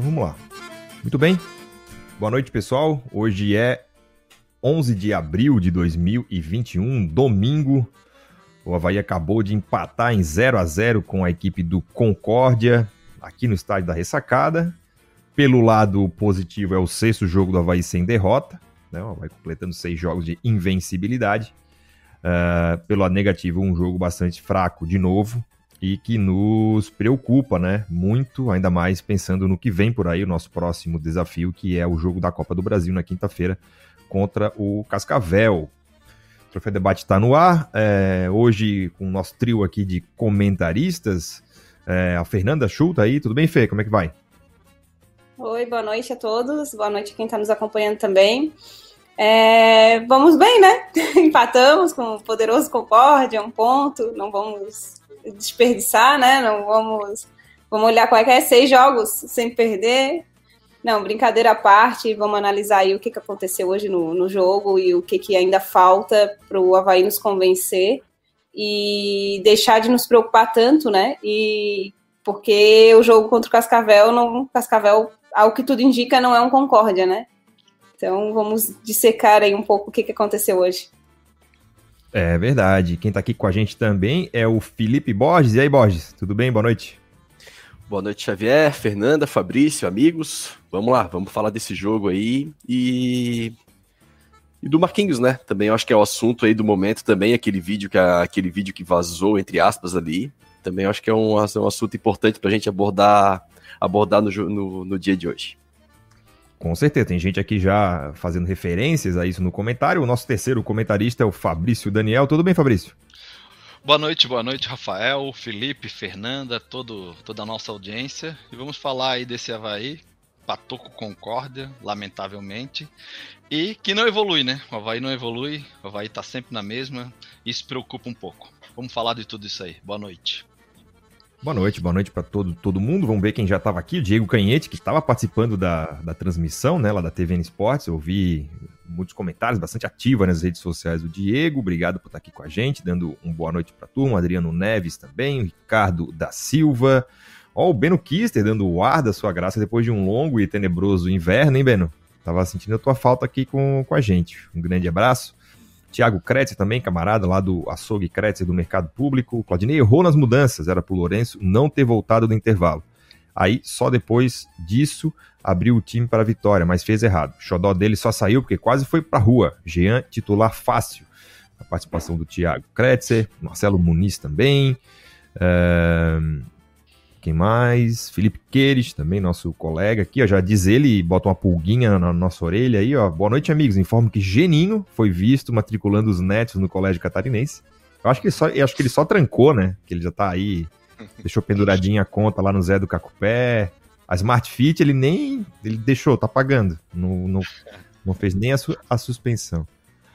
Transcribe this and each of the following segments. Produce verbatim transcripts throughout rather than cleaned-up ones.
Então vamos lá. Muito bem. Boa noite, pessoal. Hoje é onze de abril de dois mil e vinte e um, domingo. O Avaí acabou de empatar em zero a zero com a equipe do Concórdia, aqui no estádio da Ressacada. Pelo lado positivo, é o sexto jogo do Avaí sem derrota, né? O Avaí completando seis jogos de invencibilidade. Uh, pelo lado negativo, um jogo bastante fraco de novo e que nos preocupa, né? Muito, ainda mais pensando no que vem por aí, o nosso próximo desafio, que é o jogo da Copa do Brasil na quinta-feira contra o Cascavel. O Troféu Debate está no ar, é, hoje com o nosso trio aqui de comentaristas, é, a Fernanda Schulte aí, tudo bem, Fê? Como é que vai? Oi, boa noite a todos, boa noite a quem está nos acompanhando também. É, vamos bem, né? Empatamos com o poderoso Concórdia, um ponto, não vamos desperdiçar, né? Não vamos, vamos olhar qual é que é, seis jogos sem perder. Não, brincadeira à parte, vamos analisar aí o que, que aconteceu hoje no, no jogo e o que, que ainda falta para o Avaí nos convencer e deixar de nos preocupar tanto, né? E porque o jogo contra o Cascavel, não, Cascavel, ao que tudo indica, não é um Concórdia, né? Então vamos dissecar aí um pouco o que, que aconteceu hoje. É verdade. Quem está aqui com a gente também é o Felipe Borges. E aí, Borges, tudo bem? Boa noite. Boa noite, Xavier, Fernanda, Fabrício, amigos. Vamos lá, vamos falar desse jogo aí e, e do Marquinhos, né? Também eu acho que é o assunto aí do momento também, aquele vídeo que, aquele vídeo que vazou, entre aspas, ali. Também eu acho que é um, um assunto importante para a gente abordar, abordar no, no, no dia de hoje. Com certeza, tem gente aqui já fazendo referências a isso no comentário. O nosso terceiro comentarista é o Fabrício Daniel. Tudo bem, Fabrício? Boa noite, boa noite, Rafael, Felipe, Fernanda, todo, toda a nossa audiência. E vamos falar aí desse Avaí, empatou com Concórdia, lamentavelmente, e que não evolui, né? O Avaí não evolui, o Avaí tá sempre na mesma, isso preocupa um pouco. Vamos falar de tudo isso aí. Boa noite. Boa noite, boa noite para todo, todo mundo. Vamos ver quem já estava aqui. O Diego Canhete, que estava participando da, da transmissão, né, lá da T V N Esportes. Eu vi muitos comentários, bastante ativa nas redes sociais do Diego. Obrigado por estar aqui com a gente, dando uma boa noite para a turma. O Adriano Neves também, o Ricardo da Silva. Ó, o Beno Kister dando o ar da sua graça depois de um longo e tenebroso inverno, hein, Beno? Tava sentindo a tua falta aqui com, com a gente. Um grande abraço. Tiago Kretzer também, camarada lá do Açougue Kretzer do Mercado Público. O Claudinei errou nas mudanças, era pro Lourenço não ter voltado do intervalo. Aí, só depois disso, abriu o time para a vitória, mas fez errado. O xodó dele só saiu porque quase foi pra rua. Jean, titular fácil. A participação do Tiago Kretzer, Marcelo Muniz também. Uh... Quem mais? Felipe Queires, também nosso colega aqui, ó, já diz ele e bota uma pulguinha na nossa orelha aí, ó. Boa noite, amigos. Informo que Geninho foi visto matriculando os netos no Colégio Catarinense. Eu acho que ele só, eu acho que ele só trancou, né? Que ele já tá aí, deixou penduradinha a conta lá no Zé do Cacupé. A Smart Fit ele nem, ele deixou, tá pagando. Não, não, não fez nem a, su, a suspensão.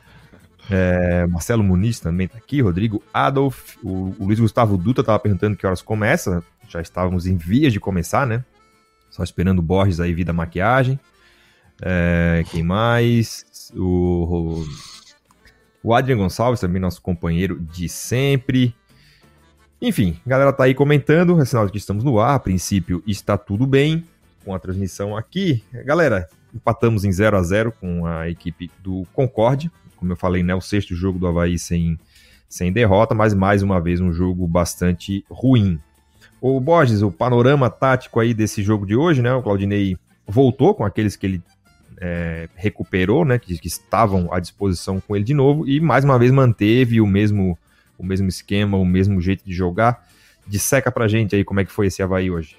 É, Marcelo Muniz também tá aqui, Rodrigo Adolf, o, o Luiz Gustavo Dutra tava perguntando que horas começa. Já estávamos em vias de começar, né? Só esperando o Borges aí vir da maquiagem. É, quem mais? O, o Adrian Gonçalves, também nosso companheiro de sempre. Enfim, a galera tá aí comentando. É sinal de que estamos no ar. A princípio está tudo bem com a transmissão aqui. Galera, empatamos em zero a zero com a equipe do Concórdia. Como eu falei, né? O sexto jogo do Avaí sem, sem derrota, mas mais uma vez um jogo bastante ruim. O Borges, o panorama tático aí desse jogo de hoje, né? O Claudinei voltou com aqueles que ele é, recuperou, né? Que, que estavam à disposição com ele de novo e mais uma vez manteve o mesmo, o mesmo esquema, o mesmo jeito de jogar. Disseca pra gente aí como é que foi esse Avaí hoje.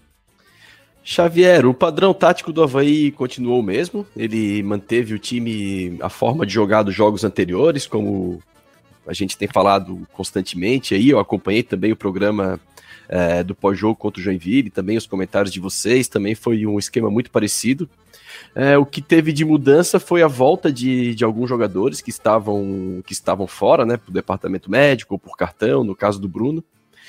Xavier, o padrão tático do Avaí continuou o mesmo. Ele manteve o time, a forma de jogar dos jogos anteriores, como a gente tem falado constantemente aí. Eu acompanhei também o programa É, do pós-jogo contra o Joinville, também os comentários de vocês, também foi um esquema muito parecido. É, o que teve de mudança foi a volta de, de alguns jogadores que estavam, que estavam fora, né, pro departamento médico ou por cartão, no caso do Bruno.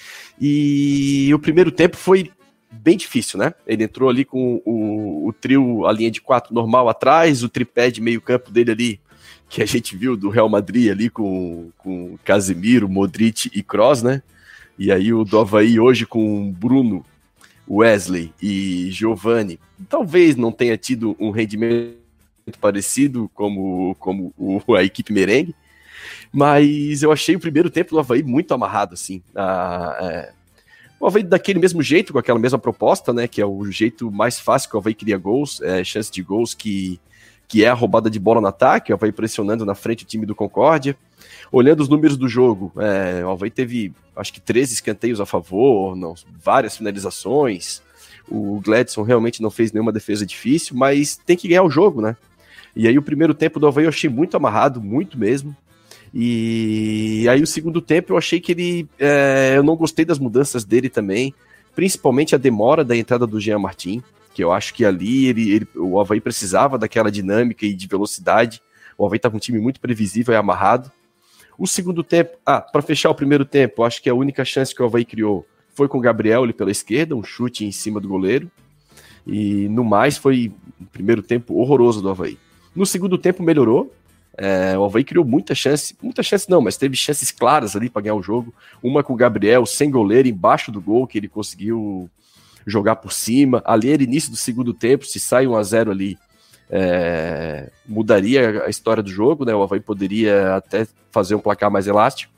E o primeiro tempo foi bem difícil, né? Ele entrou ali com o, o trio, a linha de quatro normal atrás, o tripé de meio campo dele ali, que a gente viu do Real Madrid ali com, com Casemiro, Modric e Kroos, né? E aí o do Avaí hoje com Bruno, Wesley e Giovani, talvez não tenha tido um rendimento parecido como, como o, a equipe merengue, mas eu achei o primeiro tempo do Avaí muito amarrado, assim. A, é, o Avaí daquele mesmo jeito, com aquela mesma proposta, né, que é o jeito mais fácil que o Avaí cria gols, é, chance de gols, que, que é a roubada de bola no ataque, o Avaí pressionando na frente o time do Concórdia. Olhando os números do jogo, é, o Avaí teve, acho que treze escanteios a favor, não, várias finalizações. O Gladson realmente não fez nenhuma defesa difícil, mas tem que ganhar o jogo, né? E aí o primeiro tempo do Avaí eu achei muito amarrado, muito mesmo. E aí o segundo tempo eu achei que ele... É, eu não gostei das mudanças dele também, principalmente a demora da entrada do Jean Martin, que eu acho que ali ele, ele, o Avaí precisava daquela dinâmica e de velocidade. O Avaí estava um time muito previsível e amarrado. O segundo tempo, ah, para fechar o primeiro tempo, acho que a única chance que o Avaí criou foi com o Gabriel ali pela esquerda, um chute em cima do goleiro. E no mais foi um primeiro tempo horroroso do Avaí. No segundo tempo melhorou, é, o Avaí criou muita chance, muita chance não, mas teve chances claras ali para ganhar o jogo. Uma com o Gabriel sem goleiro embaixo do gol, que ele conseguiu jogar por cima. Ali era início do segundo tempo, se sai um a zero ali, É, mudaria a história do jogo, né? O Avaí poderia até fazer um placar mais elástico.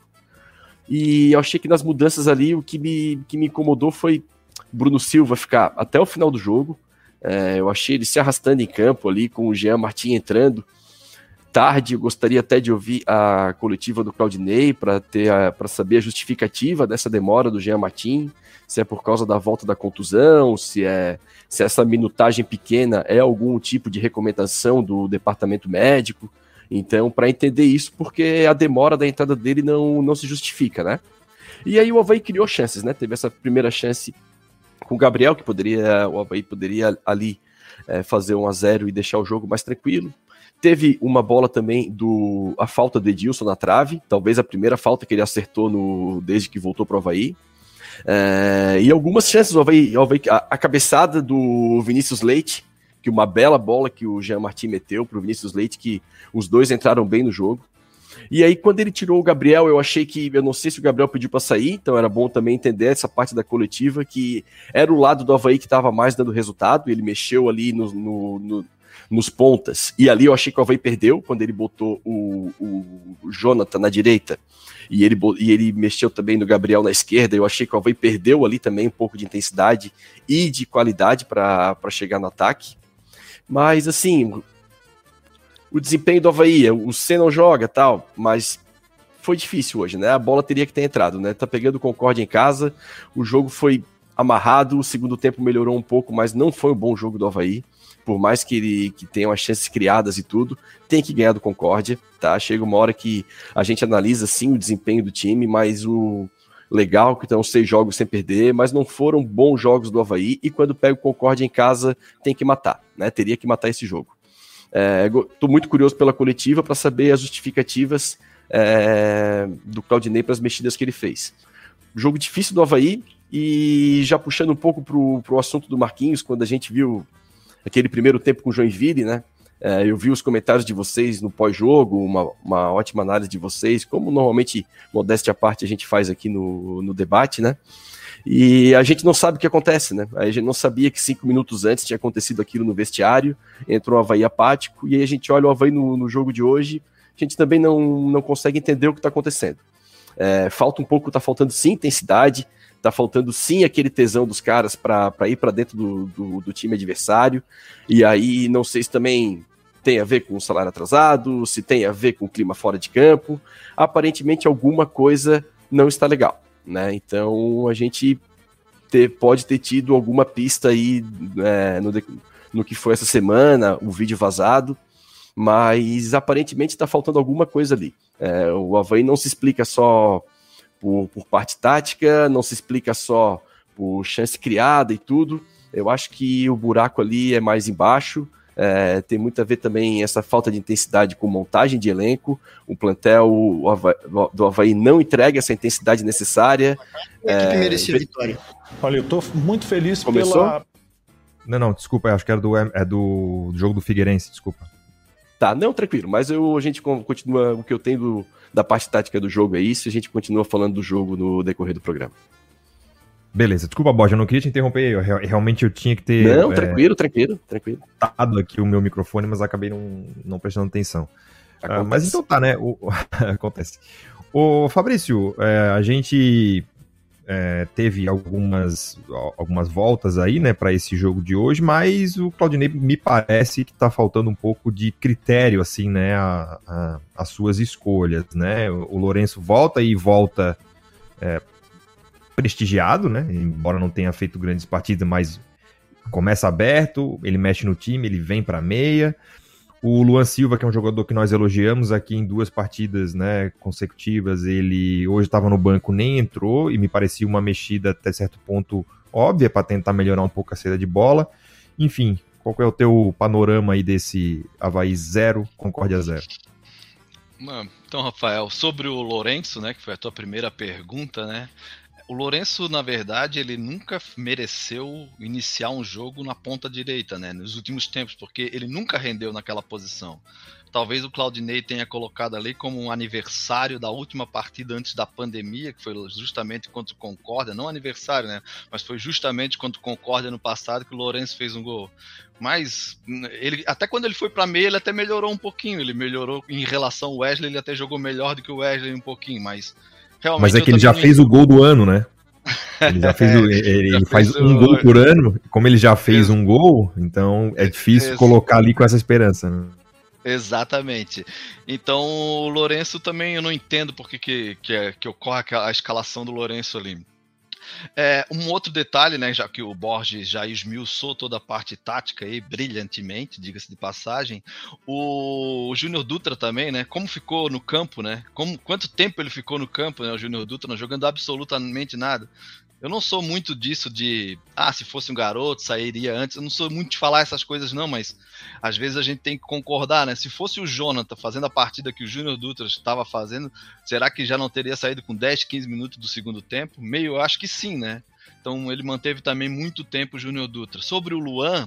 E eu achei que nas mudanças ali o que me, que me incomodou foi Bruno Silva ficar até o final do jogo. É, eu achei ele se arrastando em campo ali, com o Jean Martin entrando tarde. Eu gostaria até de ouvir a coletiva do Claudinei para ter para saber a justificativa dessa demora do Jean Martin, se é por causa da volta da contusão, se é se essa minutagem pequena é algum tipo de recomendação do departamento médico. Então, para entender isso, porque a demora da entrada dele não, não se justifica, né? E aí o Avaí criou chances, né? Teve essa primeira chance com o Gabriel, que poderia, o Avaí poderia ali é, fazer um a zero e deixar o jogo mais tranquilo. Teve uma bola também do a falta de Edilson na trave, talvez a primeira falta que ele acertou no, desde que voltou para o Avaí. É, e algumas chances, o Avaí, o Avaí, a, a cabeçada do Vinícius Leite, que uma bela bola que o Jean Martin meteu para o Vinícius Leite, que os dois entraram bem no jogo. E aí quando ele tirou o Gabriel, eu achei que, eu não sei se o Gabriel pediu para sair, então era bom também entender essa parte da coletiva, que era o lado do Avaí que estava mais dando resultado, ele mexeu ali no, no, no, nos pontas, e ali eu achei que o Avaí perdeu, quando ele botou o, o, o Jonathan na direita, E ele, e ele mexeu também no Gabriel na esquerda. Eu achei que o Avaí perdeu ali também um pouco de intensidade e de qualidade para chegar no ataque. Mas, assim, o desempenho do Avaí, o C não joga tal, mas foi difícil hoje, né? A bola teria que ter entrado, né? Tá pegando o Concórdia em casa, o jogo foi amarrado, o segundo tempo melhorou um pouco, mas não foi um bom jogo do Avaí. Por mais que ele que tenha umas chances criadas e tudo, tem que ganhar do Concórdia, tá? Chega uma hora que a gente analisa, sim, o desempenho do time, mas o legal que estão seis jogos sem perder, mas não foram bons jogos do Avaí, e quando pega o Concórdia em casa, tem que matar, né? Teria que matar esse jogo. Estou é, muito curioso pela coletiva para saber as justificativas é, do Claudinei para as mexidas que ele fez. Jogo difícil do Avaí, e já puxando um pouco para o assunto do Marquinhos, quando a gente viu aquele primeiro tempo com o Joinville, né? É, eu vi os comentários de vocês no pós-jogo, uma, uma ótima análise de vocês, como normalmente, modéstia à parte, a gente faz aqui no, no debate, né? E a gente não sabe o que acontece, né? A gente não sabia que cinco minutos antes tinha acontecido aquilo no vestiário, entrou o Avaí apático, e aí a gente olha o Avaí no, no jogo de hoje, a gente também não, não consegue entender o que está acontecendo. É, falta um pouco, tá faltando sim intensidade, tá faltando sim aquele tesão dos caras para ir para dentro do, do, do time adversário, e aí não sei se também tem a ver com o salário atrasado, se tem a ver com o clima fora de campo. Aparentemente alguma coisa não está legal, né? Então a gente ter, pode ter tido alguma pista aí é, no, no que foi essa semana, o vídeo vazado, mas aparentemente está faltando alguma coisa ali. É, o Avaí não se explica só por, por parte tática, não se explica só por chance criada e tudo. Eu acho que o buraco ali é mais embaixo. É, tem muito a ver também essa falta de intensidade com montagem de elenco. O plantel o Avaí, do Avaí não entrega essa intensidade necessária. A equipe é, merecia vitória. Olha, eu tô muito feliz Começou? pela... Não, não, desculpa, acho que era do, é do, do jogo do Figueirense, desculpa. Tá, não, tranquilo, mas eu, a gente continua, o que eu tenho do, da parte tática do jogo é isso, a gente continua falando do jogo no decorrer do programa. Beleza, desculpa, Borja, eu não queria te interromper, eu, realmente eu tinha que ter... Não, tranquilo, é, tranquilo, tranquilo. Tado aqui o meu microfone, mas acabei não, não prestando atenção. Uh, mas então tá, né, o, acontece. Ô, Fabrício, é, a gente é, teve algumas, algumas voltas aí, né, para esse jogo de hoje, mas o Claudinei me parece que tá faltando um pouco de critério, assim, né, a, a, as suas escolhas, né, o Lourenço volta e volta... É, prestigiado, né? Embora não tenha feito grandes partidas, mas começa aberto, ele mexe no time, ele vem para meia. O Luan Silva, que é um jogador que nós elogiamos aqui em duas partidas, né, consecutivas, ele hoje estava no banco, nem entrou, e me parecia uma mexida até certo ponto óbvia para tentar melhorar um pouco a saída de bola. Enfim, qual é o teu panorama aí desse Avaí zero, Concórdia zero? Então, Rafael, sobre o Lourenço, né, que foi a tua primeira pergunta, né? O Lourenço, na verdade, ele nunca mereceu iniciar um jogo na ponta direita, né, nos últimos tempos, porque ele nunca rendeu naquela posição. Talvez o Claudinei tenha colocado ali como um aniversário da última partida antes da pandemia, que foi justamente contra o Concórdia, não aniversário, né, mas foi justamente contra o Concórdia no passado que o Lourenço fez um gol. Mas ele, até quando ele foi para meia, ele até melhorou um pouquinho, ele melhorou em relação ao Wesley, ele até jogou melhor do que o Wesley um pouquinho, mas... Realmente, mas é que ele já fez o gol do ano, né? Ele já fez, o, ele, ele faz um gol por ano, como ele já fez um gol, então é difícil colocar ali com essa esperança, né? Exatamente. Então o Lourenço também, eu não entendo porque que, que, é, que ocorre a escalação do Lourenço ali. É, um outro detalhe, né, já que o Borges já esmiuçou toda a parte tática aí, brilhantemente, diga-se de passagem, o, o Júnior Dutra também, né, como ficou no campo, né, como, quanto tempo ele ficou no campo, né, o Júnior Dutra, não jogando absolutamente nada. Eu não sou muito disso de, ah, se fosse um garoto, sairia antes. Eu não sou muito de falar essas coisas não, mas às vezes a gente tem que concordar, né? Se fosse o Jonathan fazendo a partida que o Júnior Dutra estava fazendo, será que já não teria saído com dez, quinze minutos do segundo tempo? Meio, eu acho que sim, né? Então ele manteve também muito tempo o Júnior Dutra. Sobre o Luan,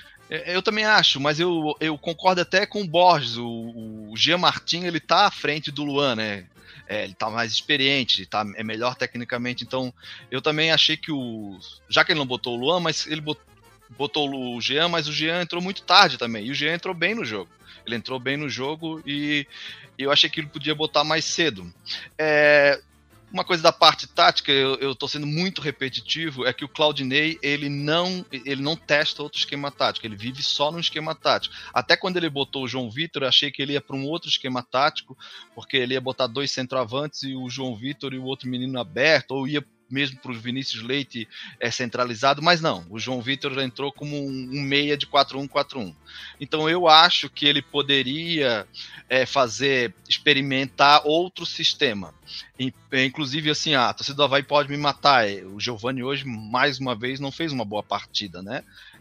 eu também acho, mas eu, eu concordo até com o Borges. O, o Jean Martin, ele tá à frente do Luan, né? É, ele tá mais experiente, tá, é melhor tecnicamente, então eu também achei que o... Já que ele não botou o Luan, mas ele botou, botou o Jean, mas o Jean entrou muito tarde também, e o Jean entrou bem no jogo. Ele entrou bem no jogo e eu achei que ele podia botar mais cedo. É... Uma coisa da parte tática, eu, eu tô sendo muito repetitivo, é que o Claudinei, ele não, ele não testa outro esquema tático, ele vive só num esquema tático. Até quando ele botou o João Vitor, eu achei que ele ia para um outro esquema tático, porque ele ia botar dois centroavantes e o João Vitor e o outro menino aberto, ou ia mesmo para o Vinícius Leite é, centralizado, mas não, o João Vitor entrou como um, um meia de quatro um quatro um. Então eu acho que ele poderia é, fazer, experimentar outro sistema. E, inclusive, assim, a torcida do Avaí pode me matar. O Giovani hoje, mais uma vez, não fez uma boa partida, né?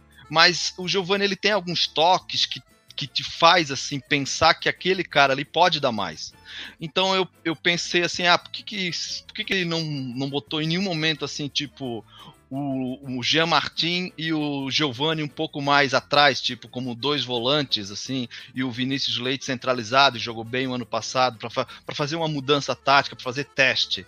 Mas o Giovani, ele tem alguns toques que que te faz, assim, pensar que aquele cara ali pode dar mais. Então eu, eu pensei assim, ah, por que que, por que, que ele não, não botou em nenhum momento, assim, tipo, o, o Jean Martin e o Giovani um pouco mais atrás, tipo, como dois volantes, assim, e o Vinícius Leite centralizado, e jogou bem o ano passado, para fazer uma mudança tática, para fazer teste.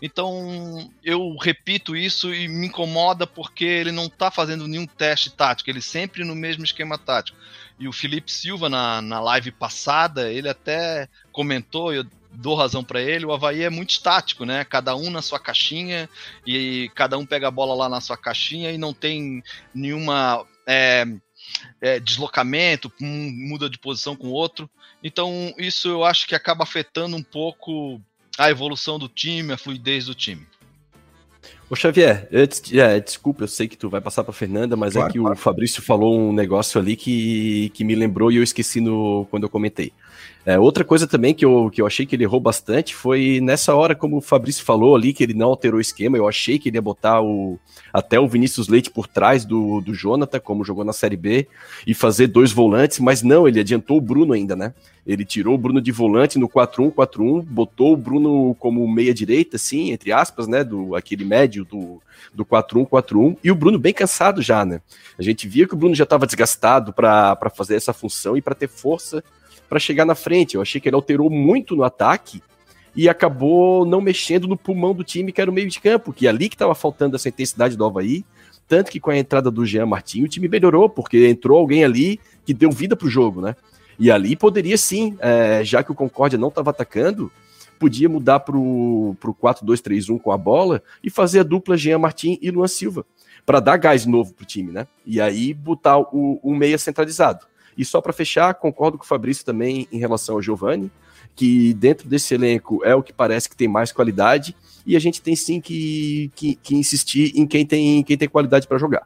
Então, eu repito isso e me incomoda porque ele não está fazendo nenhum teste tático, ele sempre no mesmo esquema tático. E o Felipe Silva, na, na live passada, ele até comentou, eu dou razão para ele, o Avaí é muito estático, né? Cada um na sua caixinha, e cada um pega a bola lá na sua caixinha e não tem nenhuma é, é, deslocamento, um muda de posição com o outro. Então, isso eu acho que acaba afetando um pouco a evolução do time, a fluidez do time. Ô Xavier, eu, é, desculpa, eu sei que tu vai passar pra Fernanda, mas claro, é que claro. O Fabrício falou um negócio ali que, que me lembrou e eu esqueci no, quando eu comentei. É, outra coisa também que eu, que eu achei que ele errou bastante foi nessa hora, como o Fabrício falou ali, que ele não alterou o esquema. Eu achei que ele ia botar o, até o Vinícius Leite por trás do, do Jonathan, como jogou na Série B, e fazer dois volantes, mas não, ele adiantou o Bruno ainda, né? Ele tirou o Bruno de volante no quatro um quatro um, botou o Bruno como meia-direita, assim, entre aspas, né? Do, aquele médio do, do quatro um quatro um, e o Bruno bem cansado já, né? A gente via que o Bruno já estava desgastado para fazer essa função e para ter força para chegar na frente. Eu achei que ele alterou muito no ataque e acabou não mexendo no pulmão do time, que era o meio de campo, que é ali que estava faltando essa intensidade do Avaí, tanto que com a entrada do Jean Martin, o time melhorou, porque entrou alguém ali que deu vida pro jogo, né? E ali poderia sim, é, já que o Concórdia não estava atacando, podia mudar pro, pro quatro dois três um com a bola e fazer a dupla Jean Martin e Luan Silva, para dar gás novo pro time, né? E aí botar o, o meia centralizado. E só para fechar, concordo com o Fabrício também em relação ao Giovani, que dentro desse elenco é o que parece que tem mais qualidade, e a gente tem sim que, que, que insistir em quem tem, quem tem qualidade para jogar.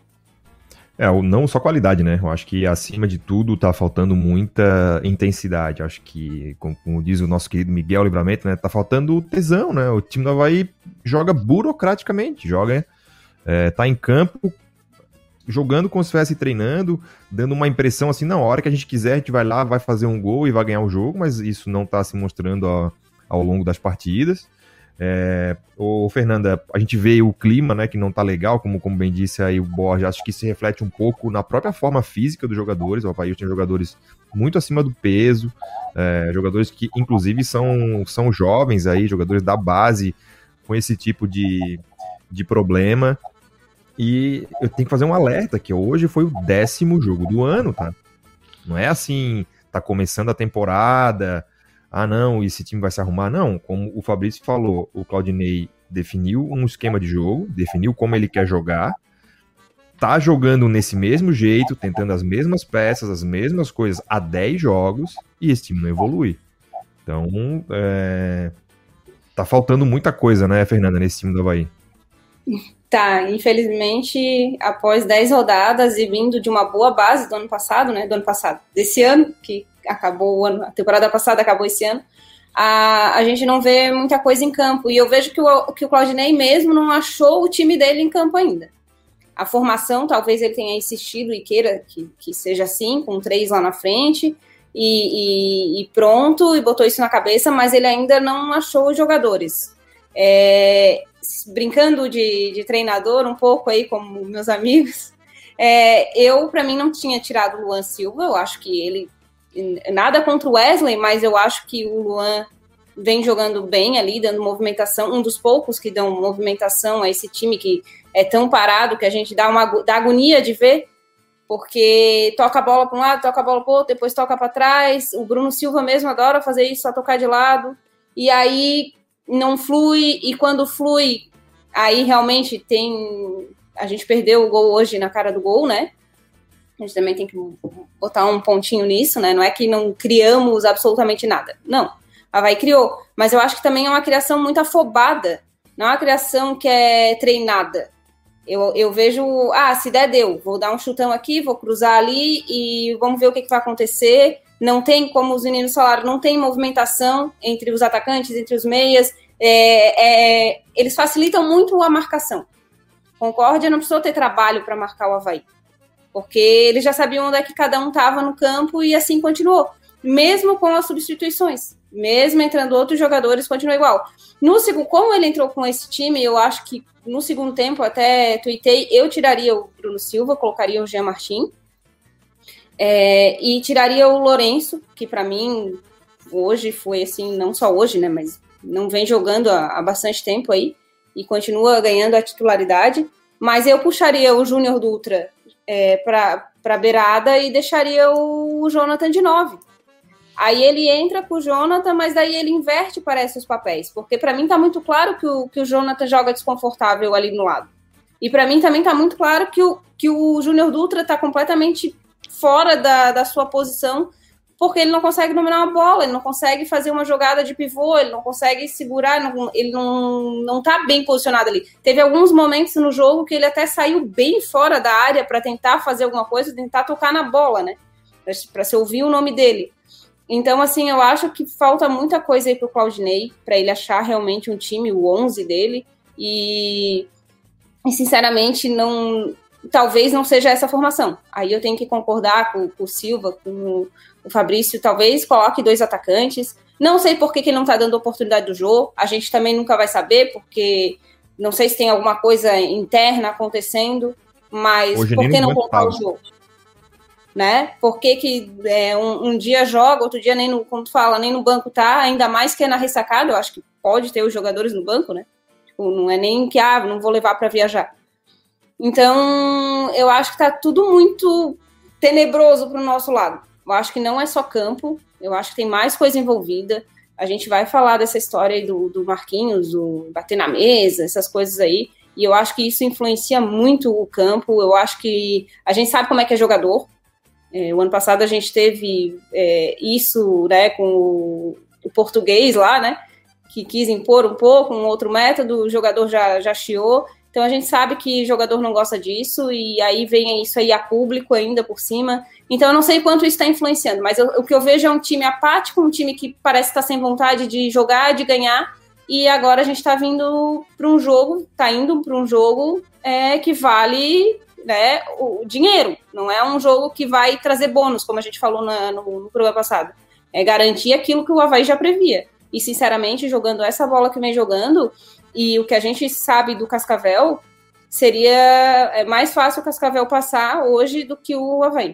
É, não só qualidade, né? Eu acho que acima de tudo tá faltando muita intensidade. Eu acho que, como, como diz o nosso querido Miguel Livramento, né? Tá faltando tesão, né? O time do Avaí joga burocraticamente, joga, é, tá em campo jogando como se estivesse treinando, dando uma impressão assim, não, a hora que a gente quiser, a gente vai lá, vai fazer um gol e vai ganhar o jogo, mas isso não tá se mostrando ao, ao longo das partidas. É, ô, Fernanda, a gente vê o clima, né, que não tá legal, como, como bem disse aí o Borges, acho que se reflete um pouco na própria forma física dos jogadores. O Avaí tem jogadores muito acima do peso, é, jogadores que inclusive são, são jovens aí, jogadores da base com esse tipo de, de problema. E eu tenho que fazer um alerta, que hoje foi o décimo jogo do ano, tá? Não é assim, tá começando a temporada, ah não, esse time vai se arrumar. Não, como o Fabrício falou, o Claudinei definiu um esquema de jogo, definiu como ele quer jogar, tá jogando nesse mesmo jeito, tentando as mesmas peças, as mesmas coisas há dez jogos, e esse time não evolui. Então, é... tá faltando muita coisa, né, Fernanda, nesse time do Avaí. Tá, infelizmente, após dez rodadas e vindo de uma boa base do ano passado, né, do ano passado, desse ano, que acabou o ano, a temporada passada acabou esse ano, a, a gente não vê muita coisa em campo, e eu vejo que o, que o Claudinei mesmo não achou o time dele em campo ainda. A formação, talvez ele tenha insistido e queira que, que seja assim, com três lá na frente, e, e, e pronto, e botou isso na cabeça, mas ele ainda não achou os jogadores. É... brincando de, de treinador um pouco aí, como meus amigos, é, eu, para mim, não tinha tirado o Luan Silva. Eu acho que ele, nada contra o Wesley, mas eu acho que o Luan vem jogando bem ali, dando movimentação, um dos poucos que dão movimentação a esse time que é tão parado, que a gente dá uma dá agonia de ver, porque toca a bola para um lado, toca a bola para o outro, depois toca para trás. O Bruno Silva mesmo adora fazer isso, só tocar de lado, e aí não flui, e quando flui, aí realmente tem... A gente perdeu o gol hoje na cara do gol, né? A gente também tem que botar um pontinho nisso, né? Não é que não criamos absolutamente nada. Não, a Avaí criou. Mas eu acho que também é uma criação muito afobada. Não é uma criação que é treinada. Eu, eu vejo... Ah, se der, deu. Vou dar um chutão aqui, vou cruzar ali e vamos ver o que, que vai acontecer. Não tem, como os meninos falaram, não tem movimentação entre os atacantes, entre os meias. É, é, eles facilitam muito a marcação. Concórdia não precisou ter trabalho para marcar o Avaí, porque eles já sabiam onde é que cada um estava no campo, e assim continuou. Mesmo com as substituições, mesmo entrando outros jogadores, continuou igual. No segundo, como ele entrou com esse time, eu acho que no segundo tempo, até tuitei, eu tiraria o Bruno Silva, colocaria o Jean Martin, É, e tiraria o Lourenço, que para mim hoje foi assim, não só hoje, né, mas não vem jogando há, há bastante tempo aí, e continua ganhando a titularidade, mas eu puxaria o Júnior Dutra é, para a beirada e deixaria o, o Jonathan de nove. Aí ele entra com o Jonathan, mas daí ele inverte, parece, os papéis, porque para mim tá muito claro que o, que o Jonathan joga desconfortável ali no lado. E para mim também tá muito claro que o, que o Júnior Dutra tá completamente fora da, da sua posição, porque ele não consegue dominar uma bola, ele não consegue fazer uma jogada de pivô, ele não consegue segurar, não, ele não, não tá bem posicionado ali. Teve alguns momentos no jogo que ele até saiu bem fora da área para tentar fazer alguma coisa, tentar tocar na bola, né? Para se ouvir o nome dele. Então, assim, eu acho que falta muita coisa aí pro Claudinei, para ele achar realmente um time, o onze dele, e, e sinceramente, não... talvez não seja essa formação. Aí eu tenho que concordar com, com o Silva, com o Fabrício, talvez coloque dois atacantes. Não sei por que, que ele não está dando oportunidade do jogo. A gente também nunca vai saber, porque não sei se tem alguma coisa interna acontecendo, mas hoje por que não voltar o jogo? né? Por que que é, um, um dia joga, outro dia nem no, como tu fala, nem no banco tá, ainda mais que é na ressacada, eu acho que pode ter os jogadores no banco, né? Tipo, não é nem que, ah, não vou levar para viajar. Então, eu acho que tá tudo muito tenebroso pro nosso lado. Eu acho que não é só campo, eu acho que tem mais coisa envolvida. A gente vai falar dessa história aí do, do Marquinhos, do bater na mesa, essas coisas aí, e eu acho que isso influencia muito o campo. Eu acho que a gente sabe como é que é jogador. É, o ano passado a gente teve é, isso, né, com o, o português lá, né, que quis impor um pouco, um outro método, o jogador já, já chiou. Então a gente sabe que jogador não gosta disso, e aí vem isso aí a público ainda por cima. Então eu não sei quanto isso está influenciando, mas eu, o que eu vejo é um time apático, um time que parece estar sem vontade de jogar, de ganhar, e agora a gente está vindo para um jogo, está indo para um jogo é, que vale, né, o dinheiro. Não é um jogo que vai trazer bônus, como a gente falou na, no, no programa passado. É garantir aquilo que o Avaí já previa. E sinceramente, jogando essa bola que vem jogando, e o que a gente sabe do Cascavel, seria mais fácil o Cascavel passar hoje do que o Avaí.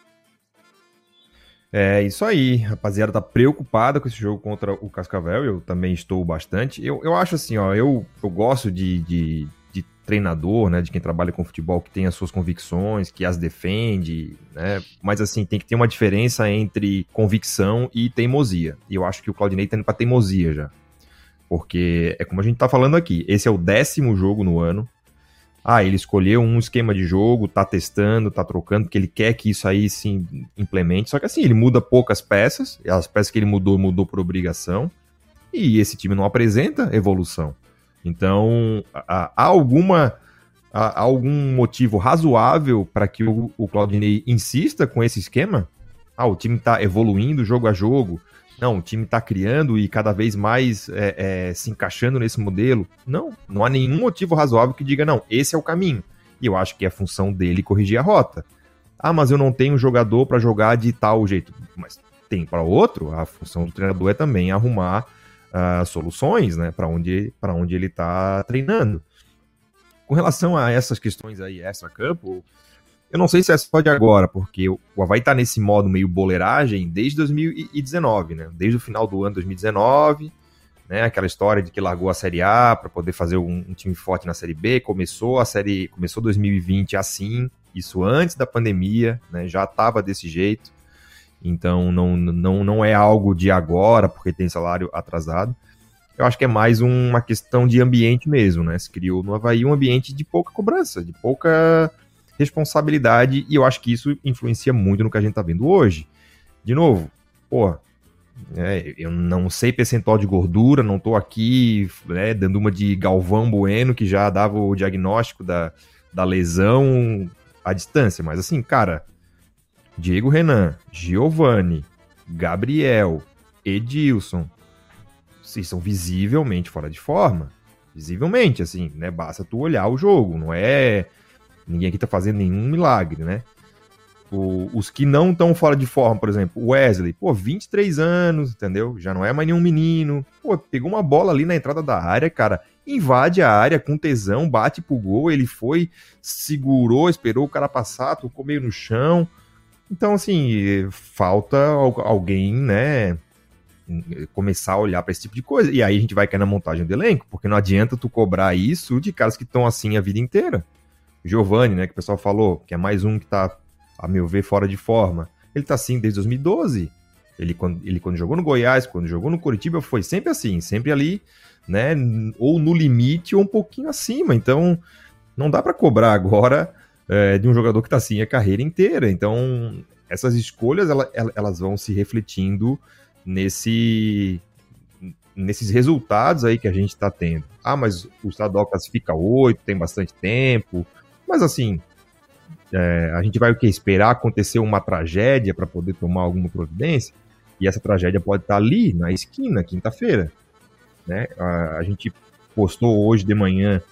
É isso aí, rapaziada, tá preocupada com esse jogo contra o Cascavel, eu também estou bastante. Eu, eu acho assim, ó, eu, eu gosto de, de, de treinador, né, de quem trabalha com futebol, que tem as suas convicções, que as defende, né, mas assim, tem que ter uma diferença entre convicção e teimosia. E eu acho que o Claudinei tá indo pra teimosia já. Porque é como a gente tá falando aqui, esse é o décimo jogo no ano. Ah, ele escolheu um esquema de jogo, tá testando, tá trocando, porque ele quer que isso aí se implemente. Só que assim, ele muda poucas peças, e as peças que ele mudou, mudou por obrigação, e esse time não apresenta evolução. Então, há, há, alguma, há, há algum motivo razoável para que o, o Claudinei insista com esse esquema? Ah, o time tá evoluindo jogo a jogo. Não, o time está criando e cada vez mais é, é, se encaixando nesse modelo. Não, não há nenhum motivo razoável que diga, não, esse é o caminho. E eu acho que é a função dele corrigir a rota. Ah, mas eu não tenho jogador para jogar de tal jeito. Mas tem para outro, a função do treinador é também arrumar uh, soluções, né, para onde, para onde ele está treinando. Com relação a essas questões aí, extra-campo, eu não sei se é só de agora, porque o Avaí tá nesse modo meio boleiragem desde dois mil e dezenove, né? Desde o final do ano de dois mil e dezenove, né? Aquela história de que largou a Série A para poder fazer um, um time forte na Série B, começou a série, começou dois mil e vinte assim, isso antes da pandemia, né? Já tava desse jeito, então não, não, não é algo de agora, porque tem salário atrasado. Eu acho que é mais uma questão de ambiente mesmo, né? Se criou no Avaí um ambiente de pouca cobrança, de pouca responsabilidade, e eu acho que isso influencia muito no que a gente tá vendo hoje. De novo, pô, é, eu não sei percentual de gordura, não tô aqui, né, dando uma de Galvão Bueno, que já dava o diagnóstico da, da lesão à distância, mas assim, cara, Diego Renan, Giovani, Gabriel, Edilson, vocês são visivelmente fora de forma, visivelmente, assim, né, basta tu olhar o jogo, não é... Ninguém aqui tá fazendo nenhum milagre, né? O, os que não estão fora de forma, por exemplo, o Wesley, pô, vinte e três anos, entendeu? Já não é mais nenhum menino. Pô, pegou uma bola ali na entrada da área, cara, invade a área com tesão, bate pro gol, ele foi, segurou, esperou o cara passar, tocou meio no chão. Então, assim, falta alguém, né, começar a olhar pra esse tipo de coisa. E aí a gente vai cair na montagem do elenco, porque não adianta tu cobrar isso de caras que estão assim a vida inteira. Giovani, né, que o pessoal falou, que é mais um que tá, a meu ver, fora de forma. Ele tá assim desde dois mil e doze. Ele quando, ele, quando jogou no Goiás, quando jogou no Coritiba, foi sempre assim, sempre ali, né, ou no limite ou um pouquinho acima. Então, não dá para cobrar agora é, de um jogador que tá assim a carreira inteira. Então, essas escolhas, ela, elas vão se refletindo nesse... nesses resultados aí que a gente tá tendo. Ah, mas o estadual classifica oito, tem bastante tempo... Mas assim, é, a gente vai o quê? Esperar acontecer uma tragédia para poder tomar alguma providência? E essa tragédia pode estar ali, na esquina, quinta-feira. Né? A, a gente postou hoje de manhã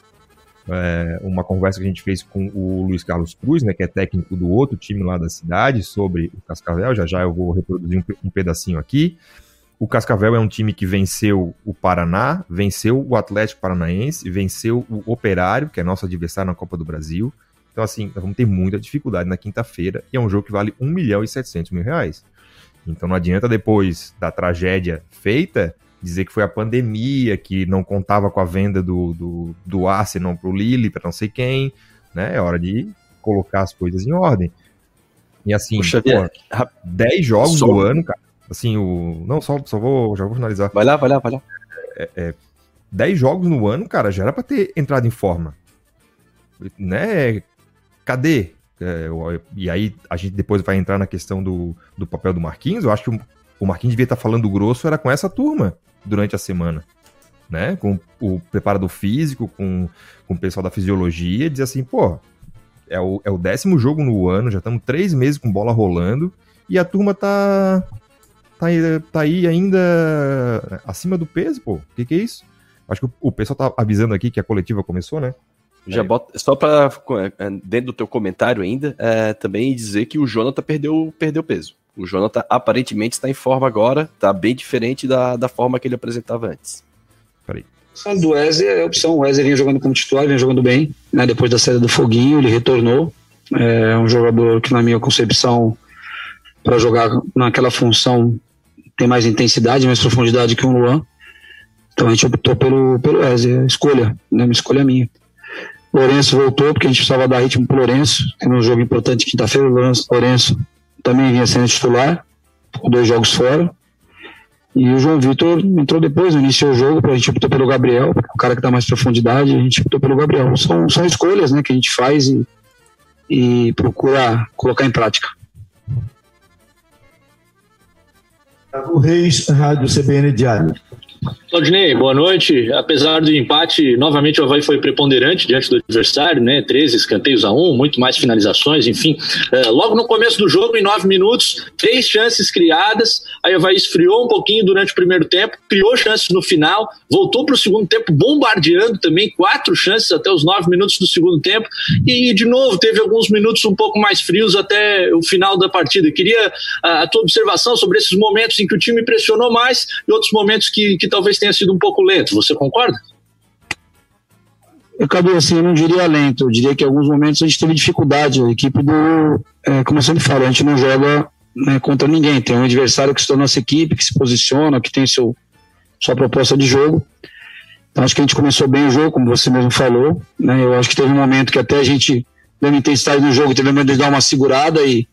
é, uma conversa que a gente fez com o Luiz Carlos Cruz, né, que é técnico do outro time lá da cidade, sobre o Cascavel. Já já eu vou reproduzir um, um pedacinho aqui. O Cascavel é um time que venceu o Paraná, venceu o Atlético Paranaense, venceu o Operário, que é nosso adversário na Copa do Brasil. Então, assim, nós vamos ter muita dificuldade na quinta-feira, e é um jogo que vale um milhão e setecentos mil reais. Então não adianta depois da tragédia feita dizer que foi a pandemia, que não contava com a venda do, do, do Arsenal pro Lille, para não sei quem, né? É hora de colocar as coisas em ordem. E assim, Puxa, pô, dez jogos só... do ano, cara. Assim, o... Não, só, só vou, já vou finalizar. Vai lá, vai lá, vai lá. É, é, dez jogos no ano, cara, já era pra ter entrado em forma. Né? Cadê? É, e aí a gente depois vai entrar na questão do, do papel do Marquinhos. Eu acho que o, o Marquinhos devia estar falando grosso era com essa turma durante a semana, né? Com o preparador físico, com, com o pessoal da fisiologia, dizer assim, pô, é o, é o décimo jogo no ano, já estamos três meses com bola rolando e a turma tá, tá, tá aí ainda acima do peso, pô. O que, que é isso? Acho que o, o pessoal tá avisando aqui que a coletiva começou, né? Já bota, só para dentro do teu comentário ainda, é, também dizer que o Jonathan perdeu, perdeu peso. O Jonathan aparentemente está em forma agora, está bem diferente da, da forma que ele apresentava antes. Peraí. A do Wesley é a opção. O Wesley vinha jogando como titular, vinha jogando bem, né? Depois da saída do Foguinho, ele retornou. É um jogador que, na minha concepção, para jogar naquela função, tem mais intensidade, mais profundidade que o Luan. Então a gente optou pelo, pelo Wesley, escolha, né? Uma escolha minha. Lourenço voltou, porque a gente precisava dar ritmo pro Lourenço. Era um jogo importante quinta-feira. O Lourenço, Lourenço também vinha sendo titular, com dois jogos fora. E o João Vitor entrou depois, iniciou o jogo, a gente optou pelo Gabriel, o cara que dá mais profundidade, a gente optou pelo Gabriel. São, são escolhas, né, que a gente faz e, e procura colocar em prática. O Reis, Rádio C B N Diário. Claudinei, boa noite. Apesar do empate, novamente o Avaí foi preponderante diante do adversário, né? treze escanteios a um, muito mais finalizações, enfim. Uh, logo no começo do jogo, em nove minutos, três chances criadas. Aí o Avaí esfriou um pouquinho durante o primeiro tempo, criou chances no final, voltou para o segundo tempo bombardeando também, quatro chances até os nove minutos do segundo tempo. E, de novo, teve alguns minutos um pouco mais frios até o final da partida. Queria a, a tua observação sobre esses momentos em que o time pressionou mais e outros momentos que, que talvez tenha sido um pouco lento, você concorda? Eu, Cadu, assim, eu não diria lento, eu diria que em alguns momentos a gente teve dificuldade, a equipe do, é, como eu sempre falo, a gente não joga, né, contra ninguém, tem um adversário que está na nossa equipe, que se posiciona, que tem seu, sua proposta de jogo, então acho que a gente começou bem o jogo, como você mesmo falou, né, eu acho que teve um momento que até a gente deu uma intensidade no jogo, teve um momento de dar uma segurada e,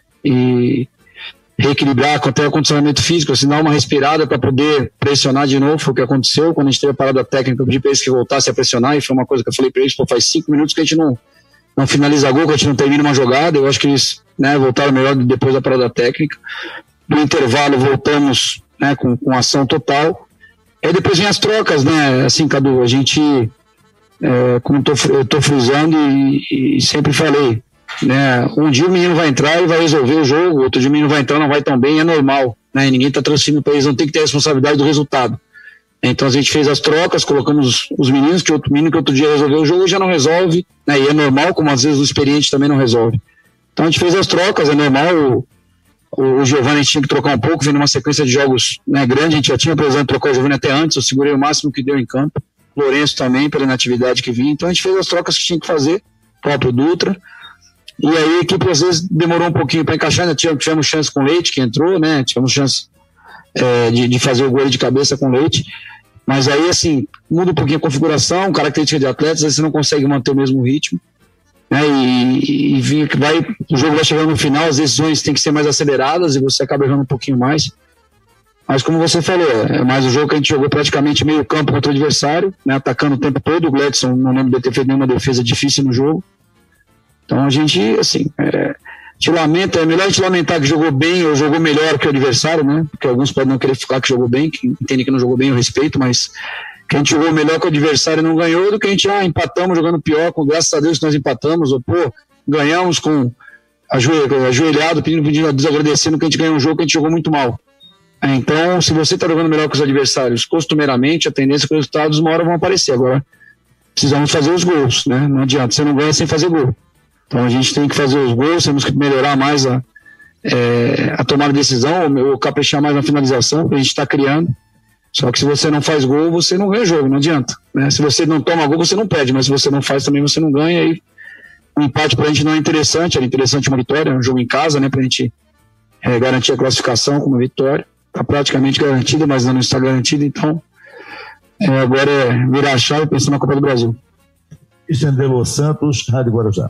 e reequilibrar até o condicionamento físico, assim, dar uma respirada para poder pressionar de novo. Foi o que aconteceu quando a gente teve a parada técnica. Eu pedi para eles que voltassem a pressionar, e foi uma coisa que eu falei para eles: pô, faz cinco minutos que a gente não, não finaliza gol, que a gente não termina uma jogada. Eu acho que eles, né, voltaram melhor depois da parada técnica. No intervalo voltamos, né, com, com ação total. Aí depois vem as trocas, né, assim, Cadu, a gente, é, como eu tô, eu tô frisando e, e sempre falei, né, um dia o menino vai entrar e vai resolver o jogo, outro dia o menino vai entrar e não vai tão bem, é normal, né, ninguém está transferindo para eles, não tem que ter a responsabilidade do resultado. Então a gente fez as trocas, colocamos os meninos, que outro menino que outro dia resolveu o jogo já não resolve, né, e é normal, como às vezes o experiente também não resolve. Então a gente fez as trocas, é normal. O, o Giovanni tinha que trocar um pouco, vindo uma sequência de jogos, né, grande, a gente já tinha, por exemplo, trocar o Giovanni até antes, eu segurei o máximo que deu em campo, Lourenço também, pela inatividade que vinha, então a gente fez as trocas que tinha que fazer, o próprio Dutra. E aí a equipe às vezes demorou um pouquinho para encaixar, ainda tivemos, tivemos chance com o Leite, que entrou, né? Tivemos chance é, de, de fazer o gol de cabeça com o Leite. Mas aí, assim, muda um pouquinho a configuração, característica de atletas, às vezes você não consegue manter o mesmo ritmo. Né? E, e, e vai, o jogo vai chegando no final, as decisões têm que ser mais aceleradas e você acaba errando um pouquinho mais. Mas como você falou, é mais o jogo que a gente jogou praticamente meio campo contra o adversário, né? Atacando o tempo todo. O Gledson não lembro de ter feito nenhuma defesa difícil no jogo. Então a gente, assim, é, te lamenta, é melhor a gente lamentar que jogou bem ou jogou melhor que o adversário, né? Porque alguns podem não querer ficar que jogou bem, que entendem que não jogou bem, eu respeito, mas que a gente jogou melhor que o adversário e não ganhou, do que a gente, ah, empatamos jogando pior, com graças a Deus que nós empatamos, ou pô, ganhamos com ajoelhado, pedindo, pedindo desagradecendo que a gente ganhou um jogo que a gente jogou muito mal. É, então, se você está jogando melhor que os adversários, costumeiramente, a tendência é que os resultados uma hora vão aparecer. Agora, precisamos fazer os gols, né? Não adianta, você não ganha sem fazer gol. Então a gente tem que fazer os gols, temos que melhorar mais a, é, a tomar decisão, ou, ou caprichar mais na finalização, que a gente está criando. Só que se você não faz gol, você não ganha o jogo, não adianta. Né? Se você não toma gol, você não perde, mas se você não faz também, você não ganha. E um empate para a gente não é interessante, era interessante uma vitória, um jogo em casa, né, para a gente é, garantir a classificação com uma vitória. Está praticamente garantida, mas não está garantida, então é, agora é virar a chave e pensar na Copa do Brasil. Cristian de Los Santos, Rádio Guarujá.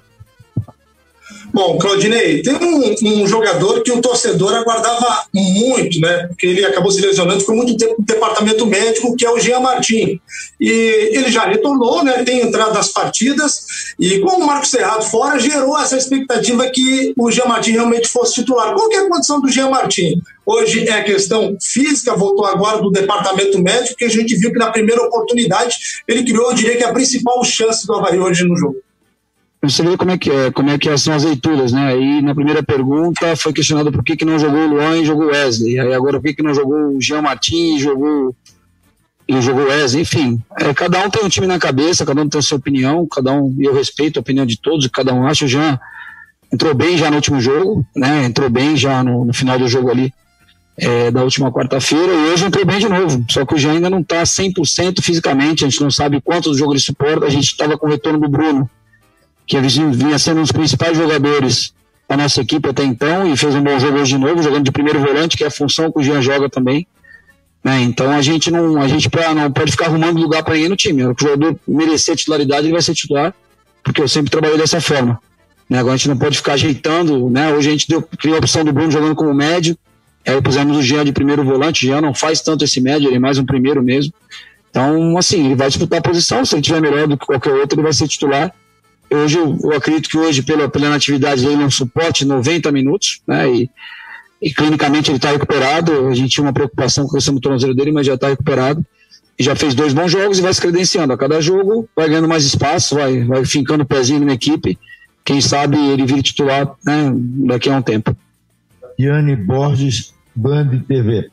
Bom, Claudinei, tem um, um jogador que o torcedor aguardava muito, né? Porque ele acabou se lesionando, ficou muito tempo no departamento médico, que é o Jean Martin. E ele já retornou, né? Tem entrado nas partidas, e com o Marcos Serrado fora, gerou essa expectativa que o Jean Martin realmente fosse titular. Qual que é a condição do Jean Martin? Hoje é a questão física, voltou agora do departamento médico, que a gente viu que na primeira oportunidade ele criou, eu diria que a principal chance do Avaí hoje no jogo. Você vê como é que é, como é que são as leituras, né? Aí na primeira pergunta foi questionado por que, que não jogou o Luan e jogou o Wesley. Aí agora por que, que não jogou o Jean Martin e jogou e jogou o Wesley. Enfim, é, cada um tem um time na cabeça, cada um tem a sua opinião, cada um, e eu respeito a opinião de todos, cada um acha. O Jean entrou bem já no último jogo, né? Entrou bem já no, no final do jogo ali, é, da última quarta-feira, e hoje entrou bem de novo. Só que o Jean ainda não está cem por cento fisicamente, a gente não sabe quanto do jogo ele suporta. A gente estava com o retorno do Bruno, que vinha sendo um dos principais jogadores da nossa equipe até então, e fez um bom jogo hoje de novo, jogando de primeiro volante, que é a função que o Jean joga também, né? Então a gente não, a gente pra, não pode ficar arrumando lugar para ninguém no time. O jogador merecer titularidade, ele vai ser titular, porque eu sempre trabalhei dessa forma, né? Agora a gente não pode ficar ajeitando, né? Hoje a gente deu, criou a opção do Bruno jogando como médio, aí pusemos o Jean de primeiro volante. O Jean não faz tanto esse médio, ele é mais um primeiro mesmo. Então, assim, ele vai disputar a posição, se ele tiver melhor do que qualquer outro, ele vai ser titular. Hoje eu, eu acredito que hoje, pela, pela natividade dele, é um suporte noventa minutos, né? E, e clinicamente ele está recuperado. A gente tinha uma preocupação com a questão do tornozelo dele, mas já está recuperado. E já fez dois bons jogos e vai se credenciando. A cada jogo vai ganhando mais espaço, vai, vai fincando o pezinho na equipe. Quem sabe ele vire titular, né, daqui a um tempo. Yane Borges, Band T V.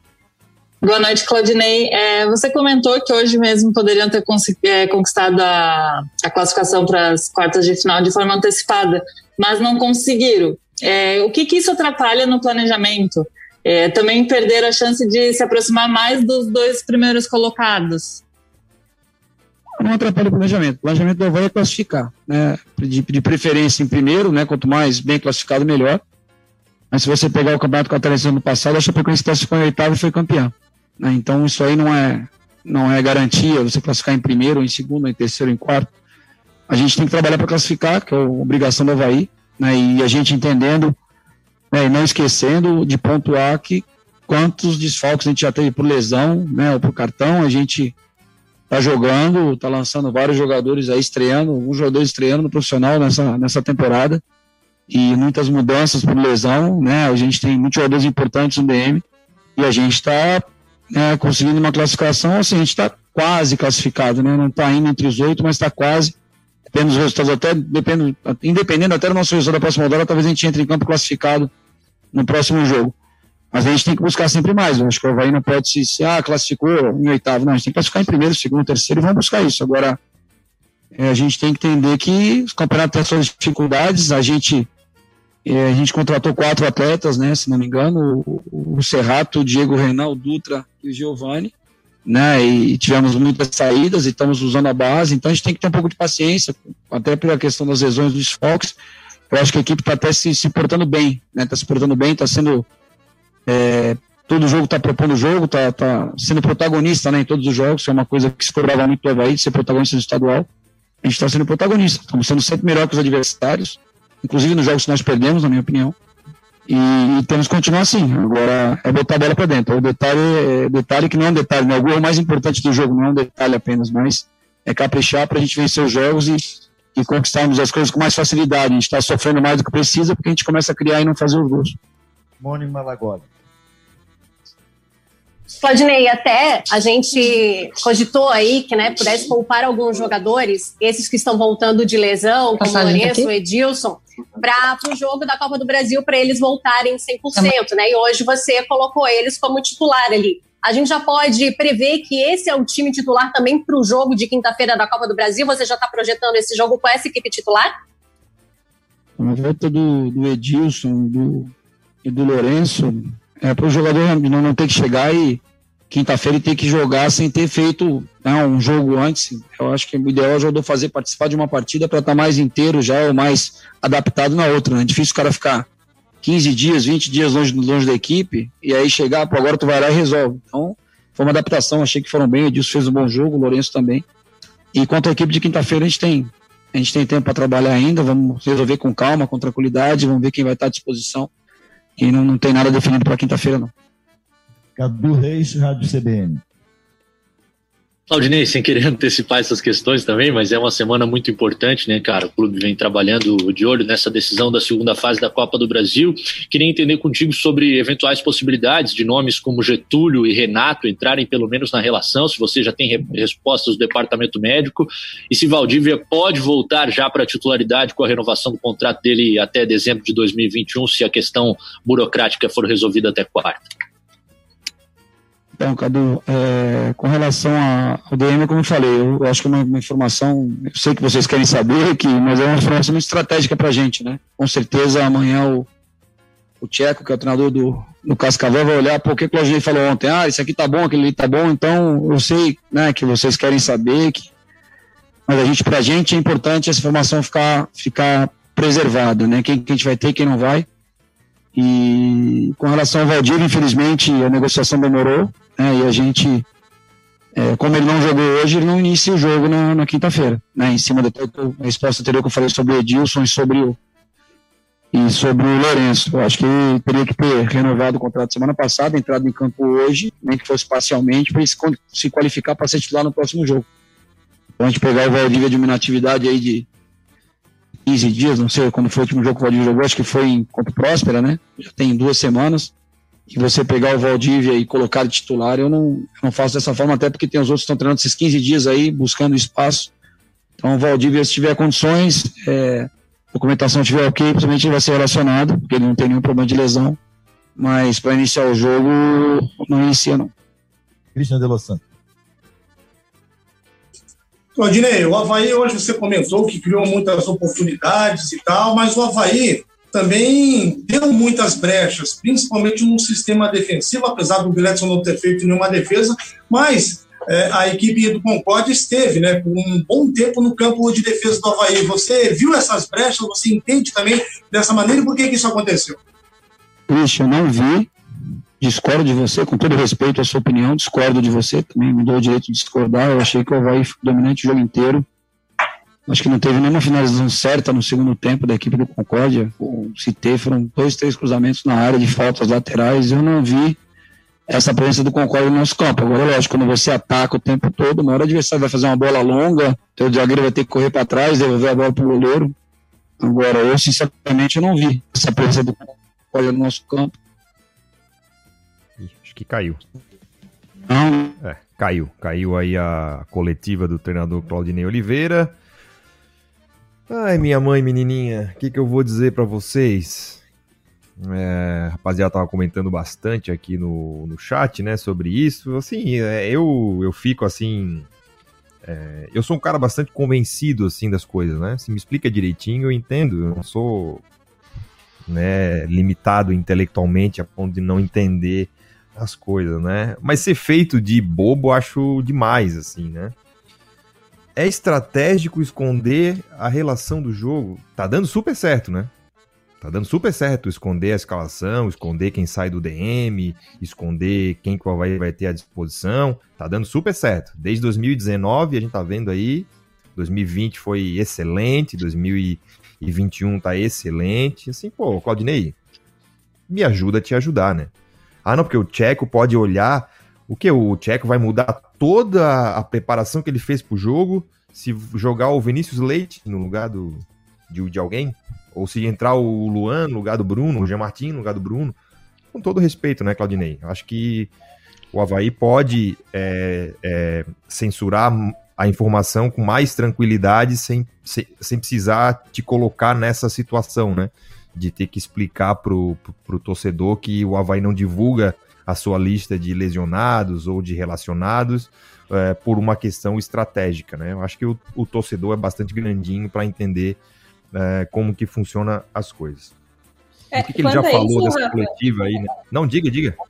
Boa noite, Claudinei. É, você comentou que hoje mesmo poderiam ter é, conquistado a, a classificação para as quartas de final de forma antecipada, mas não conseguiram. É, o que, que isso atrapalha no planejamento? É, também perderam a chance de se aproximar mais dos dois primeiros colocados. Não atrapalha o planejamento. O planejamento do Avaí é classificar, né? De, de preferência em primeiro, né? Quanto mais bem classificado, melhor. Mas se você pegar o Campeonato Catarinense no passado, a Chapecoense classificou em oitavo e foi campeão. Né? Então isso aí não é, não é garantia, você classificar em primeiro, em segundo, em terceiro, em quarto. A gente tem que trabalhar para classificar, que é a obrigação do Avaí, né? E a gente entendendo, né, e não esquecendo de pontuar que quantos desfalques a gente já teve por lesão, né, ou por cartão. A gente está jogando, está lançando vários jogadores aí estreando, alguns jogadores estreando no profissional nessa, nessa temporada, e muitas mudanças por lesão, né? A gente tem muitos jogadores importantes no D M, e a gente está É, conseguindo uma classificação, assim, a gente está quase classificado, né? Não está indo entre os oito, mas está quase. Depende dos resultados, até depende, independendo até do nosso resultado da próxima rodada, talvez a gente entre em campo classificado no próximo jogo. Mas a gente tem que buscar sempre mais. Eu acho que o Avaí não pode se, se ah, classificou em oitavo. Não, a gente tem que classificar em primeiro, segundo, terceiro e vamos buscar isso. Agora, é, a gente tem que entender que os campeonatos têm suas dificuldades. A gente A gente contratou quatro atletas, né, se não me engano, o, o Serrato, o Diego Renan, o Dutra e o Giovani, né, e tivemos muitas saídas e estamos usando a base. Então a gente tem que ter um pouco de paciência, até pela questão das lesões dos desfalques. Eu acho que a equipe está até se, se portando bem, né, está se portando bem, está sendo, é, todo jogo está propondo o jogo, está tá sendo protagonista, né, em todos os jogos, que é uma coisa que se cobrava muito do Avaí, de ser protagonista do estadual. A gente está sendo protagonista, estamos sendo sempre melhor que os adversários, inclusive nos jogos que nós perdemos, na minha opinião, e, e temos que continuar assim. Agora é botar a bola para dentro. O detalhe é detalhe que não é um detalhe, né? O gol mais importante do jogo não é um detalhe apenas, mas é caprichar para a gente vencer os jogos e, e conquistarmos as coisas com mais facilidade. A gente está sofrendo mais do que precisa porque a gente começa a criar e não fazer os gols. Mônica Malagoli. Claudinei, até a gente cogitou aí que, né, pudesse poupar alguns jogadores, esses que estão voltando de lesão, como o Lourenço, o Edilson, para o jogo da Copa do Brasil, para eles voltarem cem por cento, né? E hoje você colocou eles como titular ali. A gente já pode prever que esse é o time titular também para o jogo de quinta-feira da Copa do Brasil? Você já está projetando esse jogo com essa equipe titular? A volta do, do Edilson do, e do Lourenço é para o jogador não, não ter que chegar e, quinta-feira ele tem que jogar sem ter feito, né, um jogo antes. Eu acho que o ideal é o jogador fazer participar de uma partida para estar mais inteiro já ou mais adaptado na outra, né? É difícil o cara ficar quinze dias, vinte dias longe, longe da equipe e aí chegar, pô, agora tu vai lá e resolve. Então, foi uma adaptação, achei que foram bem, o Edilson fez um bom jogo, o Lourenço também. E quanto à equipe de quinta-feira, a gente tem, a gente tem tempo para trabalhar ainda, vamos resolver com calma, com tranquilidade, vamos ver quem vai estar à disposição. E não, não tem nada definido para quinta-feira, não. Cadu Reis, Rádio C B N. Claudinei, sem querer antecipar essas questões também, mas é uma semana muito importante, né, cara? O clube vem trabalhando de olho nessa decisão da segunda fase da Copa do Brasil. Queria entender contigo sobre eventuais possibilidades de nomes como Getúlio e Renato entrarem pelo menos na relação, se você já tem re- respostas do departamento médico, e se Valdívia pode voltar já para a titularidade com a renovação do contrato dele até dezembro de dois mil e vinte e um, se a questão burocrática for resolvida até quarta. Então, Cadu, é, com relação a, ao D M, como eu falei, eu, eu acho que é uma, uma informação, eu sei que vocês querem saber, que, mas é uma informação muito estratégica pra gente, né? Com certeza amanhã o, o Tcheco, que é o treinador do, do Cascavel, vai olhar, pô, o que o Claudinei falou ontem? Ah, isso aqui tá bom, aquele ali tá bom, então eu sei, né, que vocês querem saber, que, mas a gente, pra gente é importante essa informação ficar, ficar preservada, né? Quem, quem a gente vai ter, quem não vai. E com relação ao Valdívia, infelizmente, a negociação demorou, né, e a gente, é, como ele não jogou hoje, ele não inicia o jogo na, na quinta-feira, né, em cima da resposta anterior que eu falei sobre o Edilson e sobre o, e sobre o Lourenço. Eu acho que ele teria que ter renovado o contrato semana passada, entrado em campo hoje, nem que fosse parcialmente, para ele se, se qualificar para ser titular no próximo jogo. Então a gente pegar o Valdívia de uma inatividade aí de quinze dias, não sei quando foi o último jogo que o Valdívia jogou, acho que foi em contra o Próspera, né? Já tem duas semanas. E você pegar o Valdívia e colocar de titular, eu não, eu não faço dessa forma, até porque tem os outros que estão treinando esses quinze dias aí, buscando espaço. Então o Valdívia, se tiver condições, é, documentação tiver ok, principalmente ele vai ser relacionado, porque ele não tem nenhum problema de lesão. Mas para iniciar o jogo, não inicia não. Cristian de Los Santos. Claudinei, o Avaí, hoje você comentou que criou muitas oportunidades e tal, mas o Avaí também deu muitas brechas, principalmente no sistema defensivo, apesar do Gledson não ter feito nenhuma defesa, mas é, a equipe do Concórdia esteve, né, por um bom tempo no campo de defesa do Avaí. Você viu essas brechas, você entende também dessa maneira, e por que, que isso aconteceu? Christian, não vi, discordo de você, com todo respeito à sua opinião, discordo de você, também me dou o direito de discordar. Eu achei que o Avaí foi dominante o jogo inteiro. Acho que não teve nenhuma finalização certa no segundo tempo da equipe do Concórdia. Se teve, foram dois, três cruzamentos na área de faltas laterais. Eu não vi essa presença do Concórdia no nosso campo. Agora, lógico, quando você ataca o tempo todo, uma hora o adversário vai fazer uma bola longa, o zagueiro vai ter que correr para trás, devolver a bola para o goleiro. Agora, eu, sinceramente, eu não vi essa presença do Concórdia no nosso campo. Acho que caiu. Não. É, caiu. Caiu aí a coletiva do treinador Claudinei Oliveira. Ai, minha mãe, menininha, o que, que eu vou dizer pra vocês? É, a rapaziada tava comentando bastante aqui no, no chat, né, sobre isso. Assim, é, eu, eu fico assim... É, eu sou um cara bastante convencido, assim, das coisas, né? Se me explica direitinho, eu entendo. Eu não sou, né, limitado intelectualmente a ponto de não entender as coisas, né? Mas ser feito de bobo eu acho demais, assim, né? É estratégico esconder a relação do jogo. Tá dando super certo, né? Tá dando super certo esconder a escalação, esconder quem sai do D M, esconder quem que vai, vai ter à disposição. Tá dando super certo. Desde dois mil e dezenove a gente tá vendo aí. dois mil e vinte foi excelente, dois mil e vinte e um tá excelente. Assim, pô, Claudinei, me ajuda a te ajudar, né? Ah, não, porque o Tcheco pode olhar... O que? O Tcheco vai mudar toda a preparação que ele fez pro jogo se jogar o Vinícius Leite no lugar do, de, de alguém? Ou se entrar o Luan no lugar do Bruno, o Jean Martin no lugar do Bruno? Com todo respeito, né, Claudinei? Acho que o Avaí pode é, é, censurar a informação com mais tranquilidade sem, sem, sem precisar te colocar nessa situação, né? De ter que explicar pro, pro, pro torcedor que o Avaí não divulga a sua lista de lesionados ou de relacionados é, por uma questão estratégica, né? Eu acho que o, o torcedor é bastante grandinho para entender é, como que funciona as coisas. É, o que, que ele já falou isso, dessa Rafa? Coletiva aí, né? Não, diga, diga.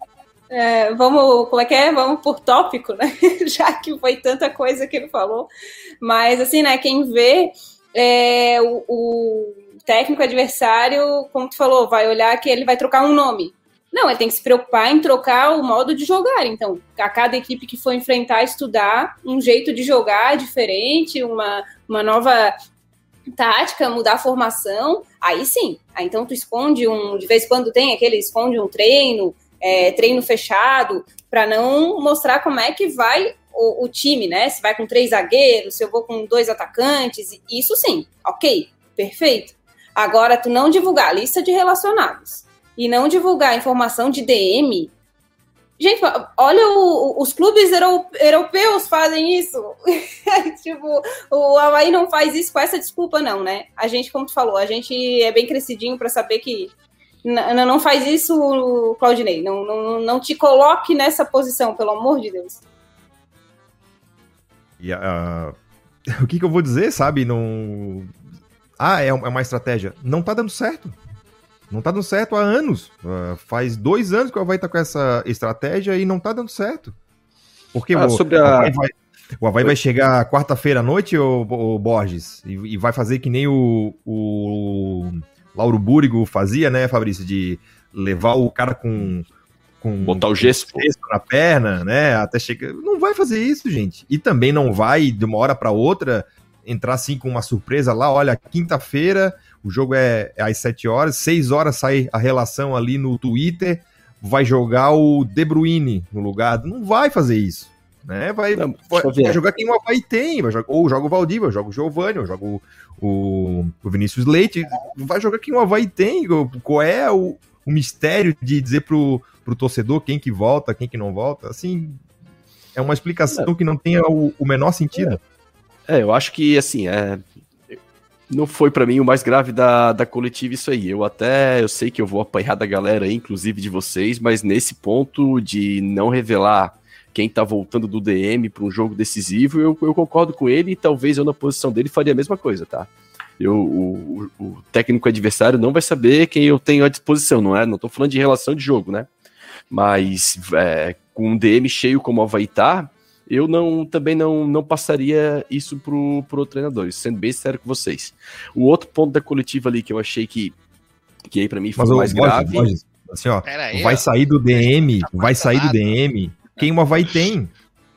É, vamos, como é que é? Vamos por tópico, né? Já que foi tanta coisa que ele falou. Mas, assim, né, quem vê é, o, o técnico adversário, como tu falou, vai olhar que ele vai trocar um nome. Não, ele tem que se preocupar em trocar o modo de jogar. Então, a cada equipe que for enfrentar, estudar um jeito de jogar diferente, uma, uma nova tática, mudar a formação. Aí sim. Aí, então, tu esconde um... De vez em quando tem aquele, esconde um treino, é, treino fechado, para não mostrar como é que vai o, o time, né? Se vai com três zagueiros, se eu vou com dois atacantes. Isso sim. Ok. Perfeito. Agora, tu não divulgar a lista de relacionados e não divulgar informação de D M. Gente, olha, o, os clubes europeus fazem isso. Tipo, o Avaí não faz isso com essa desculpa, não, né? A gente, como tu falou, a gente é bem crescidinho para saber que n- não faz isso, Claudinei. Não, não, não te coloque nessa posição, pelo amor de Deus. E, uh, o que, que eu vou dizer, sabe? Não... Ah, é uma estratégia. Não tá dando certo. Não tá dando certo há anos. Uh, faz dois anos que o Avaí tá com essa estratégia e não tá dando certo. Porque ah, o, sobre a... o Avaí, vai, o Avaí vai chegar quarta-feira à noite, o, o Borges, e, e vai fazer que nem o, o Lauro Búrigo fazia, né, Fabrício? De levar o cara com... com botar o gesso, gesso na perna, né? Até chegar... Não vai fazer isso, gente. E também não vai, de uma hora para outra, entrar assim com uma surpresa lá. Olha, quinta-feira... O jogo é, é às sete horas, seis horas sai a relação ali no Twitter, vai jogar o De Bruyne no lugar. Não vai fazer isso, né? Vai, não, vai, vai jogar quem o Avaí tem, vai jogar, ou joga o Valdívia, ou joga o Giovani, ou joga o, o, o Vinícius Leite, vai jogar quem o Avaí tem. Qual é o, o mistério de dizer pro, pro torcedor quem que volta, quem que não volta? Assim, é uma explicação é. que não tem o, o menor sentido. É, eu acho que, assim, é... não foi pra mim o mais grave da, da coletiva isso aí. Eu até, eu sei que eu vou apanhar da galera aí, inclusive de vocês, mas nesse ponto de não revelar quem tá voltando do D M para um jogo decisivo, eu, eu concordo com ele e talvez eu na posição dele faria a mesma coisa, tá? Eu, o, o técnico adversário não vai saber quem eu tenho à disposição, não é? Não tô falando de relação de jogo, né? Mas é, com um D M cheio como o Avaí tá, eu não, também não, não passaria isso pro, pro treinador, sendo bem sério com vocês. O outro ponto da coletiva ali que eu achei que, que aí pra mim foi o mais Borges, grave... Borges, assim, ó, aí, vai ó. sair do D M, tá vai sair do D M, quem o Avaí tem.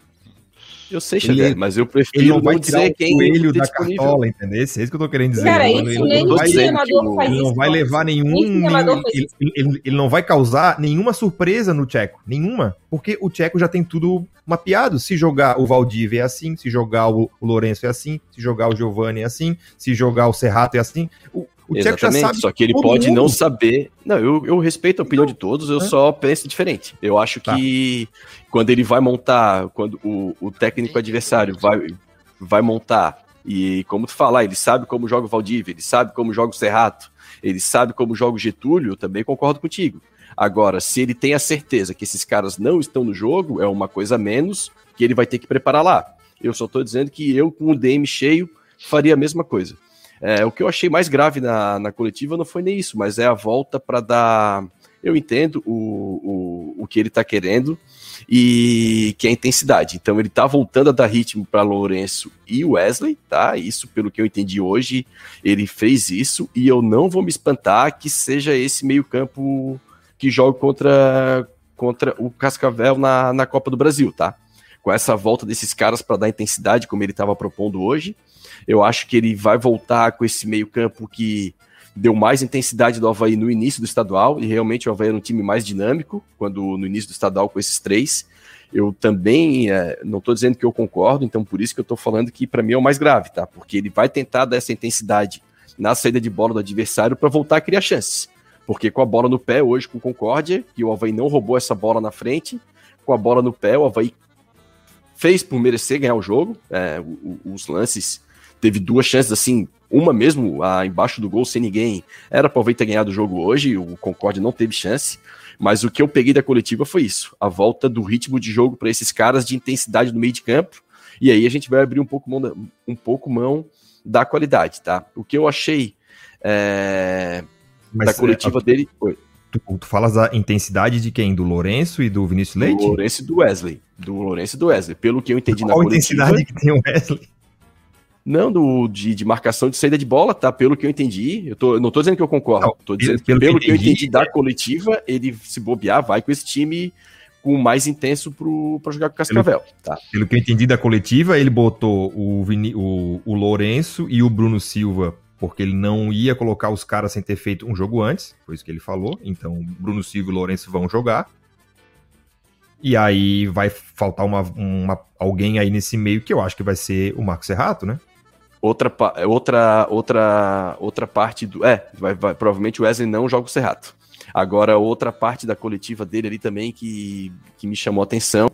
Eu sei, Xavier, mas eu prefiro ele não, vai não dizer quem o coelho da cartola, entendeu? É isso que eu tô querendo dizer. Cara, ele, isso ele, não vai, ele não vai levar nenhum... nenhum ele, ele, ele não vai causar nenhuma surpresa no Tcheco, nenhuma, porque o Tcheco já tem tudo mapeado. Se jogar o Valdívia é assim, se jogar o, o Lourenço é assim, se jogar o Giovani é assim, se jogar o Serrato é assim... O, O Exatamente, já sabe só que ele pode mundo. não saber. Não, eu, eu respeito a opinião não. de todos, eu é. só penso diferente. Eu acho tá. que quando ele vai montar, quando o, o técnico adversário vai, vai montar, e como tu falar, ele sabe como joga o Valdívia, ele sabe como joga o Serrato, ele sabe como joga o Getúlio, eu também concordo contigo. Agora, se ele tem a certeza que esses caras não estão no jogo, é uma coisa a menos que ele vai ter que preparar lá. Eu só tô dizendo que eu, com o D M cheio, faria a mesma coisa. É, o que eu achei mais grave na, na coletiva não foi nem isso, mas é a volta para dar... Eu entendo o, o, o que ele está querendo e que é a intensidade. Então ele está voltando a dar ritmo para Lourenço e Wesley, tá? Isso, pelo que eu entendi hoje, ele fez isso e eu não vou me espantar que seja esse meio campo que joga contra, contra o Cascavel na, na Copa do Brasil, tá? Com essa volta desses caras para dar intensidade, como ele estava propondo hoje, eu acho que ele vai voltar com esse meio campo que deu mais intensidade do Avaí no início do estadual, e realmente o Avaí era um time mais dinâmico, quando no início do estadual com esses três. Eu também, é, não estou dizendo que eu concordo, então por isso que eu estou falando que para mim é o mais grave, tá? Porque ele vai tentar dar essa intensidade na saída de bola do adversário para voltar a criar chances. Porque com a bola no pé hoje com o Concórdia, que o Avaí não roubou essa bola na frente, com a bola no pé o Avaí fez por merecer ganhar o jogo, é, os lances... Teve duas chances, assim, uma mesmo ah, embaixo do gol, sem ninguém. Era para o Avaí ter ganhado o jogo hoje, o Concórdia não teve chance. Mas o que eu peguei da coletiva foi isso. A volta do ritmo de jogo para esses caras, de intensidade no meio de campo. E aí a gente vai abrir um pouco mão da, um pouco mão da qualidade, tá? O que eu achei é, da coletiva é, dele... Oi. Tu, tu falas da intensidade de quem? Do Lourenço e do Vinícius Leite? Do Lourenço e do Wesley. Do Lourenço e do Wesley. Pelo que eu entendi Qual na coletiva... Qual intensidade que tem o Wesley? Não, do, de, de marcação de saída de bola, tá? Pelo que eu entendi. Eu, tô, eu não tô dizendo que eu concordo. Não, tô dizendo pelo, que, pelo que eu entendi, que eu entendi da coletiva, ele se bobear, vai com esse time com mais intenso pro, pra jogar com o Cascavel. Pelo, tá? Pelo que eu entendi da coletiva, ele botou o, Vini, o, o Lourenço e o Bruno Silva, porque ele não ia colocar os caras sem ter feito um jogo antes. Foi isso que ele falou. Então, Bruno Silva e o Lourenço vão jogar. E aí vai faltar uma, uma, alguém aí nesse meio que eu acho que vai ser o Marcos Serrato, né? Outra, outra, outra, outra parte do... É, vai, vai, provavelmente o Wesley não joga o Serrato. Agora, outra parte da coletiva dele ali também que, que me chamou a atenção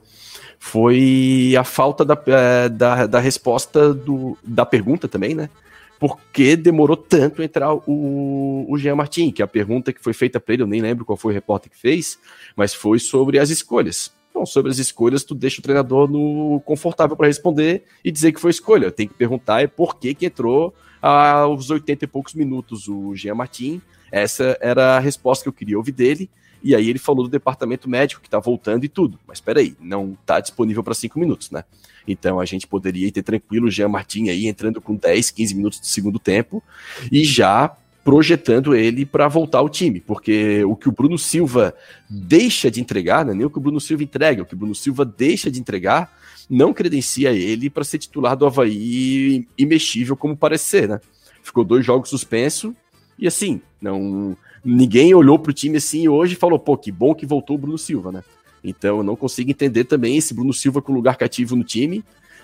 foi a falta da, da, da resposta do, da pergunta também, né? Por que demorou tanto entrar o, o Jean Martin? Que a pergunta que foi feita para ele, eu nem lembro qual foi o repórter que fez, mas foi sobre as escolhas. Bom, sobre as escolhas, tu deixa o treinador no confortável para responder e dizer que foi escolha. Tem que perguntar é por que que entrou aos oitenta e poucos minutos o Jean Martin. Essa era a resposta que eu queria ouvir dele. E aí ele falou do departamento médico que tá voltando e tudo. Mas peraí, não tá disponível para cinco minutos, né? Então a gente poderia ter tranquilo o Jean Martin aí entrando com dez, quinze minutos de segundo tempo e já projetando ele para voltar ao time, porque o que o Bruno Silva deixa de entregar, não é nem o que o Bruno Silva entrega, o que o Bruno Silva deixa de entregar não credencia ele para ser titular do Avaí imexível como parecer, né? Ficou dois jogos suspenso e assim, não, ninguém olhou pro time assim hoje e falou, pô, que bom que voltou o Bruno Silva, né? Então eu não consigo entender também esse Bruno Silva com lugar cativo no time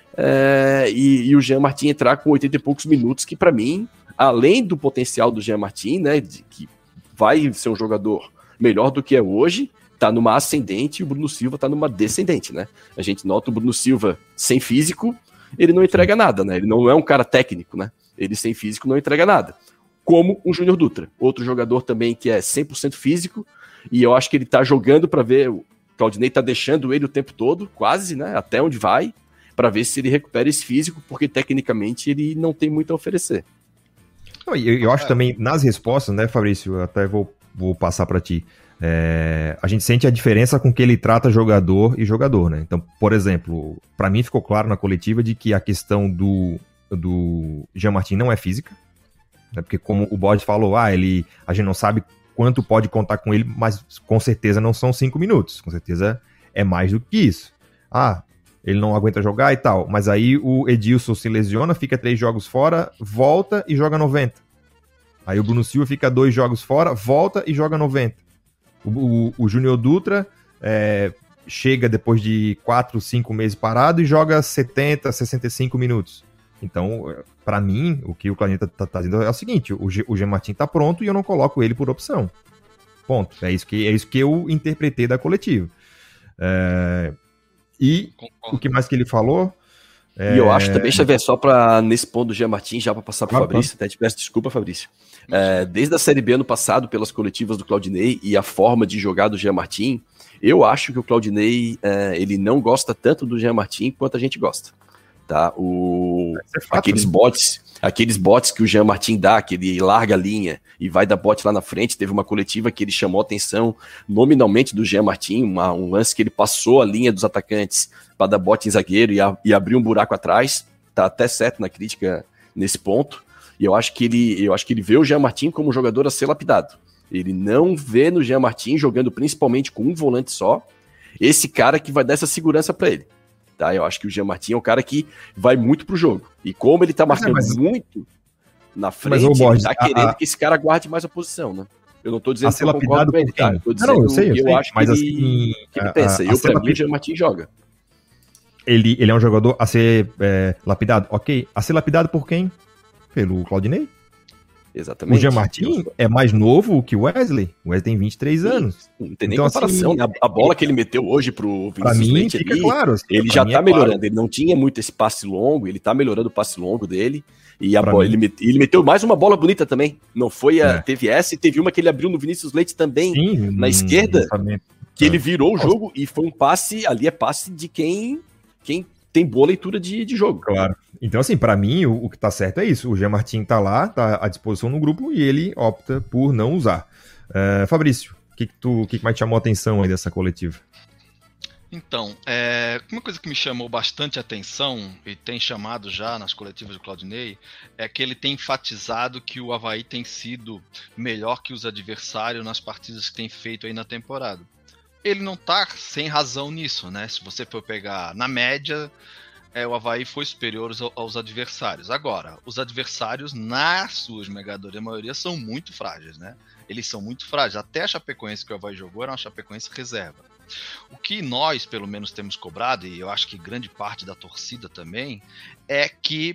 é, e, e o Jean Martin entrar com oitenta e poucos minutos, que para mim, além do potencial do Jean Martin, né, de, que vai ser um jogador melhor do que é hoje, tá numa ascendente e o Bruno Silva tá numa descendente, né? A gente nota o Bruno Silva sem físico, ele não entrega nada, né? Ele não é um cara técnico, né? Ele sem físico não entrega nada. Como o Júnior Dutra, outro jogador também que é cem por cento físico, e eu acho que ele tá jogando para ver, o Claudinei tá deixando ele o tempo todo, quase, né? Até onde vai, para ver se ele recupera esse físico, porque tecnicamente ele não tem muito a oferecer. Eu, eu acho também, nas respostas, né, Fabrício, eu até vou, vou passar para ti, é, a gente sente a diferença com que ele trata jogador e jogador, né? Então, por exemplo, para mim ficou claro na coletiva de que a questão do, do Jean Martin não é física, né? Porque como o Bode falou, ah, ele, a gente não sabe quanto pode contar com ele, mas com certeza não são cinco minutos, com certeza é mais do que isso. Ah, ele não aguenta jogar e tal, mas aí o Edilson se lesiona, fica três jogos fora, volta e joga noventa. Aí o Bruno Silva fica dois jogos fora, volta e joga noventa. O, o, o Júnior Dutra é, chega depois de quatro, cinco meses parado e joga setenta, sessenta e cinco minutos. Então, para mim, o que o Claudinei tá, tá, tá dizendo é o seguinte, o, G, o Jean Martin tá pronto e eu não coloco ele por opção. Ponto. É isso que, é isso que eu interpretei da coletiva. É... E Concordo. O que mais que ele falou? É... E eu acho também, Xavier, só para nesse ponto do Jean Martin, já para passar para o Fabrício, até te peço desculpa, Fabrício. É, desde a Série B ano passado, pelas coletivas do Claudinei e a forma de jogar do Jean Martin, eu acho que o Claudinei é, ele não gosta tanto do Jean Martin quanto a gente gosta. Tá? O... É fato, aqueles, né? botes, aqueles botes que o Jean Martin dá, que ele larga a linha e vai dar bote lá na frente. Teve uma coletiva que ele chamou a atenção nominalmente do Jean Martin, uma, um lance que ele passou a linha dos atacantes para dar bote em zagueiro e, a, e abrir um buraco atrás. Tá até certo na crítica nesse ponto. E eu acho que ele, eu acho que ele vê o Jean Martin como um jogador a ser lapidado. Ele não vê no Jean Martin jogando principalmente com um volante só, esse cara que vai dar essa segurança para ele. Tá? Eu acho que o Jean Martin é um cara que vai muito pro jogo. E como ele tá marcando mas, mas... muito na frente, mas, Borges, ele tá querendo a... que esse cara guarde mais a posição, né? Eu não tô dizendo que eu concordo com ele, tá? Eu tô dizendo não, eu sei, eu que eu sei, acho mas que, assim, ele, que ele a, pensa. A, eu, a pra lapid... mim, o Jean Martin joga. Ele, ele é um jogador a ser é, lapidado? Ok. A ser lapidado por quem? Pelo Claudinei? Exatamente. O Jean Martin é mais novo que o Wesley. O Wesley tem vinte e três anos. Não tem nem então, comparação, assim, né? A bola que ele meteu hoje pro Vinícius mim, Leite fica ali, claro, assim, ele já tá é melhorando. claro. Ele não tinha muito esse passe longo, ele tá melhorando o passe longo dele. E a bola, ele, mete, ele meteu mais uma bola bonita também. Não foi a. É. Teve essa e teve uma que ele abriu no Vinícius Leite também, Sim, na esquerda, que é. ele virou o jogo e foi um passe. Ali é passe de quem, quem tem boa leitura de, de jogo. Claro. Então, assim, pra mim, o, o que tá certo é isso. O Jean Martin tá lá, tá à disposição no grupo e ele opta por não usar. Uh, Fabrício, O que, que, tu, que, que mais te chamou a atenção aí dessa coletiva? Então, é, uma coisa que me chamou bastante atenção, e tem chamado já nas coletivas do Claudinei, é que ele tem enfatizado que o Avaí tem sido melhor que os adversários nas partidas que tem feito aí na temporada. Ele não tá sem razão nisso, né? Se você for pegar na média, é, o Avaí foi superior aos, aos adversários. Agora, os adversários, na sua esmagadora maioria, são muito frágeis, né? Eles são muito frágeis. Até a Chapecoense que o Avaí jogou era uma Chapecoense reserva. O que nós, pelo menos, temos cobrado, e eu acho que grande parte da torcida também, é que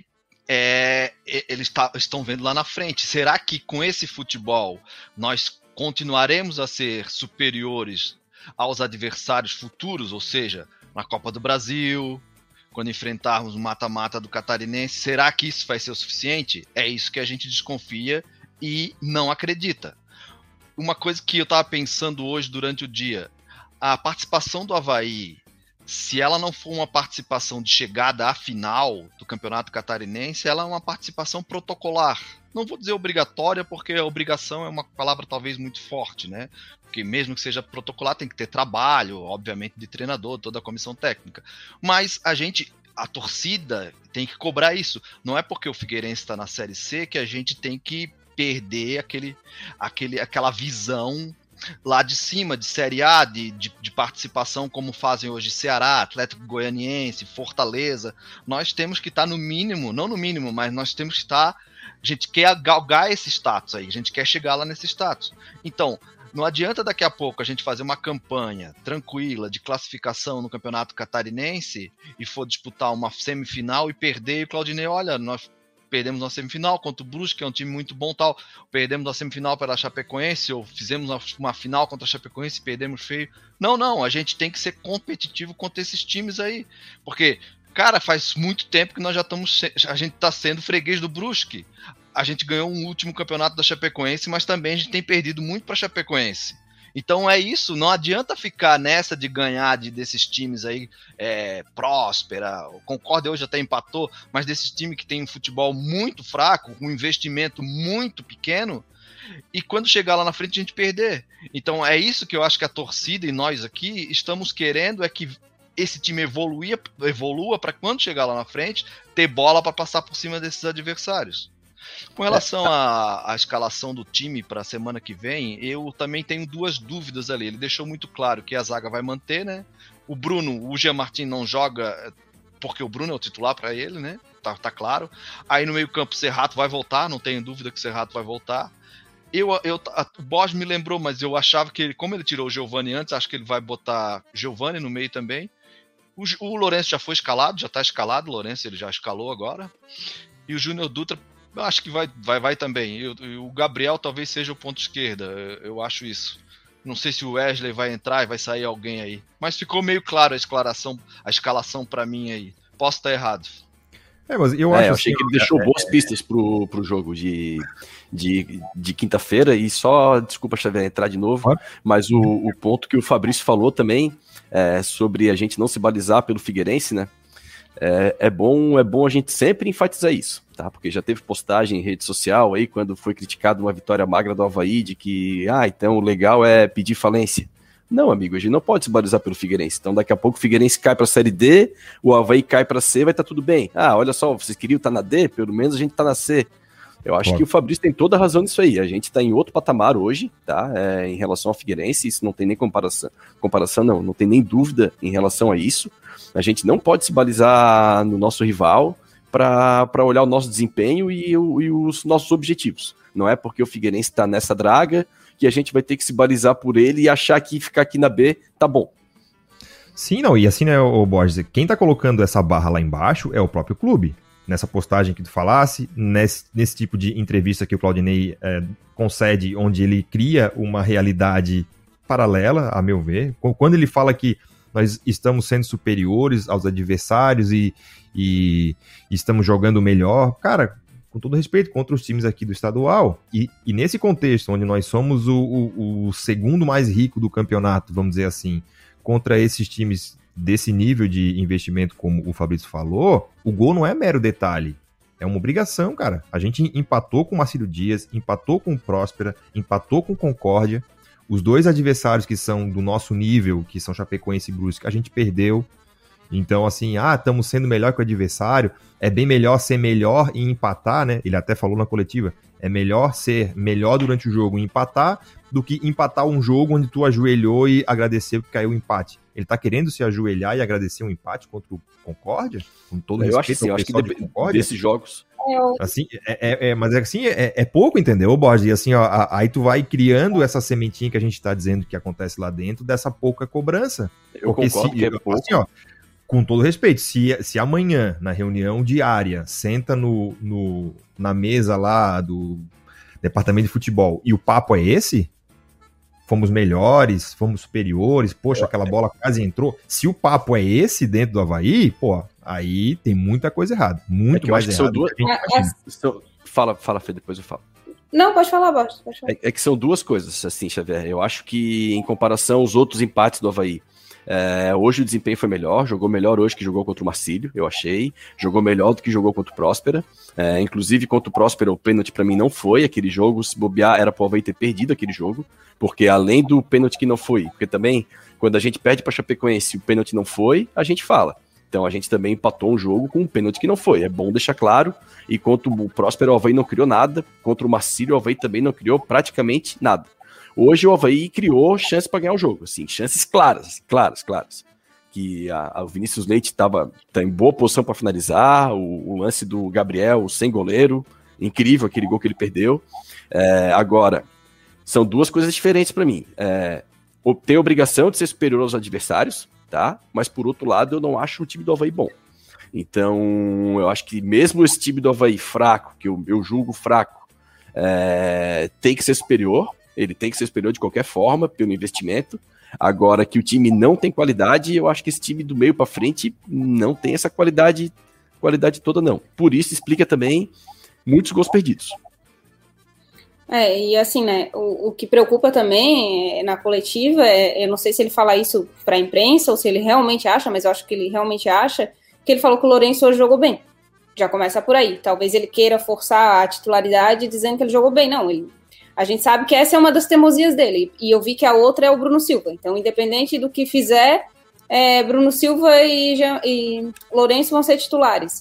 é, eles tá, estão vendo lá na frente. Será que com esse futebol nós continuaremos a ser superiores aos adversários futuros, ou seja, na Copa do Brasil, quando enfrentarmos o mata-mata do Catarinense? Será que isso vai ser o suficiente? É isso que a gente desconfia e não acredita. Uma coisa que eu estava pensando hoje durante o dia, a participação do Avaí, se ela não for uma participação de chegada à final do Campeonato Catarinense, ela é uma participação protocolar. Não vou dizer obrigatória, porque a obrigação é uma palavra talvez muito forte, né? Porque mesmo que seja protocolar, tem que ter trabalho, obviamente, de treinador, toda a comissão técnica. Mas a gente, a torcida, tem que cobrar isso. Não é porque o Figueirense está na Série C que a gente tem que perder aquele, aquele, aquela visão lá de cima, de Série A, de, de, de participação, como fazem hoje Ceará, Atlético Goianiense, Fortaleza. Nós temos que estar no mínimo, não no mínimo, mas nós temos que estar, a gente quer galgar esse status aí, a gente quer chegar lá nesse status. Então, não adianta daqui a pouco a gente fazer uma campanha tranquila de classificação no Campeonato Catarinense e for disputar uma semifinal e perder, e o Claudinei, olha, nós perdemos na semifinal contra o Brusque, que é um time muito bom, tal. Perdemos na semifinal pela Chapecoense, ou fizemos uma final contra a Chapecoense e perdemos feio. Não, não, a gente tem que ser competitivo contra esses times aí. Porque, cara, faz muito tempo que nós já estamos, a gente está sendo freguês do Brusque. A gente ganhou um último campeonato da Chapecoense, mas também a gente tem perdido muito para a Chapecoense. Então é isso, não adianta ficar nessa de ganhar de, desses times aí, é, Próspera, o Concórdia hoje até empatou, mas desses times que tem um futebol muito fraco, um investimento muito pequeno, e quando chegar lá na frente a gente perder. Então é isso que eu acho que a torcida e nós aqui estamos querendo, é que esse time evoluia, evolua para quando chegar lá na frente, ter bola para passar por cima desses adversários. Com relação à, à escalação do time para a semana que vem, eu também tenho duas dúvidas ali. Ele deixou muito claro que a zaga vai manter, né? O Bruno, o Jean Martin não joga porque o Bruno é o titular para ele, né? Tá, tá claro. Aí no meio campo o Serrato vai voltar, não tenho dúvida que o Serrato vai voltar. Eu, eu, a, o Borges me lembrou, mas eu achava que ele, como ele tirou o Giovani antes, acho que ele vai botar Giovani no meio também. O, o Lourenço já foi escalado, já está escalado, o Lourenço ele já escalou agora. E o Júnior Dutra, eu acho que vai, vai, vai também. E, e o Gabriel talvez seja o ponto esquerda, eu, eu acho isso. Não sei se o Wesley vai entrar e vai sair alguém aí. Mas ficou meio claro a escalação, a escalação para mim aí. Posso estar errado. É, mas eu, é, acho eu achei assim, que ele deixou é, boas pistas pro, pro jogo de, de, de quinta-feira. E só, desculpa, Xavier, entrar de novo, ah. mas o, o ponto que o Fabrício falou também é, sobre a gente não se balizar pelo Figueirense, né? É, é, bom, é bom a gente sempre enfatizar isso, tá? Porque já teve postagem em rede social aí, quando foi criticado uma vitória magra do Avaí, de que, ah, então o legal é pedir falência. Não, amigo, a gente não pode se balizar pelo Figueirense. Então daqui a pouco o Figueirense cai para a Série D, o Avaí cai para C, vai estar tá tudo bem. Ah, olha só, vocês queriam estar tá na D? Pelo menos a gente está na C. Eu acho Pode. que o Fabrício tem toda a razão nisso aí. A gente está em outro patamar hoje, tá? É, em relação ao Figueirense, isso não tem nem comparação. Comparação não, não tem nem dúvida em relação a isso. A gente não pode se balizar no nosso rival para olhar o nosso desempenho e, o, e os nossos objetivos. Não é porque o Figueirense está nessa draga que a gente vai ter que se balizar por ele e achar que ficar aqui na B tá bom. Sim, não, e assim, né, o Borges, quem tá colocando essa barra lá embaixo é o próprio clube. Nessa postagem que tu falasse, nesse, nesse tipo de entrevista que o Claudinei é, concede, onde ele cria uma realidade paralela, a meu ver. Quando ele fala que nós estamos sendo superiores aos adversários e, e, e estamos jogando melhor, cara, com todo respeito, contra os times aqui do estadual, e, e nesse contexto, onde nós somos o, o, o segundo mais rico do campeonato, vamos dizer assim, contra esses times desse nível de investimento, como o Fabrício falou, o gol não é mero detalhe, é uma obrigação, cara. A gente empatou com o Marcílio Dias, empatou com o Próspera, empatou com o Concórdia. Os dois adversários que são do nosso nível, que são Chapecoense e Brusque, a gente perdeu. Então, assim, ah, estamos sendo melhor que o adversário, é bem melhor ser melhor e empatar, né? Ele até falou na coletiva, é melhor ser melhor durante o jogo e empatar do que empatar um jogo onde tu ajoelhou e agradeceu que caiu o empate. Ele tá querendo se ajoelhar e agradecer um empate contra o Concórdia? Com todo eu respeito acho que sim, eu acho que de Concórdia? Desses jogos... Assim, é, é, é, mas é assim, é, é pouco, entendeu, Borges? E assim, ó, a, aí tu vai criando essa sementinha que a gente tá dizendo que acontece lá dentro, dessa pouca cobrança. Eu Porque concordo se, que é pouco. assim, ó, com todo respeito, se, se amanhã, na reunião diária, senta no, no, na mesa lá do departamento de futebol e o papo é esse, fomos melhores, fomos superiores, poxa, aquela bola quase entrou. Se o papo é esse dentro do Avaí, pô, aí tem muita coisa errada. Muito é mais errada. São duas... são... Fala, fala, Fê, depois eu falo. Não, pode falar, Borges. É, é que são duas coisas, assim, Xavier. Eu acho que, em comparação aos outros empates do Avaí, é, hoje o desempenho foi melhor, jogou melhor hoje que jogou contra o Marcílio, eu achei. Jogou melhor do que jogou contra o Próspera. É, inclusive, contra o Próspera, o pênalti pra mim não foi aquele jogo. Se bobear, era pro Avaí ter perdido aquele jogo. Porque além do pênalti que não foi, porque também, quando a gente perde pra Chapecoense e o pênalti não foi, a gente fala. Então a gente também empatou um jogo com um pênalti que não foi. É bom deixar claro. E contra o Próspero, o Avaí não criou nada. Contra o Marcílio, o Avaí também não criou praticamente nada. Hoje o Avaí criou chance para ganhar o jogo. Assim, chances claras, claras, claras. Que a, a, o Vinícius Leite estava tá em boa posição para finalizar. O, o lance do Gabriel sem goleiro. Incrível aquele gol que ele perdeu. É, agora, são duas coisas diferentes para mim. É, tem a obrigação de ser superior aos adversários, tá? Mas por outro lado, eu não acho o time do Avaí bom. Então, eu acho que mesmo esse time do Avaí fraco, que eu, eu julgo fraco, é, tem que ser superior. Ele tem que ser superior de qualquer forma, pelo investimento. Agora, que o time não tem qualidade, eu acho que esse time do meio para frente não tem essa qualidade, qualidade toda, não. Por isso, explica também muitos gols perdidos. É, e assim, né, o, o que preocupa também é, na coletiva, é, eu não sei se ele fala isso para a imprensa ou se ele realmente acha, mas eu acho que ele realmente acha, que ele falou que o Lourenço hoje jogou bem. Já começa por aí. Talvez ele queira forçar a titularidade dizendo que ele jogou bem. Não, ele, a gente sabe que essa é uma das teimosias dele, e eu vi que a outra é o Bruno Silva. Então, independente do que fizer, é, Bruno Silva e, Jean, e Lourenço vão ser titulares.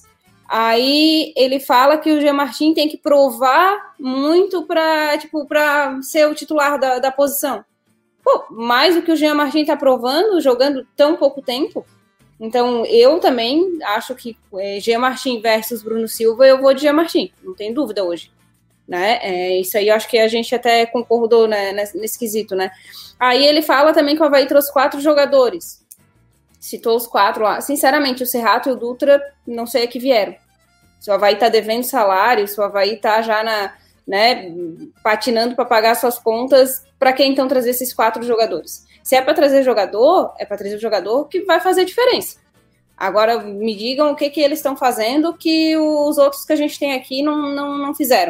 Aí ele fala que o Jean Martin tem que provar muito para tipo, para ser o titular da, da posição. Pô, mais do que o Jean Martin está provando, jogando tão pouco tempo. Então, eu também acho que é, Jean Martin versus Bruno Silva, eu vou de Jean Martin, não tem dúvida hoje. Né? É, isso aí eu acho que a gente até concordou, né, nesse, nesse quesito. Né? Aí ele fala também que o Avaí trouxe quatro jogadores. Citou os quatro lá. Sinceramente, o Serrato e o Dutra, não sei a que vieram. Se o Avaí tá devendo salário, se o Avaí tá já na, né, patinando para pagar suas contas, para que então trazer esses quatro jogadores? Se é para trazer jogador, é para trazer jogador que vai fazer diferença. Agora, me digam o que, que eles estão fazendo que os outros que a gente tem aqui não, não, não fizeram.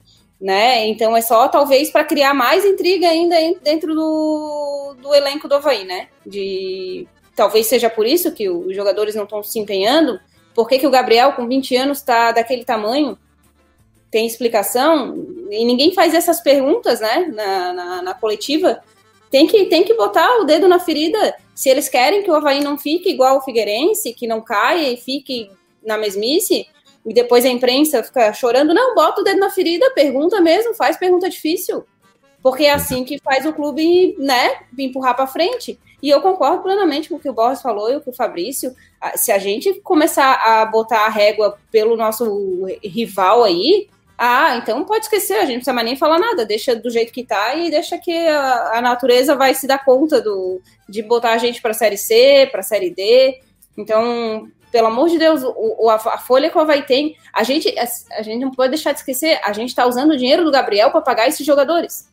Né? Então, é só, talvez, para criar mais intriga ainda dentro do, do elenco do Avaí, né? De... Talvez seja por isso que os jogadores não estão se empenhando. Por que, que o Gabriel, com vinte anos, está daquele tamanho? Tem explicação? E ninguém faz essas perguntas, né, na, na, na coletiva. Tem que, tem que botar o dedo na ferida. Se eles querem que o Avaí não fique igual o Figueirense, que não caia e fique na mesmice, e depois a imprensa fica chorando, não, bota o dedo na ferida, pergunta mesmo, faz pergunta difícil. Porque é assim que faz o clube, né, empurrar para frente. E eu concordo plenamente com o que o Borges falou e o que o Fabrício. Se a gente começar a botar a régua pelo nosso rival aí, ah, então pode esquecer, a gente não precisa mais nem falar nada, deixa do jeito que tá e deixa que a, a natureza vai se dar conta do, de botar a gente para a Série C, para a Série D. Então, pelo amor de Deus, o, a, a folha que o Avaí tem, a gente, a, a gente não pode deixar de esquecer, a gente está usando o dinheiro do Gabriel para pagar esses jogadores.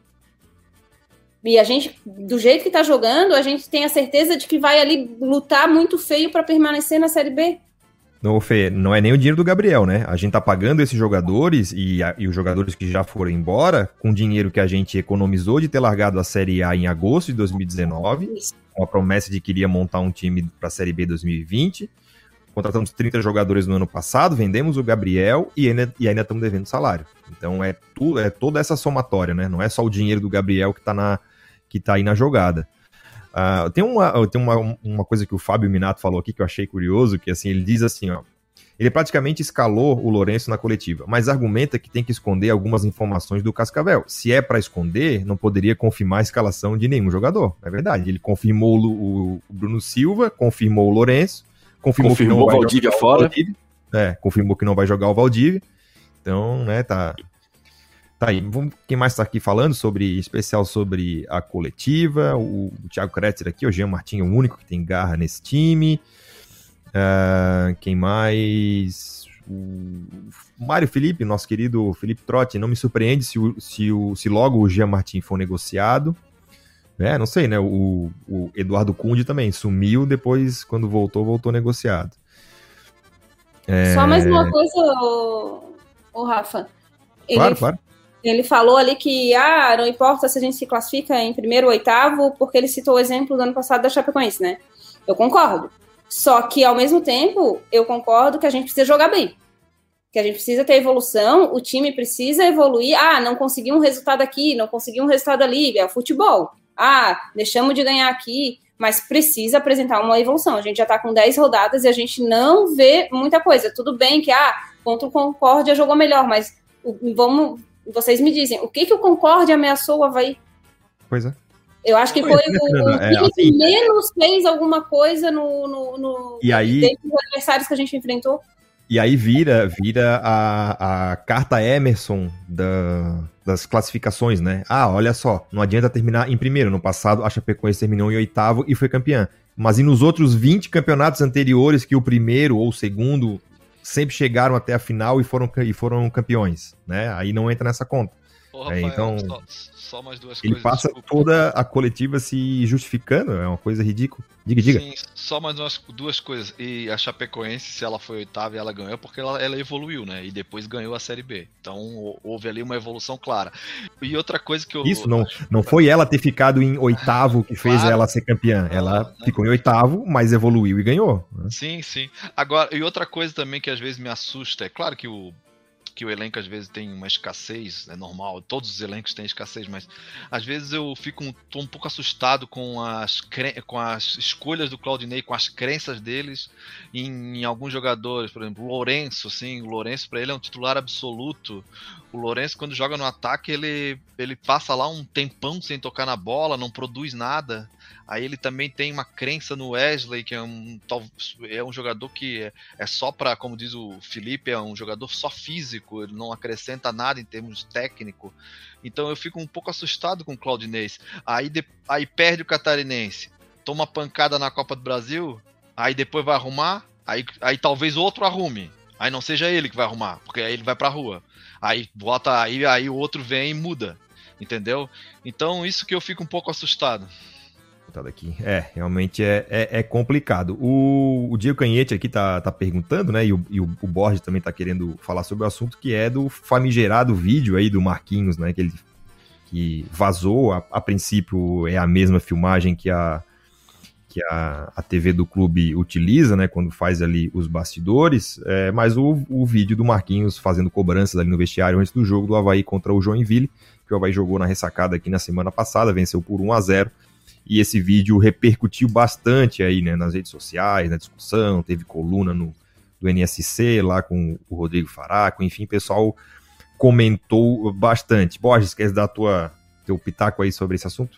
E a gente, do jeito que tá jogando, a gente tem a certeza de que vai ali lutar muito feio para permanecer na Série B. Não, Fê, não é nem o dinheiro do Gabriel, né? A gente tá pagando esses jogadores e, a, e os jogadores que já foram embora com dinheiro que a gente economizou de ter largado a Série A em agosto de dois mil e dezenove, Isso. com a promessa de que iria montar um time para a Série B dois mil e vinte. Contratamos trinta jogadores no ano passado, vendemos o Gabriel e ainda, e ainda estamos devendo salário. Então é, tu, é toda essa somatória, né? Não é só o dinheiro do Gabriel que tá na... que tá aí na jogada. Uh, tem uma, tem uma, uma coisa que o Fábio Minato falou aqui que eu achei curioso, que assim, ele diz assim, ó, ele praticamente escalou o Lourenço na coletiva, mas argumenta que tem que esconder algumas informações do Cascavel. Se é para esconder, não poderia confirmar a escalação de nenhum jogador. É verdade, ele confirmou o, o Bruno Silva, confirmou o Lourenço, confirmou, confirmou que não vai o Valdívia jogar fora. O Valdívia, é, confirmou que não vai jogar o Valdívia. Então, né, tá... Tá aí, vamos, quem mais está aqui falando sobre, especial sobre a coletiva, o, o Thiago Kretzer aqui, o Jean Martin é o único que tem garra nesse time, uh, quem mais, o, o Mário Felipe, nosso querido Felipe Trotti, não me surpreende se, o, se, o, se logo o Jean Martin for negociado, é, não sei, né, o, o Eduardo Cunde também sumiu, depois quando voltou, voltou negociado. É... Só mais uma coisa, o, o Rafa. Ele... Claro, claro. Ele falou ali que ah, não importa se a gente se classifica em primeiro ou oitavo, porque ele citou o exemplo do ano passado da Chapecoense, né? Eu concordo. Só que, ao mesmo tempo, eu concordo que a gente precisa jogar bem. Que a gente precisa ter evolução, o time precisa evoluir. Ah, não conseguiu um resultado aqui, não conseguiu um resultado ali, é o futebol. Ah, deixamos de ganhar aqui, mas precisa apresentar uma evolução. A gente já tá com dez rodadas e a gente não vê muita coisa. Tudo bem que, ah, contra o Concórdia jogou melhor, mas vamos... Vocês me dizem, o que que o Concórdia ameaçou o Avaí? Pois é. Eu acho que foi, foi o, o é, time assim, que menos fez alguma coisa no, no, no e aí, dentre os adversários que a gente enfrentou. E aí vira, vira a, a carta Emerson da, das classificações, né? Ah, olha só, não adianta terminar em primeiro. No passado, a Chapecoense terminou em oitavo e foi campeã. Mas e nos outros vinte campeonatos anteriores que o primeiro ou o segundo sempre chegaram até a final e foram, e foram campeões, né? Aí não entra nessa conta. Ô, Rafael, é, então, só, só mais duas ele coisas, passa desculpa. toda a coletiva se justificando, é uma coisa ridícula. Diga, diga. Sim, só mais umas, duas coisas. E a Chapecoense, se ela foi oitava e ela ganhou, porque ela, ela evoluiu, né? E depois ganhou a Série B. Então houve ali uma evolução clara. E outra coisa que eu... Isso, não, não foi ela ter ficado em oitavo que fez Claro. ela ser campeã. Ela Ah, né? ficou em oitavo, mas evoluiu e ganhou. Né? Sim, sim. Agora, e outra coisa também que às vezes me assusta, é claro que o que o elenco às vezes tem uma escassez, é normal, todos os elencos têm escassez, mas às vezes eu fico um, tô um pouco assustado com as, cre... com as escolhas do Claudinei, com as crenças deles em, em alguns jogadores, por exemplo, o Lourenço, assim, o Lourenço para ele é um titular absoluto. O Lourenço, quando joga no ataque, ele, ele passa lá um tempão sem tocar na bola, não produz nada. Aí ele também tem uma crença no Wesley, que é um, é um jogador que é, é só para, como diz o Felipe, é um jogador só físico, ele não acrescenta nada em termos técnico. Então eu fico um pouco assustado com o Claudinei. Aí, de, aí perde o Catarinense, toma pancada na Copa do Brasil, aí depois vai arrumar, aí, aí talvez outro arrume. Aí não seja ele que vai arrumar, porque aí ele vai pra rua. Aí bota, aí, aí o outro vem e muda, entendeu? Então isso que eu fico um pouco assustado. Aqui. É, realmente é, é, é complicado. O, o Diego Canhete aqui tá, tá perguntando, né? E, o, e o, o Borges também tá querendo falar sobre o assunto, que é do famigerado vídeo aí do Marquinhos, né? Que ele que vazou. A, a princípio é a mesma filmagem que a, que a, a T V do clube utiliza, né? Quando faz ali os bastidores. É, mas o, o vídeo do Marquinhos fazendo cobranças ali no vestiário antes do jogo do Avaí contra o Joinville, que o Avaí jogou na ressacada aqui na semana passada, venceu por um a zero. E esse vídeo repercutiu bastante aí, né, nas redes sociais, na discussão, teve coluna no, do N S C lá com o Rodrigo Faraco, enfim, o pessoal comentou bastante. Borges, quer dar tua, teu pitaco aí sobre esse assunto?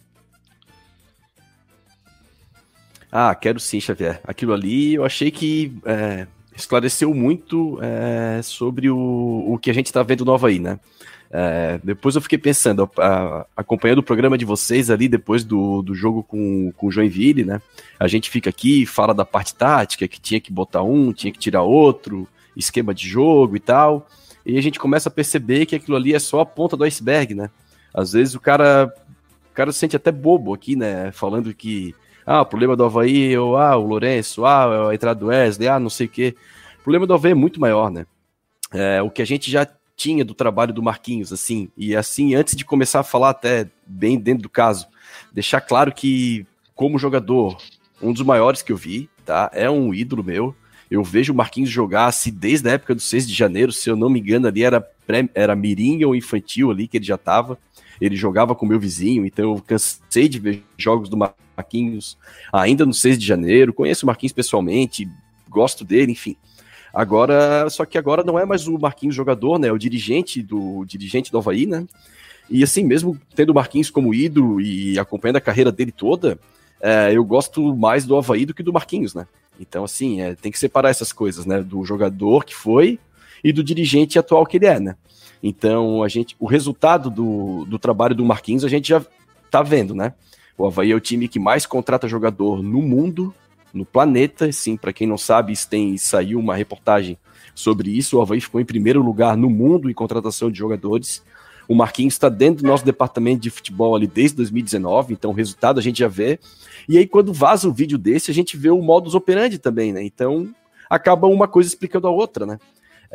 Ah, quero sim, Xavier. Aquilo ali eu achei que é, esclareceu muito é, sobre o, o que a gente está vendo no Avaí, né? É, depois eu fiquei pensando, a, a, acompanhando o programa de vocês ali depois do, do jogo com, com o Joinville, né? A gente fica aqui, fala da parte tática, que tinha que botar um, tinha que tirar outro, esquema de jogo e tal, e a gente começa a perceber que aquilo ali é só a ponta do iceberg, né? Às vezes o cara, o cara se sente até bobo aqui, né? Falando que, ah, o problema do Avaí, ou ah, o Lourenço, ah, a entrada do Wesley, ah, não sei o quê. O problema do Avaí é muito maior, né? É, o que a gente já tinha do trabalho do Marquinhos, assim, e assim, antes de começar a falar até bem dentro do caso, deixar claro que, como jogador, um dos maiores que eu vi, tá, é um ídolo meu, eu vejo o Marquinhos jogar, assim, desde a época do seis de janeiro, se eu não me engano, ali era, pré, era mirim ou infantil ali, que ele já tava, ele jogava com o meu vizinho, então eu cansei de ver jogos do Marquinhos ainda no seis de janeiro, conheço o Marquinhos pessoalmente, gosto dele, enfim. Agora, só que agora não é mais o Marquinhos jogador, né, é o dirigente do, o dirigente do Avaí, né, e assim, mesmo tendo o Marquinhos como ídolo e acompanhando a carreira dele toda, é, eu gosto mais do Avaí do que do Marquinhos, né, então assim, é, tem que separar essas coisas, né, do jogador que foi e do dirigente atual que ele é, né. Então, a gente, o resultado do, do trabalho do Marquinhos a gente já tá vendo, né? O Avaí é o time que mais contrata jogador no mundo, no planeta. Sim, para quem não sabe, tem, saiu uma reportagem sobre isso. O Avaí ficou em primeiro lugar no mundo em contratação de jogadores. O Marquinhos está dentro do nosso departamento de futebol ali desde dois mil e dezenove, então o resultado a gente já vê. E aí, quando vaza um vídeo desse, a gente vê o modus operandi também, né? Então, acaba uma coisa explicando a outra, né?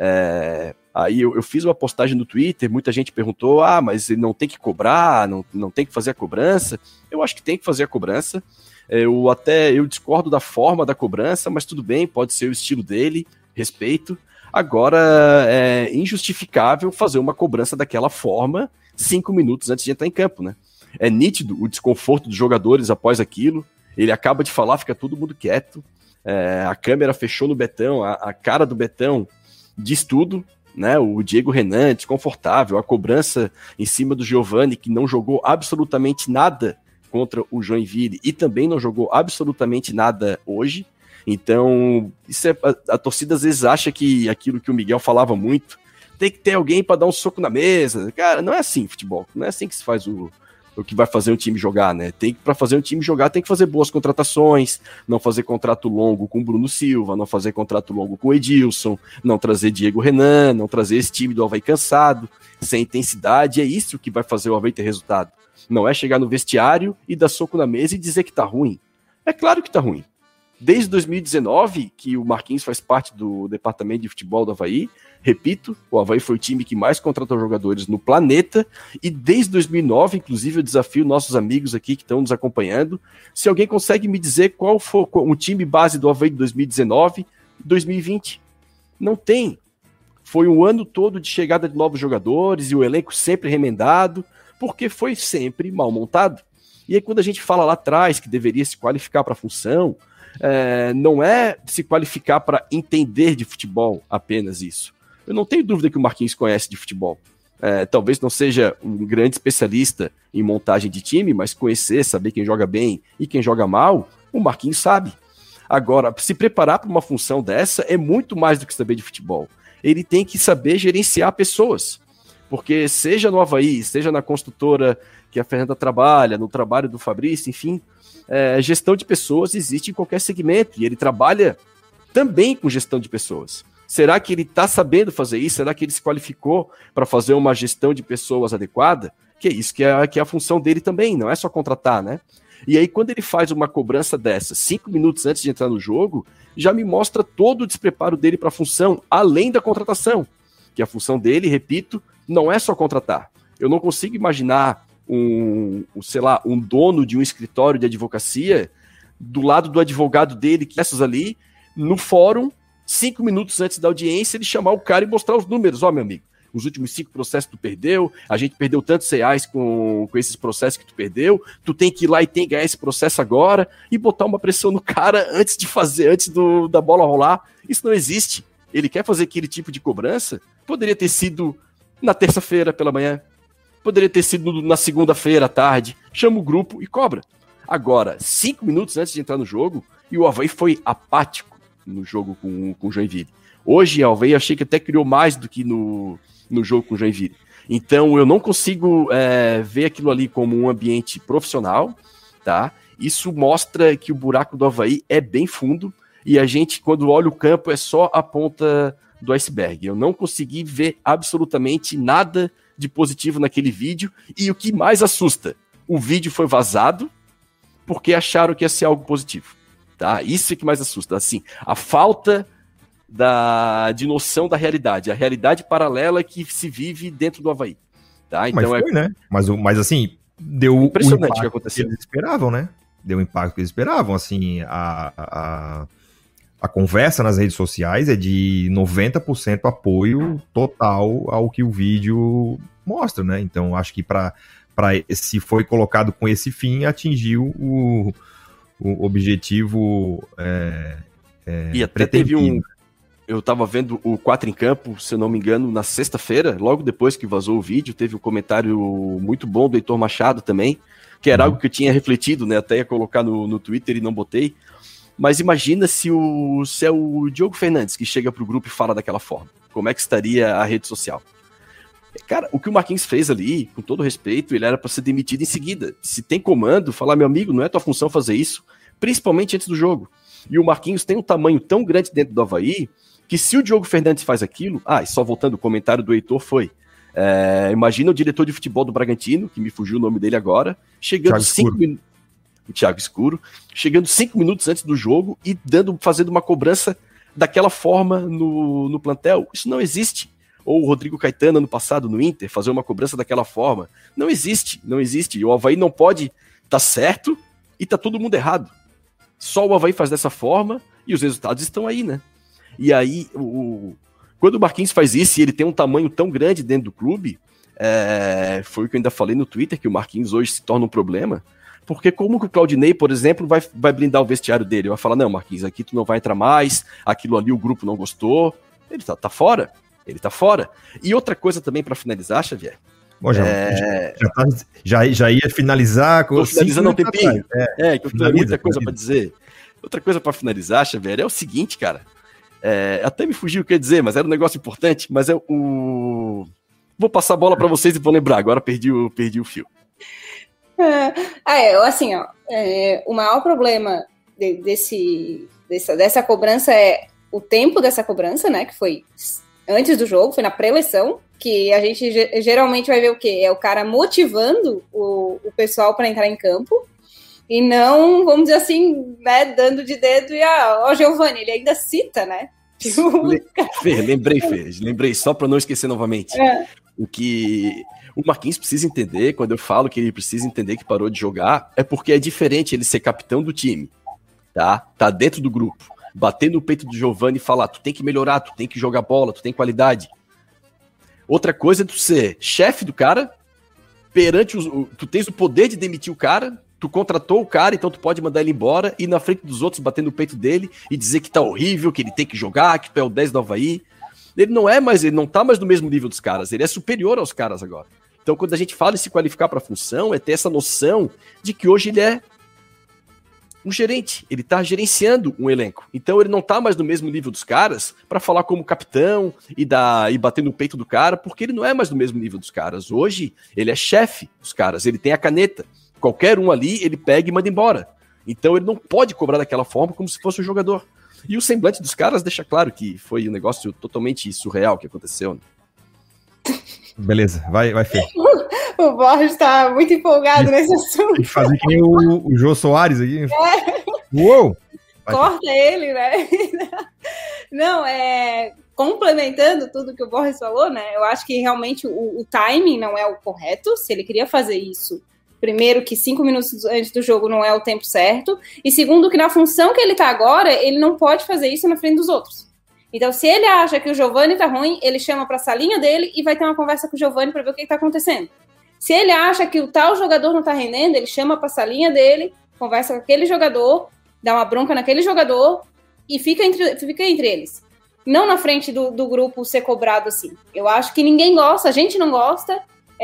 É, aí eu, eu fiz uma postagem no Twitter, muita gente perguntou, ah, mas ele não tem que cobrar, não, não tem que fazer a cobrança. Eu acho que tem que fazer a cobrança. Eu até eu discordo da forma da cobrança, mas tudo bem, pode ser o estilo dele, respeito. Agora é injustificável fazer uma cobrança daquela forma cinco minutos antes de entrar em campo, né? É nítido o desconforto dos jogadores após aquilo. Ele acaba de falar, fica todo mundo quieto. É, a câmera fechou no Betão, a, a cara do Betão diz tudo, né? O Diego Renan, desconfortável, a cobrança em cima do Giovani, que não jogou absolutamente nada contra o Joinville e também não jogou absolutamente nada hoje. Então, isso é, a, a torcida às vezes acha que aquilo que o Miguel falava muito, tem que ter alguém para dar um soco na mesa. Cara, não é assim futebol, não é assim que se faz o, o que vai fazer um time jogar, né? Tem que, para fazer um time jogar, tem que fazer boas contratações, não fazer contrato longo com o Bruno Silva, não fazer contrato longo com o Edilson, não trazer Diego Renan, não trazer esse time do Avaí cansado, sem intensidade. É isso que vai fazer o Avaí ter resultado. Não é chegar no vestiário e dar soco na mesa e dizer que tá ruim. É claro que tá ruim. Desde dois mil e dezenove, que o Marquinhos faz parte do departamento de futebol do Avaí, repito, o Avaí foi o time que mais contratou jogadores no planeta, e desde dois mil e nove, inclusive eu desafio nossos amigos aqui que estão nos acompanhando, se alguém consegue me dizer qual foi o time base do Avaí de dois mil e dezenove e dois mil e vinte. Não tem. Foi um ano todo de chegada de novos jogadores e o elenco sempre remendado, porque foi sempre mal montado. E aí quando a gente fala lá atrás que deveria se qualificar para a função, é, não é se qualificar para entender de futebol apenas isso. Eu não tenho dúvida que o Marquinhos conhece de futebol. É, talvez não seja um grande especialista em montagem de time, mas conhecer, saber quem joga bem e quem joga mal, o Marquinhos sabe. Agora, se preparar para uma função dessa é muito mais do que saber de futebol. Ele tem que saber gerenciar pessoas. Porque seja no Avaí, seja na construtora que a Fernanda trabalha, no trabalho do Fabrício, enfim, é, gestão de pessoas existe em qualquer segmento, e ele trabalha também com gestão de pessoas. Será que ele está sabendo fazer isso? Será que ele se qualificou para fazer uma gestão de pessoas adequada? Que é isso que é, que é a função dele também, não é só contratar, né? E aí, quando ele faz uma cobrança dessa, cinco minutos antes de entrar no jogo, já me mostra todo o despreparo dele para a função, além da contratação. Que a função dele, repito, não é só contratar. Eu não consigo imaginar um, um, sei lá, um dono de um escritório de advocacia do lado do advogado dele, que essas ali, no fórum, cinco minutos antes da audiência, ele chamar o cara e mostrar os números. Ó, oh, meu amigo, os últimos cinco processos que tu perdeu, a gente perdeu tantos reais com, com esses processos que tu perdeu, tu tem que ir lá e tem que ganhar esse processo agora, e botar uma pressão no cara antes de fazer, antes do, da bola rolar. Isso não existe. Ele quer fazer aquele tipo de cobrança? Poderia ter sido na terça-feira pela manhã, poderia ter sido na segunda-feira à tarde, chama o grupo e cobra. Agora, cinco minutos antes de entrar no jogo, e o Avaí foi apático no jogo com, com o Joinville. Hoje, o Avaí achei que até criou mais do que no, no jogo com o Joinville. Então, eu não consigo é, ver aquilo ali como um ambiente profissional, tá? Isso mostra que o buraco do Avaí é bem fundo, e a gente, quando olha o campo, é só a ponta do iceberg. Eu não consegui ver absolutamente nada de positivo naquele vídeo, e o que mais assusta, o vídeo foi vazado porque acharam que ia ser algo positivo, tá? Isso é que mais assusta, assim, a falta da, de noção da realidade, a realidade paralela que se vive dentro do Avaí, tá? Então mas foi, é... né? Mas, mas assim, deu impressionante o impacto que aconteceu. Que eles esperavam, né? Deu o impacto que eles esperavam, assim, a... a... A conversa nas redes sociais é de noventa por cento apoio total ao que o vídeo mostra, né? Então, acho que para pra, se foi colocado com esse fim, atingiu o, o objetivo é, é, e até pretendido. Teve um... Eu tava vendo o quatro em campo, se eu não me engano, na sexta-feira, logo depois que vazou o vídeo, teve um comentário muito bom do Heitor Machado também, que era uhum. algo que eu tinha refletido, né? Até ia colocar no, no Twitter e não botei. Mas imagina se, o, se é o Diogo Fernandes que chega pro grupo e fala daquela forma. Como é que estaria a rede social? Cara, o que o Marquinhos fez ali, com todo respeito, ele era para ser demitido em seguida. Se tem comando, falar, meu amigo, não é tua função fazer isso, principalmente antes do jogo. E o Marquinhos tem um tamanho tão grande dentro do Avaí, que se o Diogo Fernandes faz aquilo... Ah, e só voltando, o comentário do Heitor foi... É, imagina o diretor de futebol do Bragantino, que me fugiu o nome dele agora, chegando cinco minutos... O Thiago Escuro, chegando cinco minutos antes do jogo e dando, fazendo uma cobrança daquela forma no, no plantel. Isso não existe. Ou o Rodrigo Caetano, no passado, no Inter, fazer uma cobrança daquela forma. Não existe, não existe. E o Avaí não pode estar tá certo e tá todo mundo errado. Só o Avaí faz dessa forma e os resultados estão aí, né? E aí, o, quando o Marquinhos faz isso e ele tem um tamanho tão grande dentro do clube, é, foi o que eu ainda falei no Twitter, que o Marquinhos hoje se torna um problema, porque como que o Claudinei, por exemplo, vai, vai blindar o vestiário dele? Vai falar, não, Marquinhos, aqui tu não vai entrar mais, aquilo ali o grupo não gostou, ele tá, tá fora, ele tá fora. E outra coisa também para finalizar, Xavier, Bom, já, é... já, tá, já, já ia finalizar com Tô finalizando um tempinho, é, é que eu tenho muita coisa para dizer. Outra coisa para finalizar, Xavier, é o seguinte, cara, É, até me fugiu o que eu ia dizer, mas era um negócio importante, mas é o... Vou passar a bola para vocês e vou lembrar, agora perdi o, perdi o fio. Ah, é, assim, ó, é, o maior problema de, desse, dessa, dessa cobrança é o tempo dessa cobrança, né, que foi antes do jogo, foi na pré-eleição, que a gente geralmente vai ver o quê? É o cara motivando o, o pessoal para entrar em campo, e não, vamos dizer assim, né, dando de dedo e, ah, ó, Giovanni, ele ainda cita, né? Tipo, Le... Fê, lembrei, Fê, lembrei, só para não esquecer novamente. É. O que o Marquinhos precisa entender, quando eu falo que ele precisa entender que parou de jogar, é porque é diferente ele ser capitão do time, tá? Tá dentro do grupo, bater no peito do Giovanni e falar, tu tem que melhorar, tu tem que jogar bola, tu tem qualidade. Outra coisa é tu ser chefe do cara, perante os... Tu tens o poder de demitir o cara, tu contratou o cara, então tu pode mandar ele embora e na frente dos outros bater no peito dele e dizer que tá horrível, que ele tem que jogar, que tu é o dez do Avaí. Ele não é mais, ele não tá mais no mesmo nível dos caras, ele é superior aos caras agora. Então quando a gente fala em se qualificar para a função, é ter essa noção de que hoje ele é um gerente, ele tá gerenciando um elenco. Então ele não tá mais no mesmo nível dos caras para falar como capitão e, dar, e bater no peito do cara, porque ele não é mais no mesmo nível dos caras. Hoje ele é chefe dos caras, ele tem a caneta. Qualquer um ali, ele pega e manda embora. Então ele não pode cobrar daquela forma como se fosse um jogador. E o semblante dos caras deixa claro que foi um negócio totalmente surreal que aconteceu. Né? Beleza, vai, vai, Fê. O Borges tá muito empolgado nesse assunto. Tem que fazer que nem o, o Jô Soares aqui. É. Uou! Vai, corta Fê. Ele, né? Não, é... Complementando tudo que o Borges falou, né? Eu acho que realmente o, o timing não é o correto. Se ele queria fazer isso, primeiro, que cinco minutos antes do jogo não é o tempo certo. E segundo, que na função que ele tá agora, ele não pode fazer isso na frente dos outros. Então, se ele acha que o Giovanni tá ruim, ele chama pra salinha dele e vai ter uma conversa com o Giovanni pra ver o que tá acontecendo. Se ele acha que o tal jogador não tá rendendo, ele chama pra salinha dele, conversa com aquele jogador, dá uma bronca naquele jogador e fica entre, fica entre eles. Não na frente do, do grupo ser cobrado assim. Eu acho que ninguém gosta, a gente não gosta.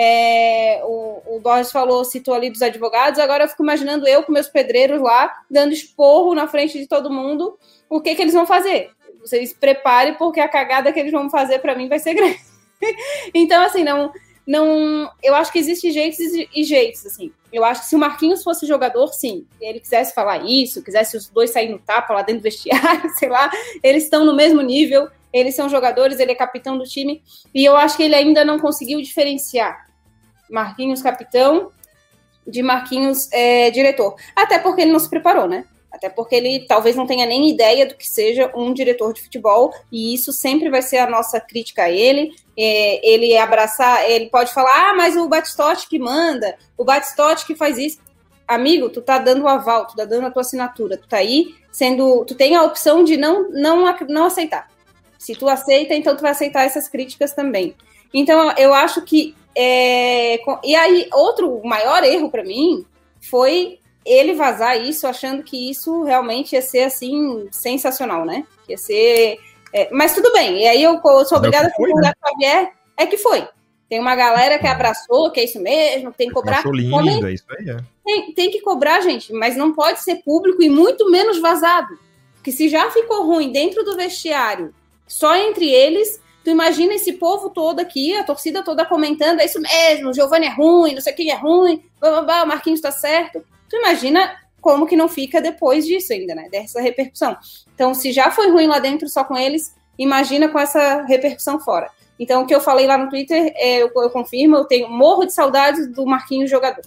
É, o, o Borges falou, citou ali dos advogados, agora eu fico imaginando eu com meus pedreiros lá, dando esporro na frente de todo mundo, o que que eles vão fazer? Vocês preparem, porque a cagada que eles vão fazer para mim vai ser grande. Então, assim, não, não... Eu acho que existem jeitos e jeitos, assim. Eu acho que se o Marquinhos fosse jogador, sim, ele quisesse falar isso, quisesse os dois saírem no tapa lá dentro do vestiário, sei lá, eles estão no mesmo nível, eles são jogadores, ele é capitão do time, e eu acho que ele ainda não conseguiu diferenciar Marquinhos capitão de Marquinhos é, diretor. Até porque ele não se preparou, né? Até porque ele talvez não tenha nem ideia do que seja um diretor de futebol, e isso sempre vai ser a nossa crítica a ele. É, ele abraçar, ele pode falar, ah, mas o Batistotti que manda, o Batistotti que faz isso. Amigo, tu tá dando o aval, tu tá dando a tua assinatura, tu tá aí sendo, tu tem a opção de não, não, não aceitar. Se tu aceita, então tu vai aceitar essas críticas também. Então, eu acho que é, e aí, outro maior erro para mim foi ele vazar isso achando que isso realmente ia ser, assim, sensacional, né? Ia ser... É, mas tudo bem, e aí eu sou obrigada a concordar com o Xavier, é que foi. Tem uma galera que abraçou, que é isso mesmo, que tem que cobrar. Achou lindo, é isso aí, é. Tem, tem que cobrar, gente, mas não pode ser público e muito menos vazado. Porque se já ficou ruim dentro do vestiário, só entre eles, tu imagina esse povo todo aqui, a torcida toda comentando, é isso mesmo, o Giovani é ruim, não sei quem é ruim, blá, blá, blá, o Marquinhos tá certo. Tu imagina como que não fica depois disso ainda, né? Dessa repercussão. Então, se já foi ruim lá dentro só com eles, imagina com essa repercussão fora. Então, o que eu falei lá no Twitter, é, eu, eu confirmo, eu tenho morro de saudades do Marquinhos jogador.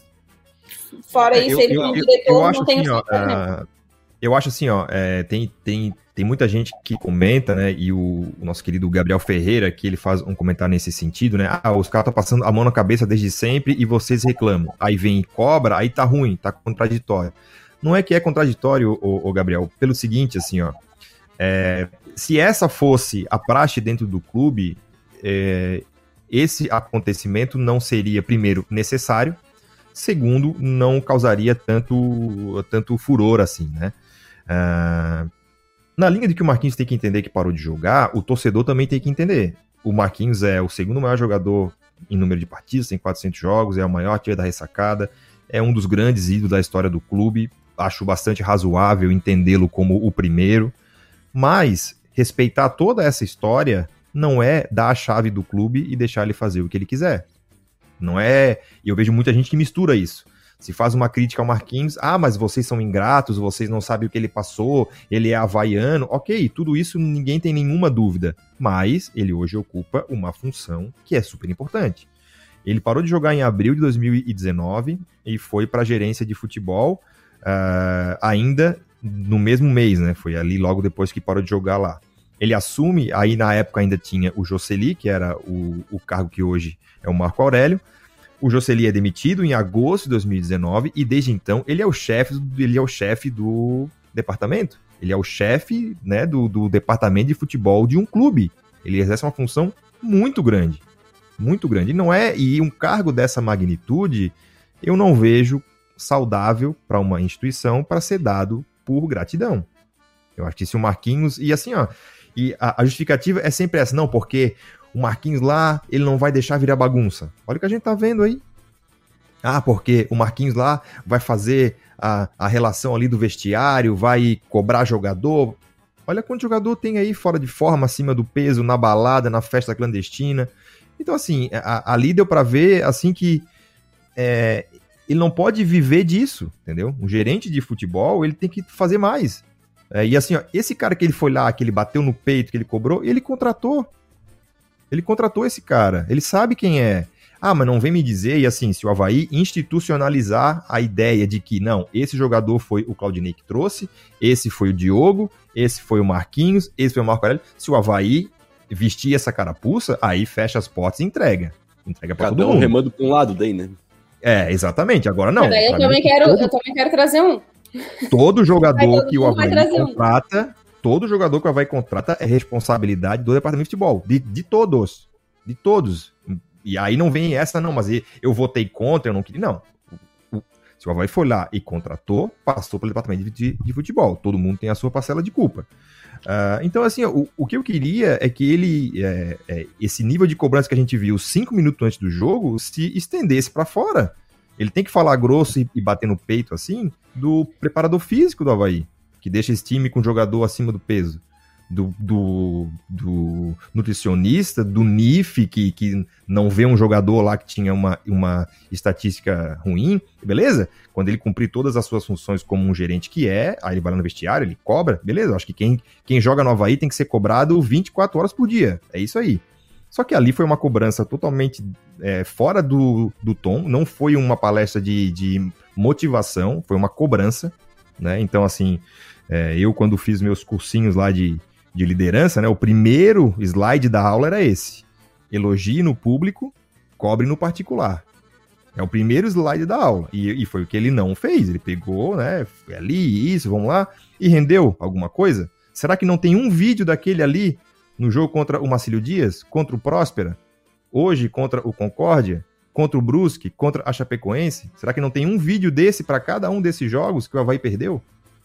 Fora isso, eu, ele eu, como eu, diretor, eu acho não tem assim, ó, uh, eu acho assim, ó, é, tem, tem, tem muita gente que comenta, né, e o, o nosso querido Gabriel Ferreira, que ele faz um comentário nesse sentido, né, ah, os caras estão passando a mão na cabeça desde sempre e vocês reclamam. Aí vem e cobra, aí tá ruim, tá contraditório. Não é que é contraditório, ô, ô Gabriel, pelo seguinte, assim, ó, é, se essa fosse a praxe dentro do clube, é, esse acontecimento não seria, primeiro, necessário, segundo, não causaria tanto, tanto furor assim, né? Uh, na linha de que o Marquinhos tem que entender que parou de jogar, o torcedor também tem que entender. O Marquinhos é o segundo maior jogador em número de partidas, tem quatrocentos jogos, é o maior artilheiro da ressacada, é um dos grandes ídolos da história do clube, acho bastante razoável entendê-lo como o primeiro, mas respeitar toda essa história não é dar a chave do clube e deixar ele fazer o que ele quiser. Não é... E eu vejo muita gente que mistura isso. Se faz uma crítica ao Marquinhos, ah, mas vocês são ingratos, vocês não sabem o que ele passou, ele é havaiano. Ok, tudo isso ninguém tem nenhuma dúvida. Mas ele hoje ocupa uma função que é super importante. Ele parou de jogar em abril de dois mil e dezenove e foi para a gerência de futebol uh, ainda no mesmo mês, né? Foi ali logo depois que parou de jogar lá. Ele assume, aí na época ainda tinha o Joseli, que era o, o cargo que hoje é o Marco Aurélio. O Joseli é demitido em agosto de dois mil e dezenove e desde então ele é o chefe, ele é o chefe do departamento. Ele é o chefe, né, do, do departamento de futebol de um clube. Ele exerce uma função muito grande, muito grande. E não é, e um cargo dessa magnitude eu não vejo saudável para uma instituição para ser dado por gratidão. Eu acho que se o Marquinhos, e assim, ó, e a, a justificativa é sempre essa, não, porque o Marquinhos lá, ele não vai deixar virar bagunça. Olha o que a gente tá vendo aí. Ah, porque o Marquinhos lá vai fazer a, a relação ali do vestiário, vai cobrar jogador. Olha quanto jogador tem aí fora de forma, acima do peso, na balada, na festa clandestina. Então, assim, a, ali deu pra ver, assim, que é, ele não pode viver disso, entendeu? Um gerente de futebol, ele tem que fazer mais. É, e assim, ó, esse cara que ele foi lá, que ele bateu no peito, que ele cobrou, ele contratou. Ele contratou esse cara, ele sabe quem é. Ah, mas não vem me dizer, e assim, se o Avaí institucionalizar a ideia de que, não, esse jogador foi o Claudinei que trouxe, esse foi o Diogo, esse foi o Marquinhos, esse foi o Marco Aurélio, se o Avaí vestir essa carapuça, aí fecha as portas e entrega. Entrega pra Cada todo um mundo. remando pra um lado daí, né? É, exatamente, agora não. Daí eu Pra também, mim, quero, todo, eu também quero trazer um. todo jogador todo que o mundo vai Avaí trazer um. contrata... Todo jogador que o Avaí contrata é responsabilidade do departamento de futebol. De, de todos. De todos. E aí não vem essa, não, mas eu votei contra, eu não queria. Não. O, o, se o Avaí foi lá e contratou, passou pelo departamento de, de futebol. Todo mundo tem a sua parcela de culpa. Uh, então, assim, o, o que eu queria é que ele, é, é, esse nível de cobrança que a gente viu cinco minutos antes do jogo, se estendesse para fora. Ele tem que falar grosso e, e bater no peito, assim, do preparador físico do Avaí, que deixa esse time com jogador acima do peso, do, do, do nutricionista, do N I F, que, que não vê um jogador lá que tinha uma, uma estatística ruim, beleza? Quando ele cumprir todas as suas funções como um gerente que é, aí ele vai lá no vestiário, ele cobra, beleza? Eu acho que quem, quem joga no Avaí tem que ser cobrado vinte e quatro horas por dia, é isso aí. Só que ali foi uma cobrança totalmente é, fora do, do tom, não foi uma palestra de, de motivação, foi uma cobrança, né? Então, assim, é, eu quando fiz meus cursinhos lá de, de liderança, né, o primeiro slide da aula era esse: elogie no público, cobre no particular. É o primeiro slide da aula, e, e foi o que ele não fez. Ele pegou, né, foi ali, isso, vamos lá, e rendeu alguma coisa? Será que não tem um vídeo daquele ali no jogo contra o Marcílio Dias, contra o Próspera, hoje contra o Concórdia? contra o Brusque, contra a Chapecoense? Será que não tem um vídeo desse para cada um desses jogos que o Avaí perdeu?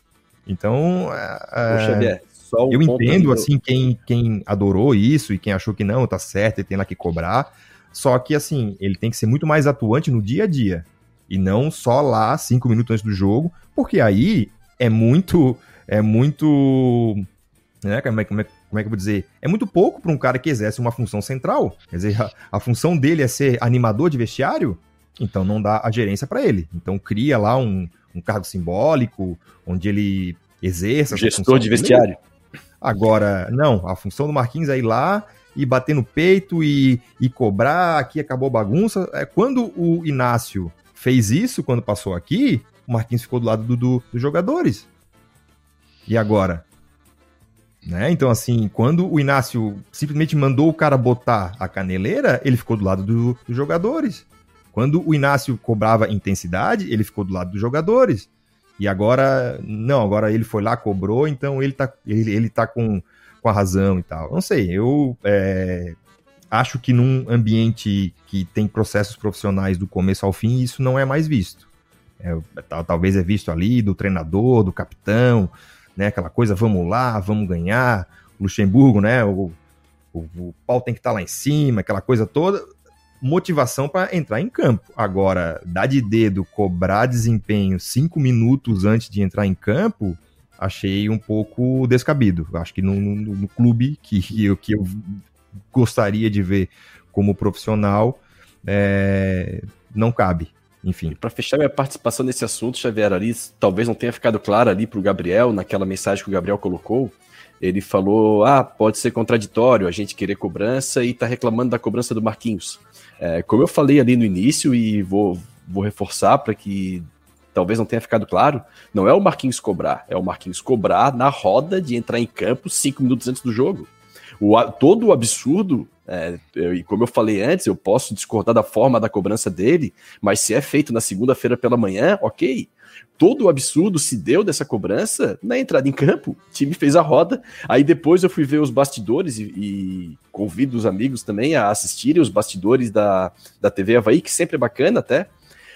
Então, é, Xavier, só um eu entendo, aí, assim, quem, quem adorou isso e quem achou que não, tá certo, ele tem lá que cobrar. Só que, assim, ele tem que ser muito mais atuante no dia a dia. E não só lá, cinco minutos antes do jogo, porque aí é muito... É muito... Né, como, é, como, é, como é que eu vou dizer? É muito pouco para um cara que exerce uma função central. Quer dizer, a, a função dele é ser animador de vestiário, então não dá a gerência para ele. Então cria lá um, um cargo simbólico, onde ele exerça... essa Gestor função de vestiário. Agora, não, a função do Marquinhos é ir lá e bater no peito e, e cobrar, aqui acabou a bagunça. É, quando o Inácio fez isso, quando passou aqui, o Marquinhos ficou do lado do, do, dos jogadores. E agora? Né? Então, assim, quando o Inácio simplesmente mandou o cara botar a caneleira, ele ficou do lado do, dos jogadores. Quando o Inácio cobrava intensidade, ele ficou do lado dos jogadores. E agora, não, agora ele foi lá, cobrou, então ele tá, ele, ele tá com, com a razão e tal. Não sei, eu é, acho que num ambiente que tem processos profissionais do começo ao fim, isso não é mais visto. É, talvez é visto ali do treinador, do capitão, né, aquela coisa, vamos lá, vamos ganhar, Luxemburgo, né, o, o, o pau tem que estar lá em cima, aquela coisa toda, motivação para entrar em campo. Agora, dar de dedo, cobrar desempenho cinco minutos antes de entrar em campo, achei um pouco descabido. Acho que no, no, no clube que eu, que eu gostaria de ver como profissional, é, não cabe. Enfim. Para fechar minha participação nesse assunto, Xavier, ali, talvez não tenha ficado claro ali para o Gabriel, naquela mensagem que o Gabriel colocou, ele falou, ah, pode ser contraditório a gente querer cobrança e tá reclamando da cobrança do Marquinhos. É, como eu falei ali no início e vou, vou reforçar para que talvez não tenha ficado claro, não é o Marquinhos cobrar, é o Marquinhos cobrar na roda de entrar em campo cinco minutos antes do jogo. O, todo o absurdo, é, eu, como eu falei antes, eu posso discordar da forma da cobrança dele, mas se é feito na segunda-feira pela manhã, ok. Todo o absurdo se deu dessa cobrança na entrada em campo. O time fez a roda, aí depois eu fui ver os bastidores e, e convido os amigos também a assistirem os bastidores da, da T V Avaí, que sempre é bacana até.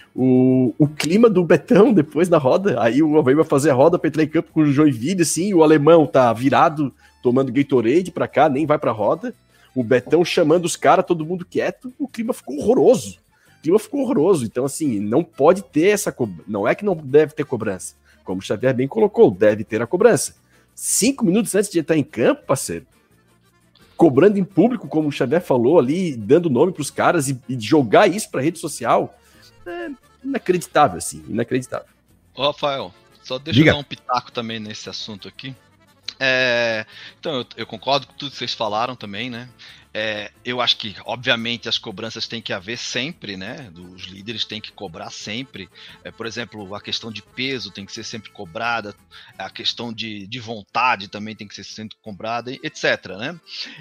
O, o clima do Betão depois da roda, aí o Avaí vai fazer a roda para entrar em campo com o Joinville, assim, o alemão tá virado, tomando Gatorade pra cá, nem vai pra roda. O Betão chamando os caras, todo mundo quieto, o clima ficou horroroso. O clima ficou horroroso, então assim, não pode ter essa cobrança, não é que não deve ter cobrança, como o Xavier bem colocou, deve ter a cobrança. Cinco minutos antes de entrar em campo, parceiro, cobrando em público, como o Xavier falou ali, dando nome pros caras e, e jogar isso pra rede social, é inacreditável, assim, inacreditável. Ô, Rafael, só deixa Diga. eu dar um pitaco também nesse assunto aqui. É, então, eu, eu concordo com tudo que vocês falaram também, né? É, eu acho que, obviamente, as cobranças têm que haver sempre, né? Os líderes têm que cobrar sempre. É, por exemplo, a questão de peso tem que ser sempre cobrada, a questão de, de vontade também tem que ser sempre cobrada, etcétera, né?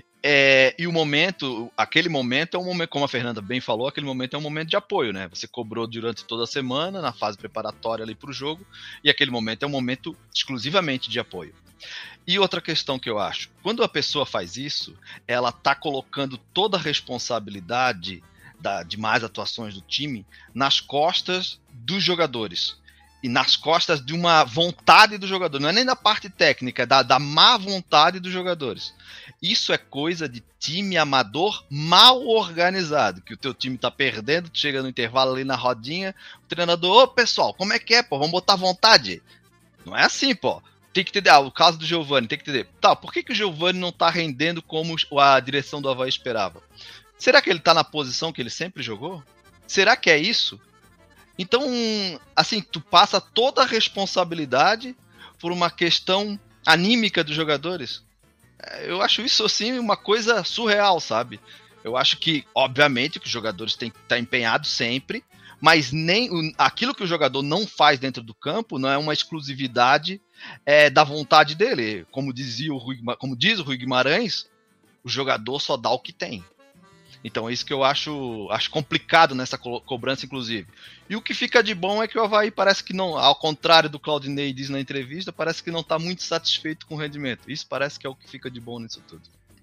É, e o momento, aquele momento é um momento, como a Fernanda bem falou, aquele momento é um momento de apoio, né? Você cobrou durante toda a semana, na fase preparatória ali para o jogo, e aquele momento é um momento exclusivamente de apoio. E outra questão que eu acho, quando a pessoa faz isso, ela tá colocando toda a responsabilidade da, de mais atuações do time nas costas dos jogadores. E nas costas de uma vontade do jogador. Não é nem da parte técnica, é da, da má vontade dos jogadores. Isso é coisa de time amador mal organizado. Que o teu time tá perdendo, tu chega no intervalo ali na rodinha, o treinador, ô pessoal, como é que é, pô? Vamos botar vontade? Não é assim, pô. Tem que entender, ah, o caso do Giovani, tem que entender. Tá, por que, que o Giovani não tá rendendo como a direção do Avaí esperava? Será que ele tá na posição que ele sempre jogou? Será que é isso? Então, assim, tu passa toda a responsabilidade por uma questão anímica dos jogadores. Eu acho isso, assim, uma coisa surreal, sabe? Eu acho que, obviamente, que os jogadores têm que estar empenhados sempre, mas nem aquilo que o jogador não faz dentro do campo não é uma exclusividade é, da vontade dele. Como dizia o Rui, como diz o Rui Guimarães, o jogador só dá o que tem. Então é isso que eu acho, acho complicado nessa co- cobrança, inclusive. E o que fica de bom é que o Avaí parece que não, ao contrário do Claudinei diz na entrevista, parece que não está muito satisfeito com o rendimento. Isso parece que é o que fica de bom nisso tudo.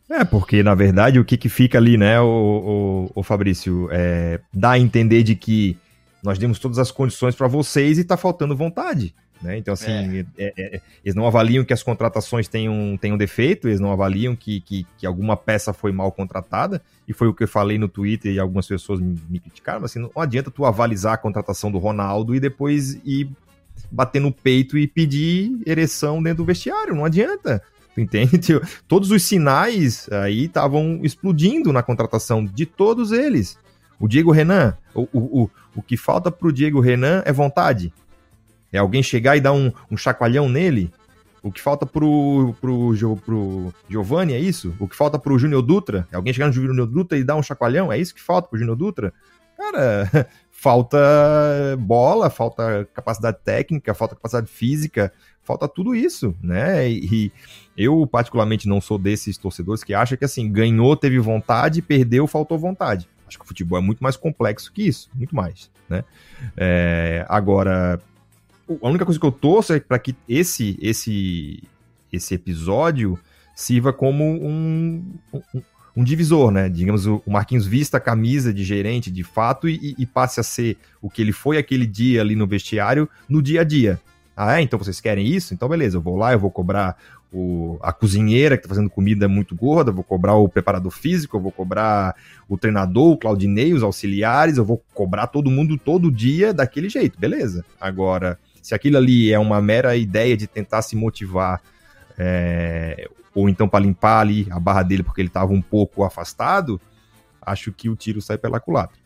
É, porque, na verdade, o que, que fica ali, né, o, o, o Fabrício, é, dá a entender de que nós demos todas as condições para vocês e tá faltando vontade, né? Então, assim, é. É, é, eles não avaliam que as contratações tenham, tenham defeito, eles não avaliam que, que, que alguma peça foi mal contratada, e foi o que eu falei no Twitter e algumas pessoas me, me criticaram, mas assim, não adianta tu avalizar a contratação do Ronaldo e depois ir bater no peito e pedir ereção dentro do vestiário, não adianta. Entende? Todos os sinais aí estavam explodindo na contratação de todos eles. O Diego Renan, o, o, o, o que falta pro Diego Renan é vontade. É alguém chegar e dar um, um chacoalhão nele. O que falta pro, pro, pro, pro Giovani é isso? O que falta pro Júnior Dutra? É alguém chegar no Júnior Dutra e dar um chacoalhão? É isso que falta pro Júnior Dutra? Cara, falta bola, falta capacidade técnica, falta capacidade física, falta tudo isso, né? E eu, particularmente, não sou desses torcedores que acham que, assim, ganhou, teve vontade, perdeu, faltou vontade. Acho que o futebol é muito mais complexo que isso, muito mais, né? É, agora, a única coisa que eu torço é para que esse, esse, esse episódio sirva como um, um, um divisor, né? Digamos, o Marquinhos vista a camisa de gerente, de fato, e, e passe a ser o que ele foi aquele dia ali no vestiário, no dia a dia. Ah, é? Então vocês querem isso? Então beleza, eu vou lá, eu vou cobrar o, a cozinheira que tá fazendo comida muito gorda, eu vou cobrar o preparador físico, eu vou cobrar o treinador, o Claudinei, os auxiliares, eu vou cobrar todo mundo todo dia daquele jeito, beleza. Agora, se aquilo ali é uma mera ideia de tentar se motivar, é, ou então para limpar ali a barra dele porque ele estava um pouco afastado, acho que o tiro sai pela culatra.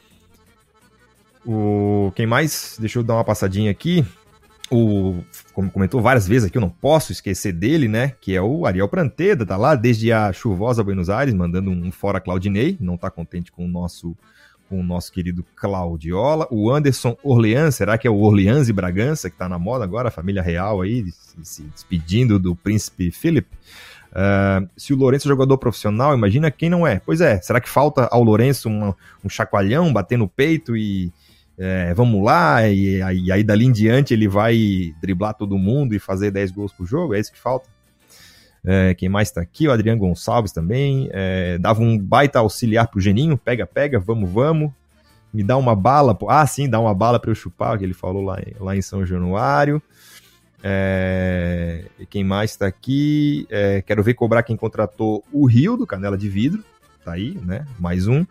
O, quem mais? Deixa eu dar uma passadinha aqui. O, como comentou várias vezes aqui, eu não posso esquecer dele, né? Que é o Ariel Pranteda, tá lá desde a chuvosa Buenos Aires, mandando um fora Claudinei, não tá contente com o nosso, com o nosso querido Claudiola. O Anderson Orleans, será que é o Orleans e Bragança que tá na moda agora, a família real aí, se, se despedindo do príncipe Philip? Uh, se o Lourenço é jogador profissional, imagina quem não é. Pois é, será que falta ao Lourenço uma, um chacoalhão, bater no peito e É, vamos lá, e, e aí dali em diante ele vai driblar todo mundo e fazer dez gols por jogo? É isso que falta? É, quem mais tá aqui? O Adriano Gonçalves também. É, dava um baita auxiliar pro Geninho. Pega, pega, vamos, vamos. Me dá uma bala. Pô. Ah, sim, dá uma bala para eu chupar, que ele falou lá, lá em São Januário. É, quem mais tá aqui? É, quero ver cobrar quem contratou o Rio do Canela de Vidro. Tá aí, né? Mais um.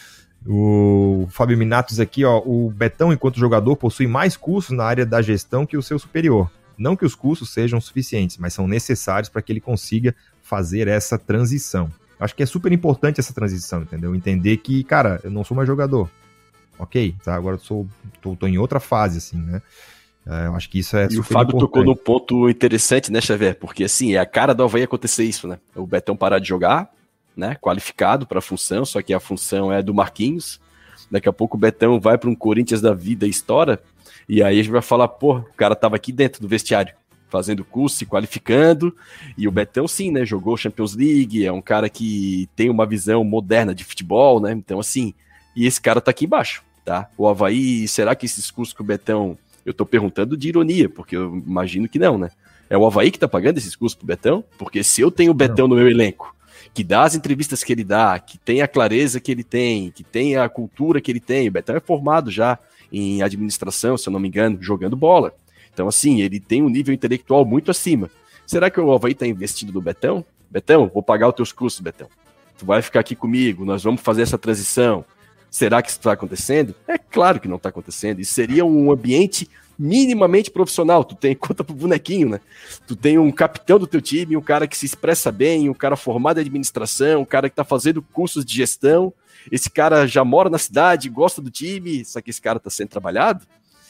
O Fábio Minatos aqui, ó, o Betão, enquanto jogador, possui mais cursos na área da gestão que o seu superior. Não que os cursos sejam suficientes, mas são necessários para que ele consiga fazer essa transição. Acho que é super importante essa transição, entendeu? Entender que, cara, eu não sou mais jogador. Ok, tá? Agora eu sou, tô, tô em outra fase, assim, né? É, eu acho que isso é e super o Fábio importante. Tocou num ponto interessante, né, Xavier? Porque, assim, é a cara do Avaí acontecer isso, né? O Betão parar de jogar, né, qualificado para a função, só que a função é do Marquinhos. Daqui a pouco o Betão vai para um Corinthians da vida e estoura, e aí a gente vai falar, pô, o cara tava aqui dentro do vestiário, fazendo curso, se qualificando, e o Betão sim, né, jogou Champions League, é um cara que tem uma visão moderna de futebol, né, então assim, e esse cara tá aqui embaixo, tá? O Avaí, será que esses cursos que o Betão, eu tô perguntando de ironia, porque eu imagino que não, né? É o Avaí que tá pagando esses cursos pro Betão? Porque se eu tenho o Betão no meu elenco, que dá as entrevistas que ele dá, que tem a clareza que ele tem, que tem a cultura que ele tem. O Betão é formado já em administração, se eu não me engano, jogando bola. Então, assim, ele tem um nível intelectual muito acima. Será que o Avaí está investindo no Betão? Betão, vou pagar os teus custos, Betão. Tu vai ficar aqui comigo, nós vamos fazer essa transição. Será que isso está acontecendo? É claro que não está acontecendo. Isso seria um ambiente minimamente profissional. Tu tem conta pro bonequinho, né? Tu tem um capitão do teu time, um cara que se expressa bem, um cara formado em administração, um cara que tá fazendo cursos de gestão. Esse cara já mora na cidade, gosta do time, só que esse cara tá sendo trabalhado.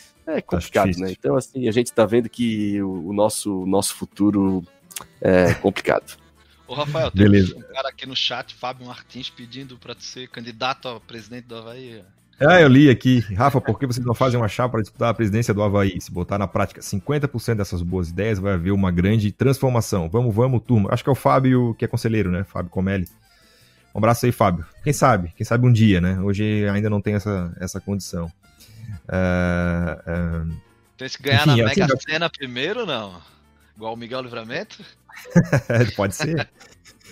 É complicado, né? Então, assim, a gente tá vendo que o, o nosso, nosso futuro é complicado. Ô, Rafael, tem Beleza. um cara aqui no chat, Fábio Martins, pedindo para ser candidato a presidente do Avaí. Ah, eu li aqui. Rafa, por que vocês não fazem uma chapa para disputar a presidência do Avaí? Se botar na prática cinquenta por cento dessas boas ideias, vai haver uma grande transformação. Vamos, vamos, turma. Acho que é o Fábio, que é conselheiro, né? Fábio Comelli. Um abraço aí, Fábio. Quem sabe? Quem sabe um dia, né? Hoje ainda não tem essa, essa condição. Uh, uh... Tem que ganhar Enfim, na Mega assim, Sena primeiro, não? Igual o Miguel Livramento? Pode ser.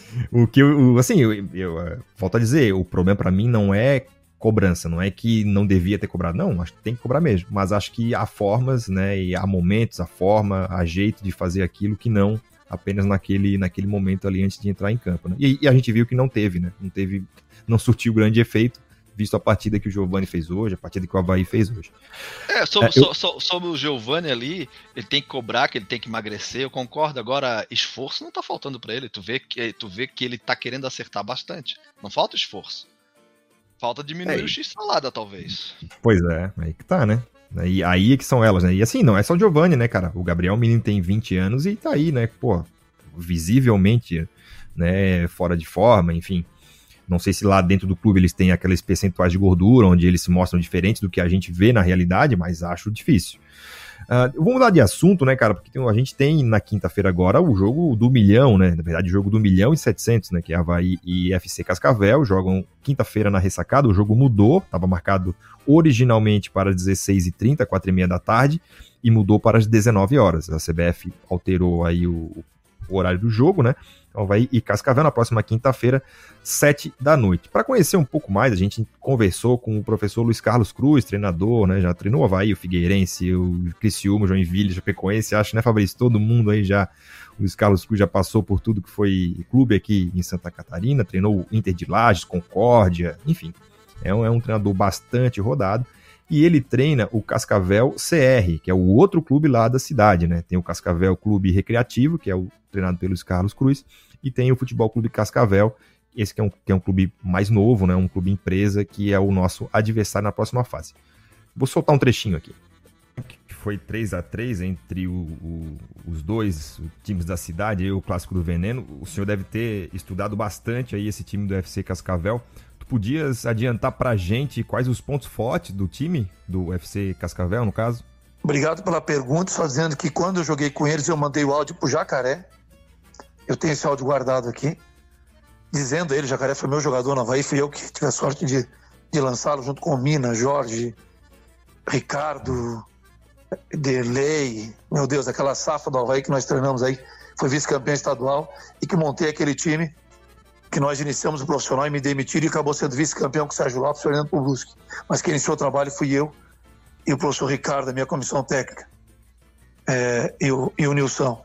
O que eu, assim, eu, eu, eu volto a dizer, o problema pra mim não é cobrança, não é que não devia ter cobrado, não, acho que tem que cobrar mesmo, mas acho que há formas, né, e há momentos, há forma, há jeito de fazer aquilo que não apenas naquele, naquele momento ali antes de entrar em campo, né, e, e a gente viu que não teve, né, não teve, não surtiu grande efeito, visto a partida que o Giovani fez hoje, a partida que o Avaí fez hoje. É, sobre, é, eu... so, sobre o Giovani ali, ele tem que cobrar, que ele tem que emagrecer, eu concordo, agora esforço não tá faltando pra ele, tu vê que, tu vê que ele tá querendo acertar bastante, não falta esforço, falta diminuir é, o X-salada, talvez. Pois é, aí que tá, né, e aí é que são elas, né, e assim, não é só o Giovani, né, cara, o Gabriel Menino tem vinte anos e tá aí, né, pô, visivelmente, né, fora de forma, enfim. Não sei se lá dentro do clube eles têm aqueles percentuais de gordura, onde eles se mostram diferentes do que a gente vê na realidade, mas acho difícil. Uh, vamos mudar de assunto, né, cara, porque tem, a gente tem na quinta-feira agora o jogo do milhão, né, na verdade o jogo do milhão e setecentos, né, que é Avaí e F C Cascavel, jogam quinta-feira na ressacada, o jogo mudou, estava marcado originalmente para dezesseis e trinta, quatro e meia da tarde, e mudou para as dezenove horas, a C B F alterou aí o, o horário do jogo, né, então Avaí e Cascavel na próxima quinta-feira, sete da noite. Para conhecer um pouco mais, a gente conversou com o professor Luiz Carlos Cruz, treinador, né? Já treinou o Avaí, o Figueirense, o Criciúma, o Joinville, o Chapecoense, acho, né, Fabrício? Todo mundo aí já, o Luiz Carlos Cruz já passou por tudo que foi clube aqui em Santa Catarina, treinou o Inter de Lages, Concórdia, enfim. É um, é um treinador bastante rodado. E ele treina o Cascavel C R, que é o outro clube lá da cidade, né? Tem o Cascavel Clube Recreativo, que é o treinado pelo Luiz Carlos Cruz, e tem o Futebol Clube Cascavel, esse que é um, que é um clube mais novo, né? Um clube empresa, que é o nosso adversário na próxima fase. Vou soltar um trechinho aqui. Foi três a três entre o, o, os dois times da cidade, e o Clássico do Veneno. O senhor deve ter estudado bastante aí esse time do F C Cascavel. Tu podias adiantar pra gente quais os pontos fortes do time do F C Cascavel, no caso? Obrigado pela pergunta, só dizendo que quando eu joguei com eles, eu mandei o áudio pro Jacaré. Eu tenho esse áudio guardado aqui, dizendo ele, Jacaré foi meu jogador no Avaí, fui eu que tive a sorte de, de lançá-lo junto com o Mina, Jorge, Ricardo, Derlei, meu Deus, aquela safra do Avaí que nós treinamos aí, foi vice-campeão estadual e que montei aquele time que nós iniciamos o profissional e me demitiram e acabou sendo vice-campeão com o Sérgio Lopes, Fernando Publuski. Mas quem iniciou o trabalho fui eu e o professor Ricardo, a minha comissão técnica, é, e, o, e o Nilson.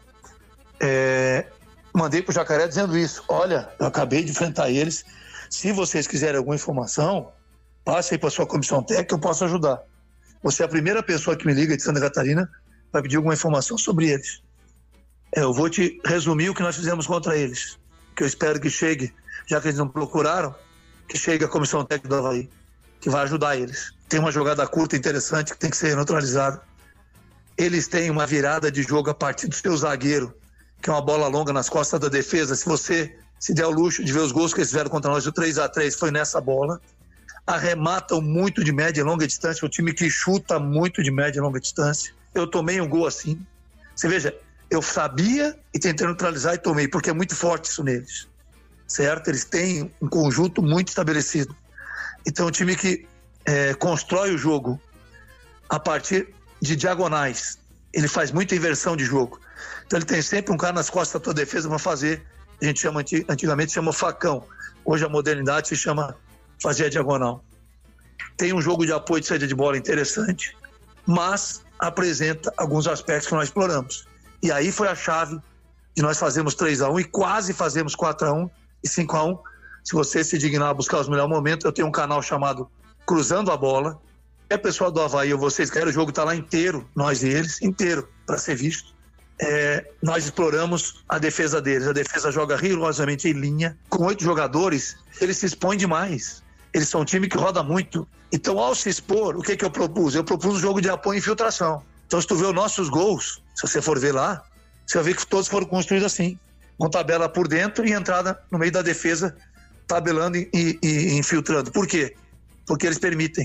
É, mandei pro Jacaré dizendo isso. Olha, eu acabei de enfrentar eles. Se vocês quiserem alguma informação, passe aí para sua comissão técnica, eu posso ajudar. Você é a primeira pessoa que me liga de Santa Catarina para pedir alguma informação sobre eles. É, eu vou te resumir o que nós fizemos contra eles, que eu espero que chegue, já que eles não procuraram, que chegue a comissão técnica do Avaí, que vai ajudar eles. Tem uma jogada curta interessante que tem que ser neutralizada. Eles têm uma virada de jogo a partir do seu zagueiro, que é uma bola longa nas costas da defesa. Se você se der o luxo de ver os gols que eles fizeram contra nós, o três a três foi nessa bola. Arrematam muito de média e longa distância, o time que chuta muito de média e longa distância. Eu tomei um gol assim. Você veja, eu sabia e tentei neutralizar e tomei, porque é muito forte isso neles, certo? Eles têm um conjunto muito estabelecido. Então, um time que é, constrói o jogo a partir de diagonais. Ele faz muita inversão de jogo. Então ele tem sempre um cara nas costas da tua defesa para fazer, a gente chama, antigamente chama facão, hoje a modernidade se chama fazer a diagonal. Tem um jogo de apoio de saída de bola interessante, mas apresenta alguns aspectos que nós exploramos. E aí foi a chave de nós fazermos três a um e quase fazemos quatro a um e cinco a um. Se você se dignar a buscar os melhores momentos, eu tenho um canal chamado Cruzando a Bola. É pessoal do Avaí ou vocês querem, o jogo está lá inteiro, nós e eles, inteiro, para ser visto. É, nós exploramos a defesa deles. A defesa joga rigorosamente em linha. Com oito jogadores, eles se expõem demais. Eles são um time que roda muito. Então, ao se expor, o que, que eu propus? Eu propus um jogo de apoio e infiltração. Então, se tu vê os nossos gols, se você for ver lá, você vai ver que todos foram construídos assim. Com tabela por dentro e entrada no meio da defesa, tabelando e, e, e infiltrando. Por quê? Porque eles permitem.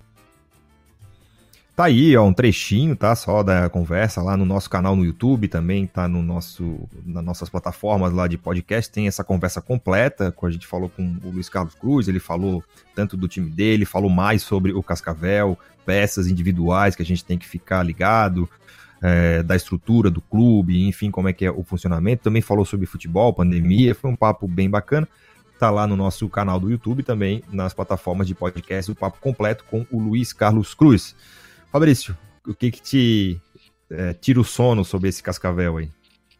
Tá aí, ó, um trechinho, tá? Só da conversa lá no nosso canal no YouTube, também tá no nosso, nas nossas plataformas lá de podcast, tem essa conversa completa, que a gente falou com o Luiz Carlos Cruz, ele falou tanto do time dele, falou mais sobre o Cascavel, peças individuais que a gente tem que ficar ligado, é, da estrutura do clube, enfim, como é que é o funcionamento. Também falou sobre futebol, pandemia, foi um papo bem bacana. Tá lá no nosso canal do YouTube também, nas plataformas de podcast, o papo completo com o Luiz Carlos Cruz. Fabrício, o que que te é, tira o sono sobre esse Cascavel aí?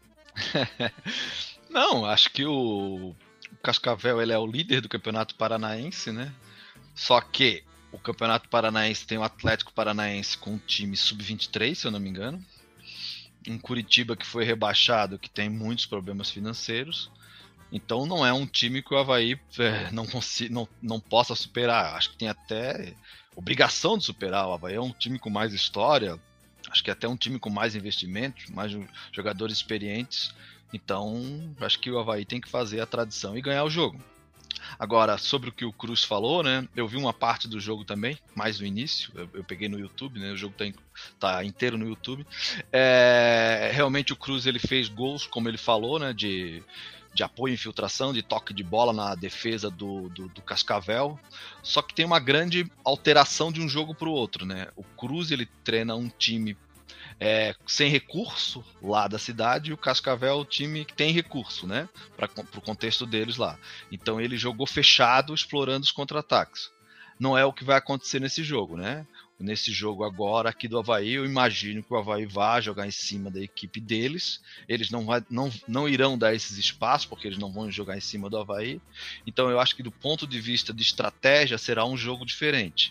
Não, acho que o, o Cascavel ele é o líder do Campeonato Paranaense, né? Só que o Campeonato Paranaense tem o Atlético Paranaense com um time sub vinte e três, se eu não me engano. Um Curitiba que foi rebaixado, que tem muitos problemas financeiros. Então não é um time que o Avaí é, não, consiga, não, não possa superar. Acho que tem até obrigação de superar. O Avaí é um time com mais história. Acho que é até um time com mais investimentos, mais jogadores experientes. Então acho que o Avaí tem que fazer a tradição e ganhar o jogo. Agora, sobre o que o Cruz falou, né? Eu vi uma parte do jogo também, mais no início. Eu, eu peguei no YouTube, né? O jogo tá, in, tá inteiro no YouTube. É, realmente o Cruz ele fez gols, como ele falou, né? De... de apoio, infiltração, de toque de bola na defesa do, do, do Cascavel, só que tem uma grande alteração de um jogo para o outro, né? O Cruz ele treina um time é, sem recurso lá da cidade, e o Cascavel é o time que tem recurso, né? Para o contexto deles lá. Então ele jogou fechado, explorando os contra-ataques. Não é o que vai acontecer nesse jogo, né? Nesse jogo agora aqui do Avaí, eu imagino que o Avaí vai jogar em cima da equipe deles. Eles não, vai, não, não irão dar esses espaços, porque eles não vão jogar em cima do Avaí. Então eu acho que do ponto de vista de estratégia será um jogo diferente.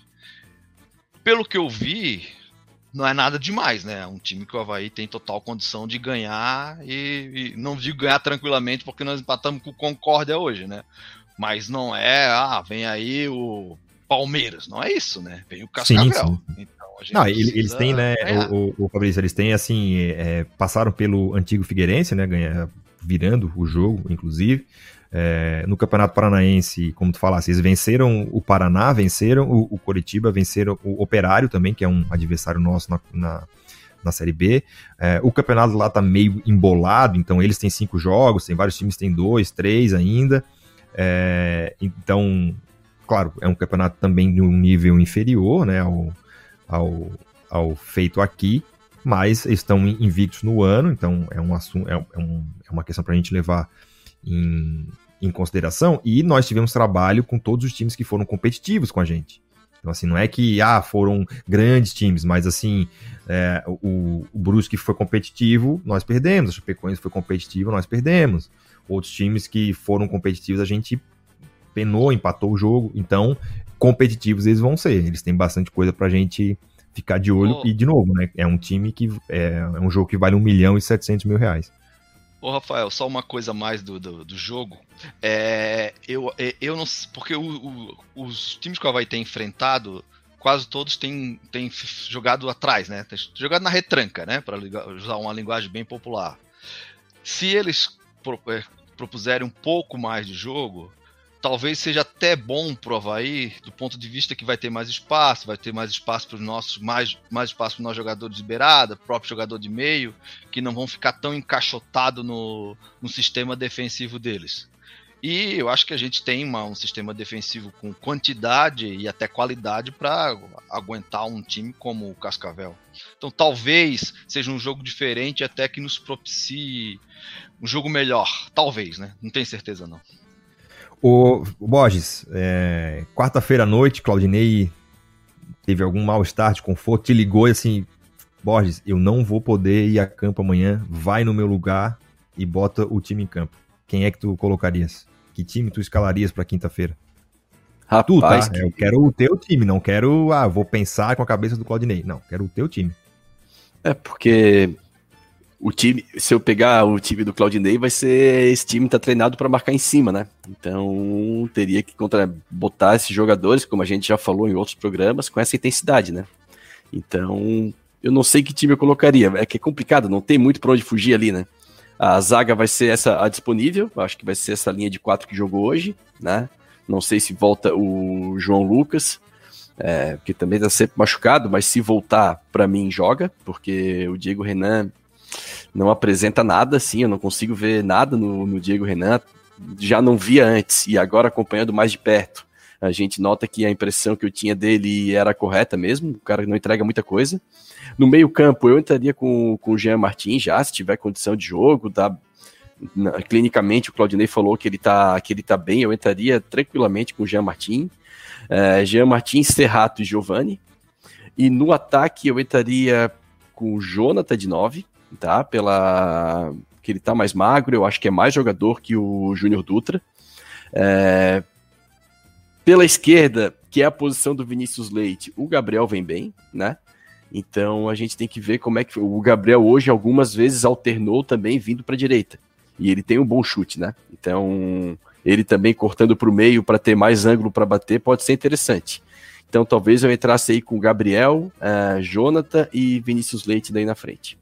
Pelo que eu vi, não é nada demais, né? É um time que o Avaí tem total condição de ganhar, e, e não digo ganhar tranquilamente, porque nós empatamos com o Concórdia hoje, né? Mas não é, ah, vem aí o Palmeiras, não é isso, né? Vem o Cascavel. Sim, sim. Então, a gente não, eles têm, né, o, o, o Fabrício, eles têm, assim, é, passaram pelo antigo Figueirense, né, ganha, virando o jogo, inclusive. É, no Campeonato Paranaense, como tu falaste, eles venceram o Paraná, venceram o, o Coritiba, venceram o Operário também, que é um adversário nosso na, na, na Série B. É, o campeonato lá tá meio embolado, então eles têm cinco jogos, tem vários times que têm dois, três ainda. É, então... Claro, é um campeonato também de um nível inferior, né, ao, ao, ao feito aqui, mas estão invictos no ano, então é, um assunto, é, um, é uma questão para a gente levar em, em consideração. E nós tivemos trabalho com todos os times que foram competitivos com a gente. Então, assim, não é que ah, foram grandes times, mas assim, é, o, o Brusque foi competitivo, nós perdemos, o Chapecoense foi competitivo, nós perdemos. Outros times que foram competitivos, a gente penou, empatou o jogo, então competitivos eles vão ser, eles têm bastante coisa pra gente ficar de olho. Oh. E de novo, né, é um time que é, é um jogo que vale um milhão e setecentos mil reais. Ô Rafael, só uma coisa a mais do, do, do jogo, é, eu, eu não porque o, o, os times que o Avaí tem enfrentado, quase todos têm, têm jogado atrás, né, tem jogado na retranca, né, para usar uma linguagem bem popular. Se eles pro, é, propuserem um pouco mais de jogo, talvez seja até bom pro Avaí, do ponto de vista que vai ter mais espaço, vai ter mais espaço para os nossos, mais, mais espaço para os nossos jogadores de beirada, próprio jogador de meio, que não vão ficar tão encaixotados no, no sistema defensivo deles. E eu acho que a gente tem uma, um sistema defensivo com quantidade e até qualidade para aguentar um time como o Cascavel. Então talvez seja um jogo diferente, até que nos propicie um jogo melhor. Talvez, né? Não tenho certeza não. O Borges, é, quarta-feira à noite, Claudinei teve algum mal-estar de conforto, te ligou e assim, Borges, eu não vou poder ir a campo amanhã, vai no meu lugar e bota o time em campo. Quem é que tu colocarias? Que time tu escalarias para quinta-feira? Rapaz, tu, tá? Que... Eu quero o teu time, não quero, ah, vou pensar com a cabeça do Claudinei. Não, quero o teu time. É porque... O time, se eu pegar o time do Claudinei, vai ser esse time tá treinado para marcar em cima, né? Então teria que contra, botar esses jogadores, como a gente já falou em outros programas, com essa intensidade, né? Então eu não sei que time eu colocaria. É que é complicado, não tem muito para onde fugir ali, né? A zaga vai ser essa a disponível, acho que vai ser essa linha de quatro que jogou hoje, né? Não sei se volta o João Lucas, é, que também tá sempre machucado, mas se voltar, para mim joga, porque o Diego Renan não apresenta nada, assim, eu não consigo ver nada no, no Diego Renan, já não via antes, e agora acompanhando mais de perto. A gente nota que a impressão que eu tinha dele era correta mesmo, o cara não entrega muita coisa. No meio campo, eu entraria com, com o Jean Martin já, se tiver condição de jogo, tá? Na, clinicamente, o Claudinei falou que ele tá, que ele tá bem, eu entraria tranquilamente com o Jean Martin. É, Jean Martin, Serrato e Giovani. E no ataque, eu entraria com o Jonathan de nove, tá? Pela... que ele tá mais magro, eu acho que é mais jogador que o Júnior Dutra. É... Pela esquerda, que é a posição do Vinícius Leite, o Gabriel vem bem, né? Então a gente tem que ver como é que... O Gabriel hoje algumas vezes alternou também vindo para a direita. E ele tem um bom chute, né? Então ele também cortando para o meio para ter mais ângulo para bater pode ser interessante. Então talvez eu entrasse aí com o Gabriel, uh, Jonathan e Vinícius Leite daí na frente.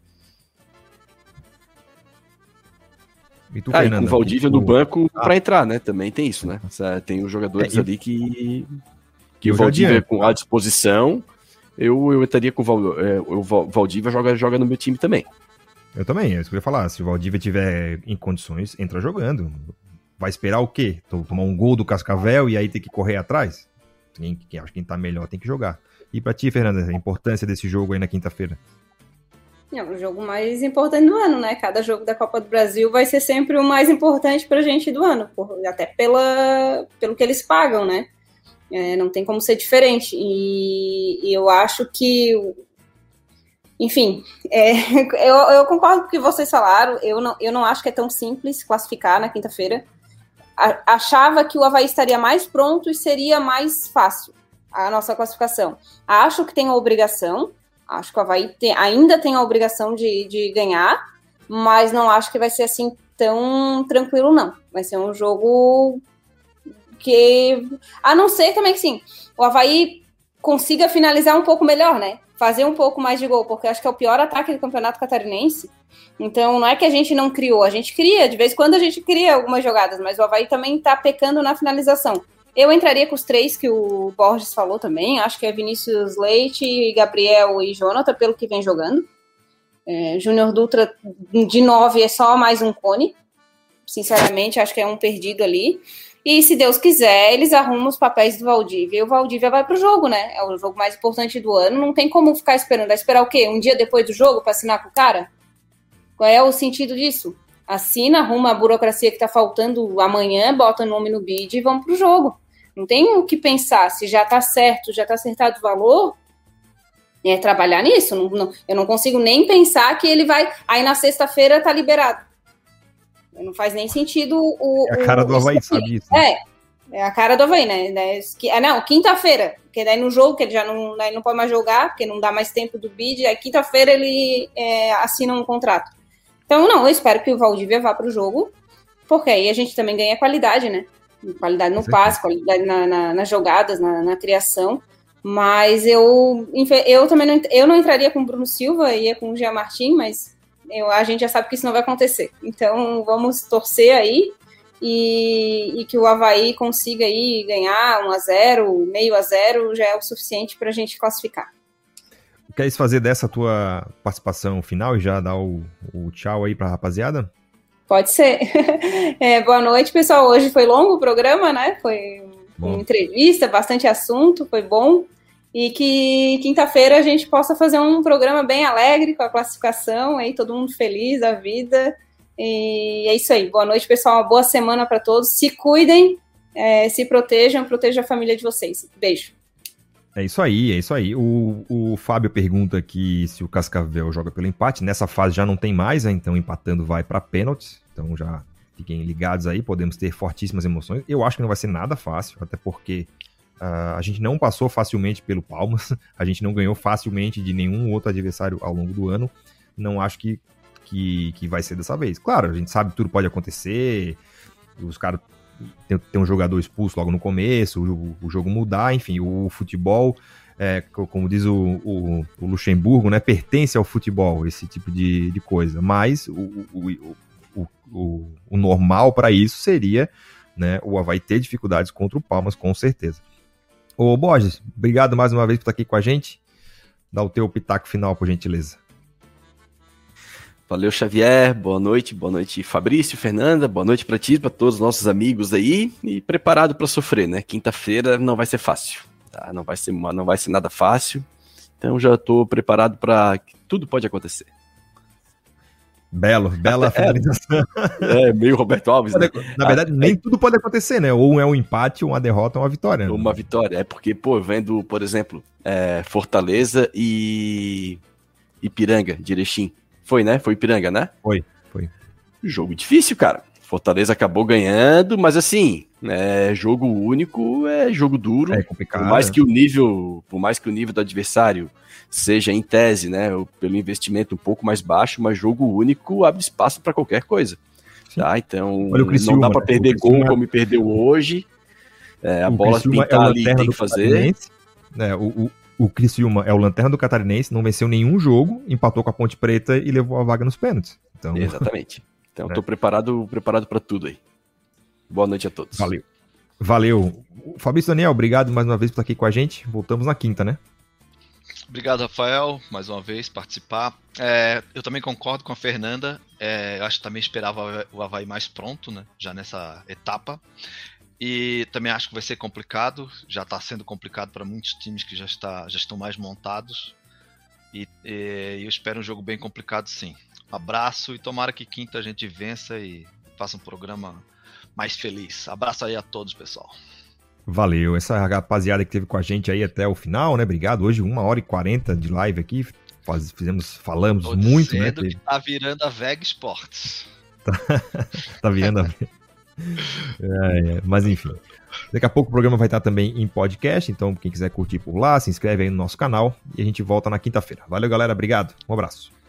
E tu, ah, Fernanda, e com o Valdívia no banco ah. para entrar, né? Também tem isso, né? Tem os jogadores é, ali que, que o Valdívia com à disposição, eu, eu entraria com o, Val, é, o Valdívia joga, joga no meu time também. Eu também, é isso que eu ia falar. Se o Valdívia tiver em condições, entra jogando. Vai esperar o quê? Tomar um gol do Cascavel e aí ter que correr atrás? Quem, quem, acho que quem tá melhor tem que jogar. E pra ti, Fernanda, a importância desse jogo aí na quinta-feira? É o jogo mais importante do ano, né? Cada jogo da Copa do Brasil vai ser sempre o mais importante pra gente do ano, por, até pela, pelo que eles pagam, né? É, não tem como ser diferente. E, e eu acho que... Enfim, é, eu, eu concordo com o que vocês falaram. Eu não, eu não acho que é tão simples classificar na quinta-feira. A, achava que o Avaí estaria mais pronto e seria mais fácil a nossa classificação. Acho que tem a obrigação... Acho que o Avaí tem, ainda tem a obrigação de, de ganhar, mas não acho que vai ser assim tão tranquilo, não. Vai ser um jogo que... A não ser também que, sim, o Avaí consiga finalizar um pouco melhor, né? Fazer um pouco mais de gol, porque acho que é o pior ataque do Campeonato Catarinense. Então, não é que a gente não criou, a gente cria. De vez em quando a gente cria algumas jogadas, mas o Avaí também tá pecando na finalização. Eu entraria com os três que o Borges falou também. Acho que é Vinícius Leite, Gabriel e Jonathan, pelo que vem jogando. É, Júnior Dutra, de nove, é só mais um cone. Sinceramente, acho que é um perdido ali. E, se Deus quiser, eles arrumam os papéis do Valdívia. E o Valdívia vai pro jogo, né? É o jogo mais importante do ano. Não tem como ficar esperando. Vai esperar o quê? Um dia depois do jogo para assinar com o cara? Qual é o sentido disso? Assina, arruma a burocracia que tá faltando amanhã, bota o nome no bid e vamos pro jogo. Não tem o que pensar, se já está certo, já está acertado o valor, é trabalhar nisso. Não, não, eu não consigo nem pensar que ele vai... Aí na sexta-feira está liberado. Não faz nem sentido o... É a cara o, do Avaí, sabe isso? É, é a cara do Avaí, né? Ah, não, quinta-feira, porque daí no jogo, que ele já não, não pode mais jogar, porque não dá mais tempo do bid, aí quinta-feira ele é, assina um contrato. Então, não, eu espero que o Valdívia vá para o jogo, porque aí a gente também ganha qualidade, né? Qualidade no passe, qualidade na, na, nas jogadas, na, na criação, mas eu, eu também não, eu não entraria com o Bruno Silva, ia com o Jean Martin, mas eu, a gente já sabe que isso não vai acontecer, então vamos torcer aí e, e que o Avaí consiga aí ganhar um a zero, meio a zero, já é o suficiente para a gente classificar. Queres fazer dessa tua participação final e já dar o, o tchau aí para a rapaziada? Pode ser. É, boa noite, pessoal. Hoje foi longo o programa, né? Foi bom. Uma entrevista, bastante assunto, foi bom. E que quinta-feira a gente possa fazer um programa bem alegre, com a classificação, aí todo mundo feliz da vida. E é isso aí. Boa noite, pessoal. Uma boa semana para todos. Se cuidem, é, se protejam, protejam a família de vocês. Beijo. É isso aí, é isso aí. O, o Fábio pergunta aqui se o Cascavel joga pelo empate. Nessa fase já não tem mais, né? Então empatando vai para pênaltis. Então já fiquem ligados aí, podemos ter fortíssimas emoções. Eu acho que não vai ser nada fácil, até porque uh, a gente não passou facilmente pelo Palmas, a gente não ganhou facilmente de nenhum outro adversário ao longo do ano. Não acho que, que, que vai ser dessa vez. Claro, a gente sabe que tudo pode acontecer, os caras... Tem, tem um jogador expulso logo no começo, o, o jogo mudar, enfim, o futebol, é, como diz o, o, o Luxemburgo, né, pertence ao futebol, esse tipo de, de coisa, mas o, o, o, o, o normal para isso seria, né, o Avaí ter dificuldades contra o Palmas, com certeza. Ô Borges, obrigado mais uma vez por estar aqui com a gente, dá o teu pitaco final, por gentileza. Valeu, Xavier. Boa noite. Boa noite, Fabrício, Fernanda. Boa noite para ti, para todos os nossos amigos aí. E preparado para sofrer, né? Quinta-feira não vai ser fácil. Tá? Não vai ser, não vai ser nada fácil. Então já estou preparado para que tudo pode acontecer. Belo, bela finalização. É, é, meio Roberto Alves, pode, né? Na verdade, ah, nem é... tudo pode acontecer, né? Ou é um empate, ou uma derrota, ou uma vitória. Né? Uma vitória. É porque, pô, vendo, por exemplo, é, Fortaleza e Ipiranga, de Erechim. Foi, né? Foi Ipiranga, né? Foi, foi. Jogo difícil, cara. Fortaleza acabou ganhando, mas assim, é, jogo único é jogo duro. É complicado. Por mais que o nível, por mais que o nível do adversário seja em tese, né, pelo investimento um pouco mais baixo, mas jogo único abre espaço para qualquer coisa. Tá? Então, Criciúma, não dá para perder gol Criciúma... como perdeu hoje. É, a o bola Criciúma pintar é ali tem que fazer. É, o, o, o Criciúma é o lanterna do Catarinense, não venceu nenhum jogo, empatou com a Ponte Preta e levou a vaga nos pênaltis. Então... Exatamente. Então, estou é. preparado, preparado para tudo aí. Boa noite a todos. Valeu. Valeu. Fabrício Daniel, obrigado mais uma vez por estar aqui com a gente. Voltamos na quinta, né? Obrigado, Rafael, mais uma vez, participar. É, eu também concordo com a Fernanda. É, eu acho que também esperava o Avaí mais pronto, né? Já nessa etapa. E também acho que vai ser complicado. Já está sendo complicado para muitos times que já, está, já estão mais montados. E, e eu espero um jogo bem complicado, sim. Abraço e tomara que quinta a gente vença e faça um programa mais feliz. Abraço aí a todos, pessoal. Valeu, essa rapaziada que teve com a gente aí até o final, né? Obrigado. Hoje uma hora e quarenta de live aqui. Faz, fizemos, falamos Tô muito, né? Que tá virando a Veg Sports. Tá virando a é, é, mas enfim. Daqui a pouco o programa vai estar também em podcast. Então, quem quiser curtir por lá, se inscreve aí no nosso canal. E a gente volta na quinta-feira. Valeu, galera. Obrigado. Um abraço.